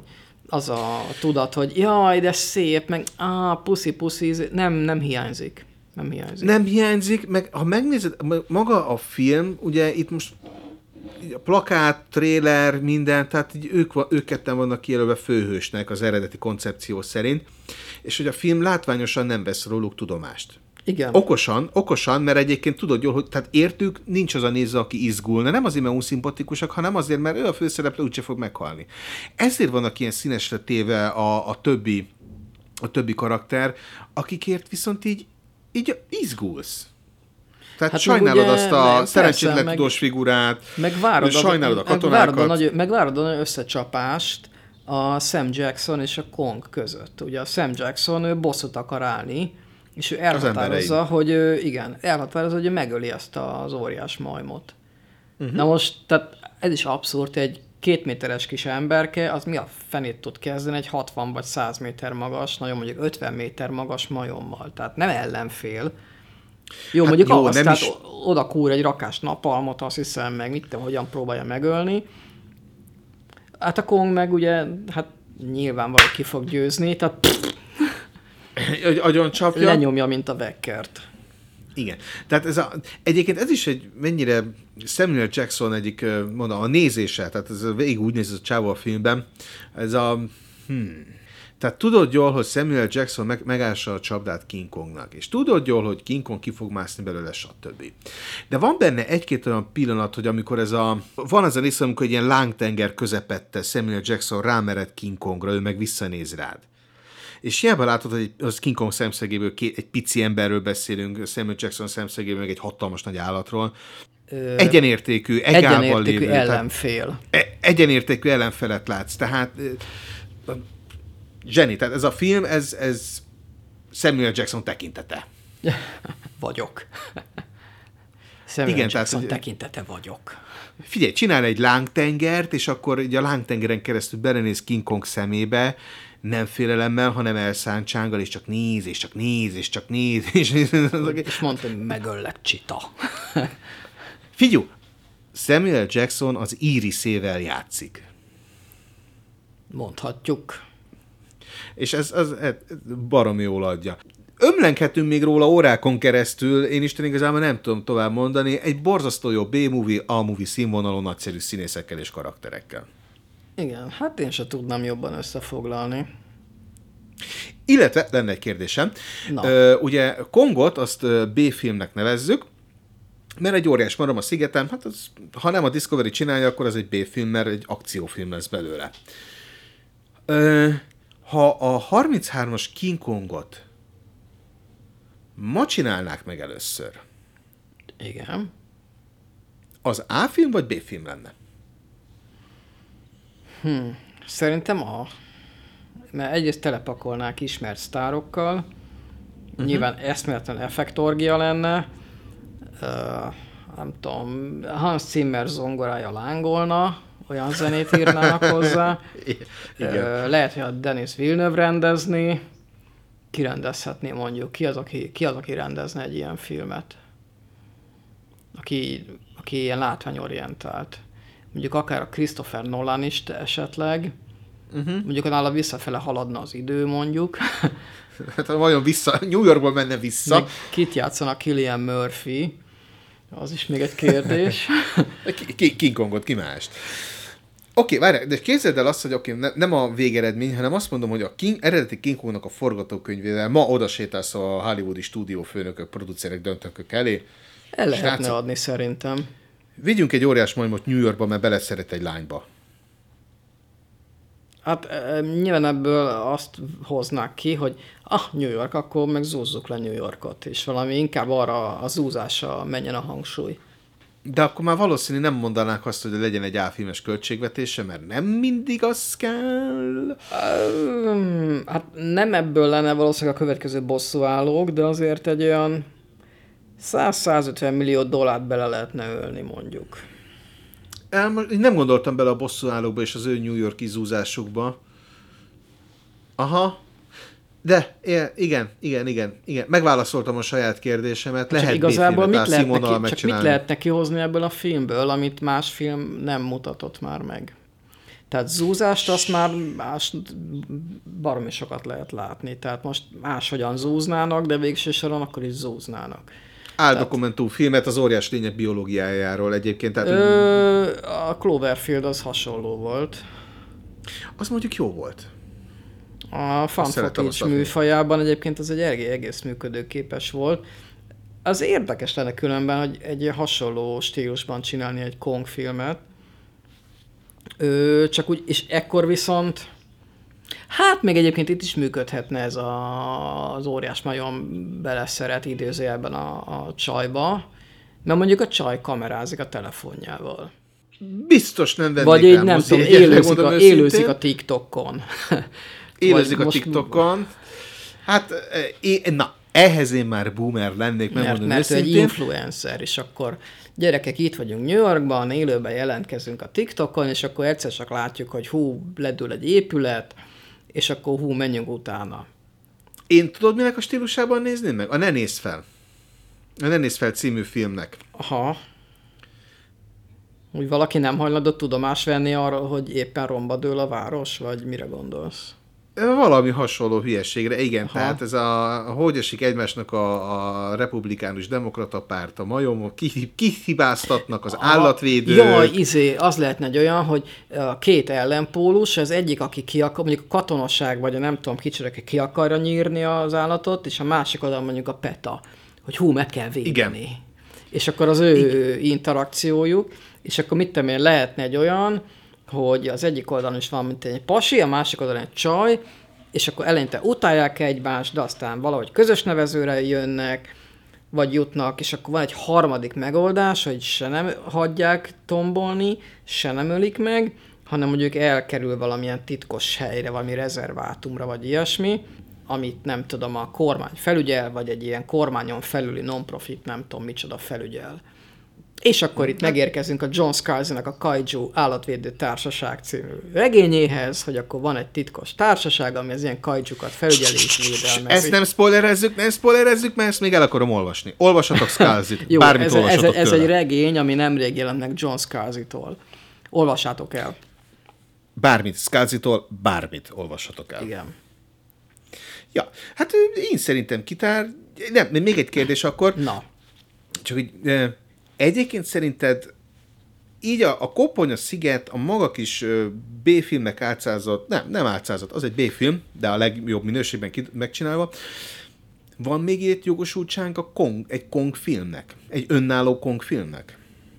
az a tudat, hogy jaj, de szép, meg puszi, nem hiányzik.
Nem hiányzik, meg ha megnézed, maga a film, ugye itt most a plakát, trailer, minden, tehát így ők ketten vannak kijelölve főhősnek az eredeti koncepció szerint, és hogy a film látványosan nem vesz róluk tudomást.
Igen.
Okosan, mert egyébként tudod jól, hogy tehát értük, nincs az a néző, aki izgulna. Nem azért, mert unszimpatikusak, hanem azért, mert ő a főszereplő úgyse fog meghalni. Ezért vannak ilyen színesre téve a többi karakter, akikért viszont így izgulsz. Tehát sajnálod azt a szerencsétlen tudós figurát, sajnálod a katonákat.
Megvárod a nagy összecsapást a Sam Jackson és a Kong között. Ugye a Sam Jackson ő bosszút akar állni, és ő elhatározza, hogy megöli ezt az óriás majmot. Na most, tehát ez is abszurd, egy 2 méteres kis emberke, az mi a fenét tud kezdeni egy 60 vagy 100 méter magas, nagyon mondjuk 50 méter magas majommal. Tehát nem ellenfél. Jó, mondjuk tehát oda kúr egy rakás napalmot, azt hiszem, meg mit tudom, hogyan próbálja megölni. Hát a Kong meg ugye, hát nyilvánvalóan ki fog győzni, tehát
agyon csapja.
Lenyomja, mint a Vekkert.
Igen. Tehát egyébként ez is egy mennyire Samuel Jackson egyik, mondom, a nézése, tehát ez végig úgy néz ez a csávó a filmben, tehát tudod jól, hogy Samuel Jackson megássa a csapdát King Kongnak, és tudod jól, hogy King Kong ki fog mászni belőle, stb. De van benne egy-két olyan pillanat, hogy amikor van az a rész, amikor egy ilyen lángtenger közepette Samuel Jackson rámered King Kongra, ő meg visszanéz rád. És hiába látod, hogy az King Kong szemszögéből egy pici emberről beszélünk, Samuel Jackson szemszögéből meg egy hatalmas nagy állatról. Egyenértékű
ellenfél.
Egyenértékű ellenfelet látsz. Tehát zseni, tehát ez a film, ez Samuel Jackson tekintete.
Vagyok. Samuel Jackson tekintete vagyok.
Figyelj, csinál egy lángtengert, és akkor így a lángtengeren keresztül belenéz King Kong szemébe, nem félelemmel, hanem elszántsággal, és csak néz, és csak néz, és csak néz. És
mondta, hogy megöllek, csita.
Figyelj, Samuel Jackson az Irisével játszik.
Mondhatjuk.
És ez baromi jól adja. Ömlenkedtünk még róla órákon keresztül, én Isten igazából nem tudom tovább mondani, egy borzasztó jó B-movie, A-movie színvonalon nagyszerű színészekkel és karakterekkel.
Igen, hát én se tudnám jobban összefoglalni.
Illetve lenne egy kérdésem. Ugye Kongot azt B-filmnek nevezzük, mert egy óriás marom a szigeten, hát az, ha nem a Discovery csinálja, akkor az egy B-film, mert egy akciófilm lesz belőle. Ha a 33-as King Kongot ma csinálnák meg először,
igen,
az A-film vagy B-film lenne?
Szerintem mert egyrészt telepakolnák ismert sztárokkal, nyilván eszméletlen effektorgia lenne, nem tudom, Hans Zimmer zongorája lángolna, olyan zenét írnának hozzá. Lehet, hogy a Denis Villeneuve rendezni, kirendezhetné mondjuk. Ki az, aki rendezne egy ilyen filmet? Aki ilyen látványorientált. Mondjuk akár a Christopher Nolan is esetleg. Mondjuk nála visszafele haladna az idő, mondjuk.
Hát vajon New Yorkból menne vissza.
Meg kit játszanak Cillian Murphy? Az is még egy kérdés.
King Kongot, ki mást? Oké, várj, de képzeld el azt, hogy nem a végeredmény, hanem azt mondom, hogy a eredeti King Kongnak a forgatókönyvével ma oda sétálsz a hollywoodi stúdiófőnökök, producerek, döntőkök elé.
El lehetne adni szerintem.
Vigyünk egy óriás majmot New Yorkba, mert beleszeret egy lányba.
Hát nyilván ebből azt hoznák ki, hogy New York, akkor meg zúzzuk le New Yorkot, és valami inkább arra a zúzásra menjen a hangsúly.
De akkor már valószínű nem mondanák azt, hogy legyen egy A-filmes költségvetése, mert nem mindig az kell.
Hát nem ebből lenne valószínűleg a következő bosszúállók, de azért egy olyan 100-150 millió dollárt bele lehetne ölni, mondjuk.
Nem gondoltam bele a bosszúállókba és az ő New York-i zúzásukba. Aha. De igen. Megválaszoltam a saját kérdésemet. Lehet
igazából mit lehetne kihozni ebből a filmből, amit más film nem mutatott már meg? Tehát zúzást azt már baromi sokat lehet látni. Tehát most máshogyan zúznának, de végső soron akkor is zúznának.
Áldokumentumfilmet az óriás lények biológiájáról egyébként. Tehát,
A Cloverfield az hasonló volt.
az mondjuk jó volt.
A fan footage műfajában egyébként az egy egész működőképes volt. Az érdekes lenne különben, hogy egy hasonló stílusban csinálni egy Kong filmet. Csak úgy, és ekkor viszont hát még egyébként itt is működhetne ez az óriás majom beleszeret idézőjelben a csajba, mert mondjuk a csaj kamerázik a telefonjával.
Biztos nem vennék
vagy így nem tudom, élőzik a TikTokon.
Élőzik a TikTokon. Hát, ehhez én már boomer lennék, megmondom őszintén.
Mert ő egy influencer, és akkor gyerekek, itt vagyunk New Yorkban, élőben jelentkezünk a TikTokon, és akkor egyszer csak látjuk, hogy ledől egy épület, és akkor menjünk utána.
Én tudod, minek a stílusában nézném meg? A Ne nézz fel. A Ne nézz fel című filmnek.
Aha. Úgy valaki nem hajlandott tudomást venni arról, hogy éppen romba dől a város, vagy mire gondolsz?
Valami hasonló hülyeségre, igen. Aha. Tehát ez hogy esik egymásnak a republikánus demokrata párt, a majomok, kihibáztatnak az állatvédők.
Jaj, az lehetne egy olyan, hogy a két ellenpólus, az egyik, aki mondjuk a katonaság, vagy a nem tudom kicsire, ki akarja nyírni az állatot, és a másik oldalon mondjuk a PETA, hogy meg kell védeni. Igen. És akkor az ő interakciójuk, és akkor mit tudom én, lehetne egy olyan, hogy az egyik oldalon is van, mint egy pasi, a másik oldalon egy csaj, és akkor eleinte utálják egymást, de aztán valahogy közös nevezőre jönnek, vagy jutnak, és akkor van egy harmadik megoldás, hogy se nem hagyják tombolni, se nem ölik meg, hanem mondjuk elkerül valamilyen titkos helyre, valami rezervátumra, vagy ilyesmi, amit nem tudom, a kormány felügyel, vagy egy ilyen kormányon felüli non-profit, nem tudom micsoda felügyel. És akkor itt megérkezünk a John Scalzi-nak a Kaiju Állatvédő Társaság című regényéhez, hogy akkor van egy titkos társaság, ami az ilyen kaijukat felügyeli és védelmezi.
Ezt nem spoilerezzük, mert ezt még el akarom olvasni. Olvassatok Scalzit, bármit olvassatok
ez egy regény, ami nemrég jelent meg John Scalzi-tól. Olvassátok el.
Bármit Scalzi-tól, bármit olvassatok el.
Igen.
Ja, hát én szerintem Nem, még egy kérdés akkor.
Na.
Csak hogy... Egyébként szerinted így a Koponya sziget a maga kis B-filmek álcázott, nem álcázott, az egy B-film, de a legjobb minőségben megcsinálva. Van még itt jogosultság egy Kong filmnek? Egy önálló Kong filmnek?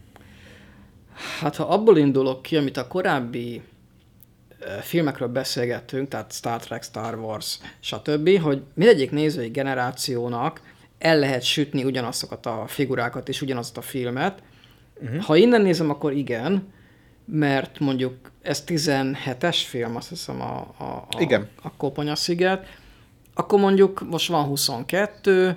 Hát ha abból indulok ki, amit a korábbi filmekről beszélgettünk, tehát Star Trek, Star Wars, stb., hogy mindegyik nézői generációnak el lehet sütni ugyanazokat a figurákat és ugyanazt a filmet. Uh-huh. Ha innen nézem, akkor igen, mert mondjuk ez 17-es film, azt hiszem a Koponya sziget, akkor mondjuk most van 22,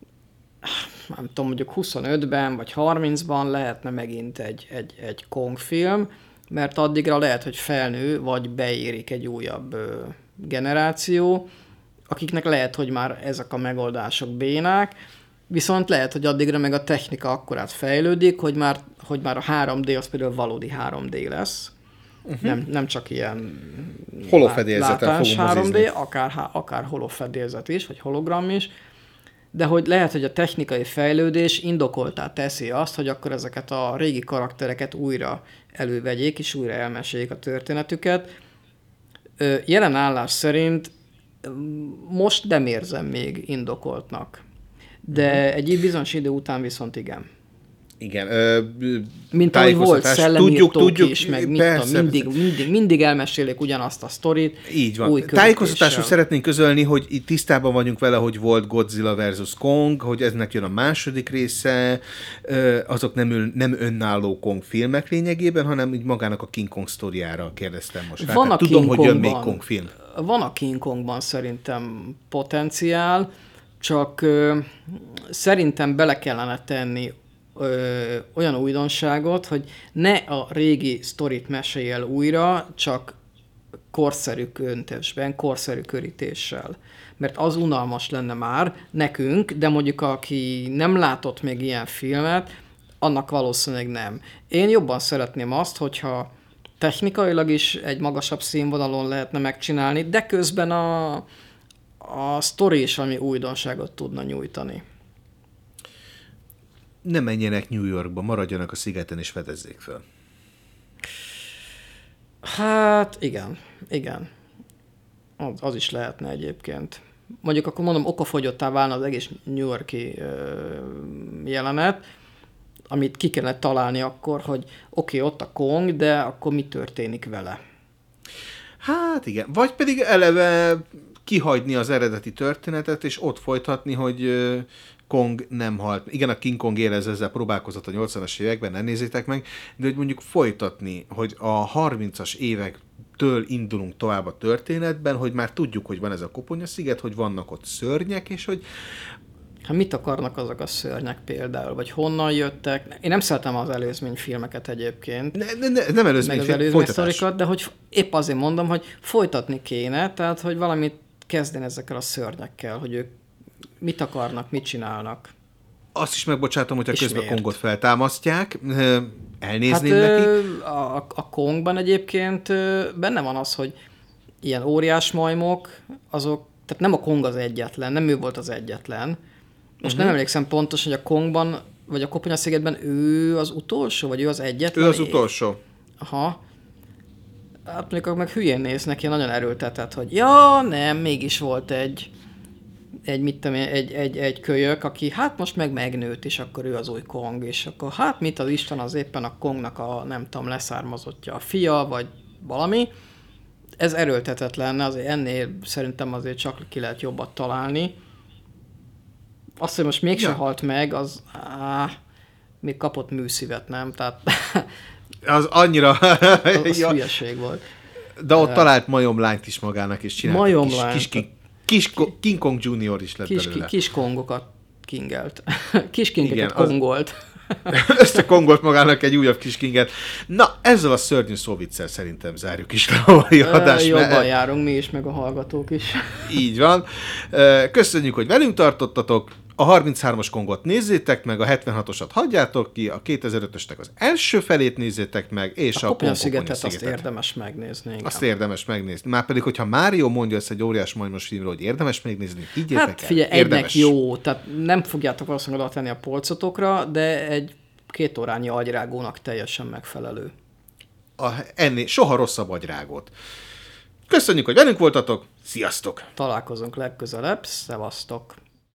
nem tudom, mondjuk 25-ben vagy 30-ban lehetne megint egy Kong film, mert addigra lehet, hogy felnő, vagy beérik egy újabb generáció, akiknek lehet, hogy már ezek a megoldások bénák, viszont lehet, hogy addigra meg a technika akkorát fejlődik, hogy már a 3D az például valódi 3D lesz. Uh-huh. Nem csak ilyen
holofedélzeten fogunk
3D, akár holofedélzet is, vagy hologram is, de hogy lehet, hogy a technikai fejlődés indokoltá teszi azt, hogy akkor ezeket a régi karaktereket újra elővegyék, és újra elmeséljék a történetüket. Jelen állás szerint most nem érzem még indokoltnak. De egy bizonyos idő után viszont igen.
Igen.
Mint ahogy volt szellemírtók is, meg mindig elmesélik ugyanazt a sztorit.
Így van. Tájékoztatásul szeretnénk közölni, hogy itt tisztában vagyunk vele, hogy volt Godzilla vs. Kong, hogy eznek jön a második része, azok nem önálló Kong filmek lényegében, hanem így magának a King Kong sztoriára kérdeztem most. Tudom, hogy jön még Kong film.
Van a King Kongban szerintem potenciál, csak szerintem bele kellene tenni olyan újdonságot, hogy ne a régi sztorit mesélj el újra, csak korszerű köntösben, korszerű körítéssel. Mert az unalmas lenne már nekünk, de mondjuk aki nem látott még ilyen filmet, annak valószínűleg nem. Én jobban szeretném azt, hogyha technikailag is egy magasabb színvonalon lehetne megcsinálni, de közben a sztori is valami újdonságot tudna nyújtani.
Ne menjenek New Yorkba, maradjanak a szigeten és fedezzék fel.
Hát igen. Az is lehetne egyébként. Mondjuk akkor mondom, okafogyottá válna az egész New York-i jelenet, amit ki kellene találni akkor, hogy oké, ott a Kong, de akkor mi történik vele?
Hát igen, vagy pedig eleve kihagyni az eredeti történetet, és ott folytatni, hogy Kong nem halt. Igen, a King Kong érez ezzel próbálkozott a 80-as években, ne nézzétek meg, de hogy mondjuk folytatni, hogy a 30-as évektől indulunk tovább a történetben, hogy már tudjuk, hogy van ez a Koponya-sziget, hogy vannak ott szörnyek, és hogy
Hát mit akarnak azok a szörnyek például, vagy honnan jöttek? Én nem szeretem az előzményfilmeket egyébként.
Nem előzményfilm, folytatás.
De hogy épp azért mondom, hogy folytatni kéne, tehát hogy valamit kezdeni ezekkel a szörnyekkel, hogy ők mit akarnak, mit csinálnak.
Azt is megbocsátom, hogyha
És
közben
miért?
Kongot feltámasztják, elnézném
Hát
neki.
a Kongban egyébként benne van az, hogy ilyen óriás majmok, azok, tehát nem a Kong az egyetlen, nem ő volt az egyetlen. Most nem emlékszem pontos, hogy a Kongban, vagy a Koponya-szigetben ő az utolsó, vagy ő az egyetlen?
Ő az utolsó.
Aha. Hát mondjuk meg hülyén néz neki, nagyon erőltetett, hogy ja, nem, mégis volt egy kölyök, aki hát most meg megnőtt, és akkor ő az új Kong, és akkor hát mit az Isten az éppen a Kongnak a nem tudom, leszármazottja, a fia, vagy valami. Ez erőltetett lenne, azért ennél szerintem azért csak ki lehet jobbat találni. Azt, hogy most mégsem halt meg, az még kapott műszívet, nem? Tehát
Az annyira...
az
Ja.
hülyeség volt.
De ott talált majomlányt is magának, és csinált
Majomlányt.
kis King Kong Junior is lett belőle.
Kis kongokat kingelt. Kis kingeket
Igen, az-
kongolt.
Összekongolt magának egy újabb kis kinget. Na, ezzel a szörnyű szóviccel szerintem zárjuk is le a mai adást.
Jobban járunk mi is, meg a hallgatók is.
Így van. Köszönjük, hogy velünk tartottatok. A 33-as Kongot nézzétek meg, a 76-osat hagyjátok ki, a 2005-ösnek az első felét nézzétek meg, és a
Koponya-szigetet azt
Koponya-szigetet.
érdemes megnézni. Igen.
Azt érdemes megnézni. Márpedig, hogyha Mário mondja ezt egy óriás majmos filmről, hogy érdemes megnézni, higgyétek
Hát
el,
figyelj,
érdemes.
egynek jó, tehát nem fogjátok valószínűleg oda tenni a polcotokra, de egy 2 órányi agyrágónak teljesen megfelelő.
Ennél soha rosszabb agyrágot. Köszönjük, hogy velünk voltatok, sziasztok!
Találkozunk legközelebb, szevasztok!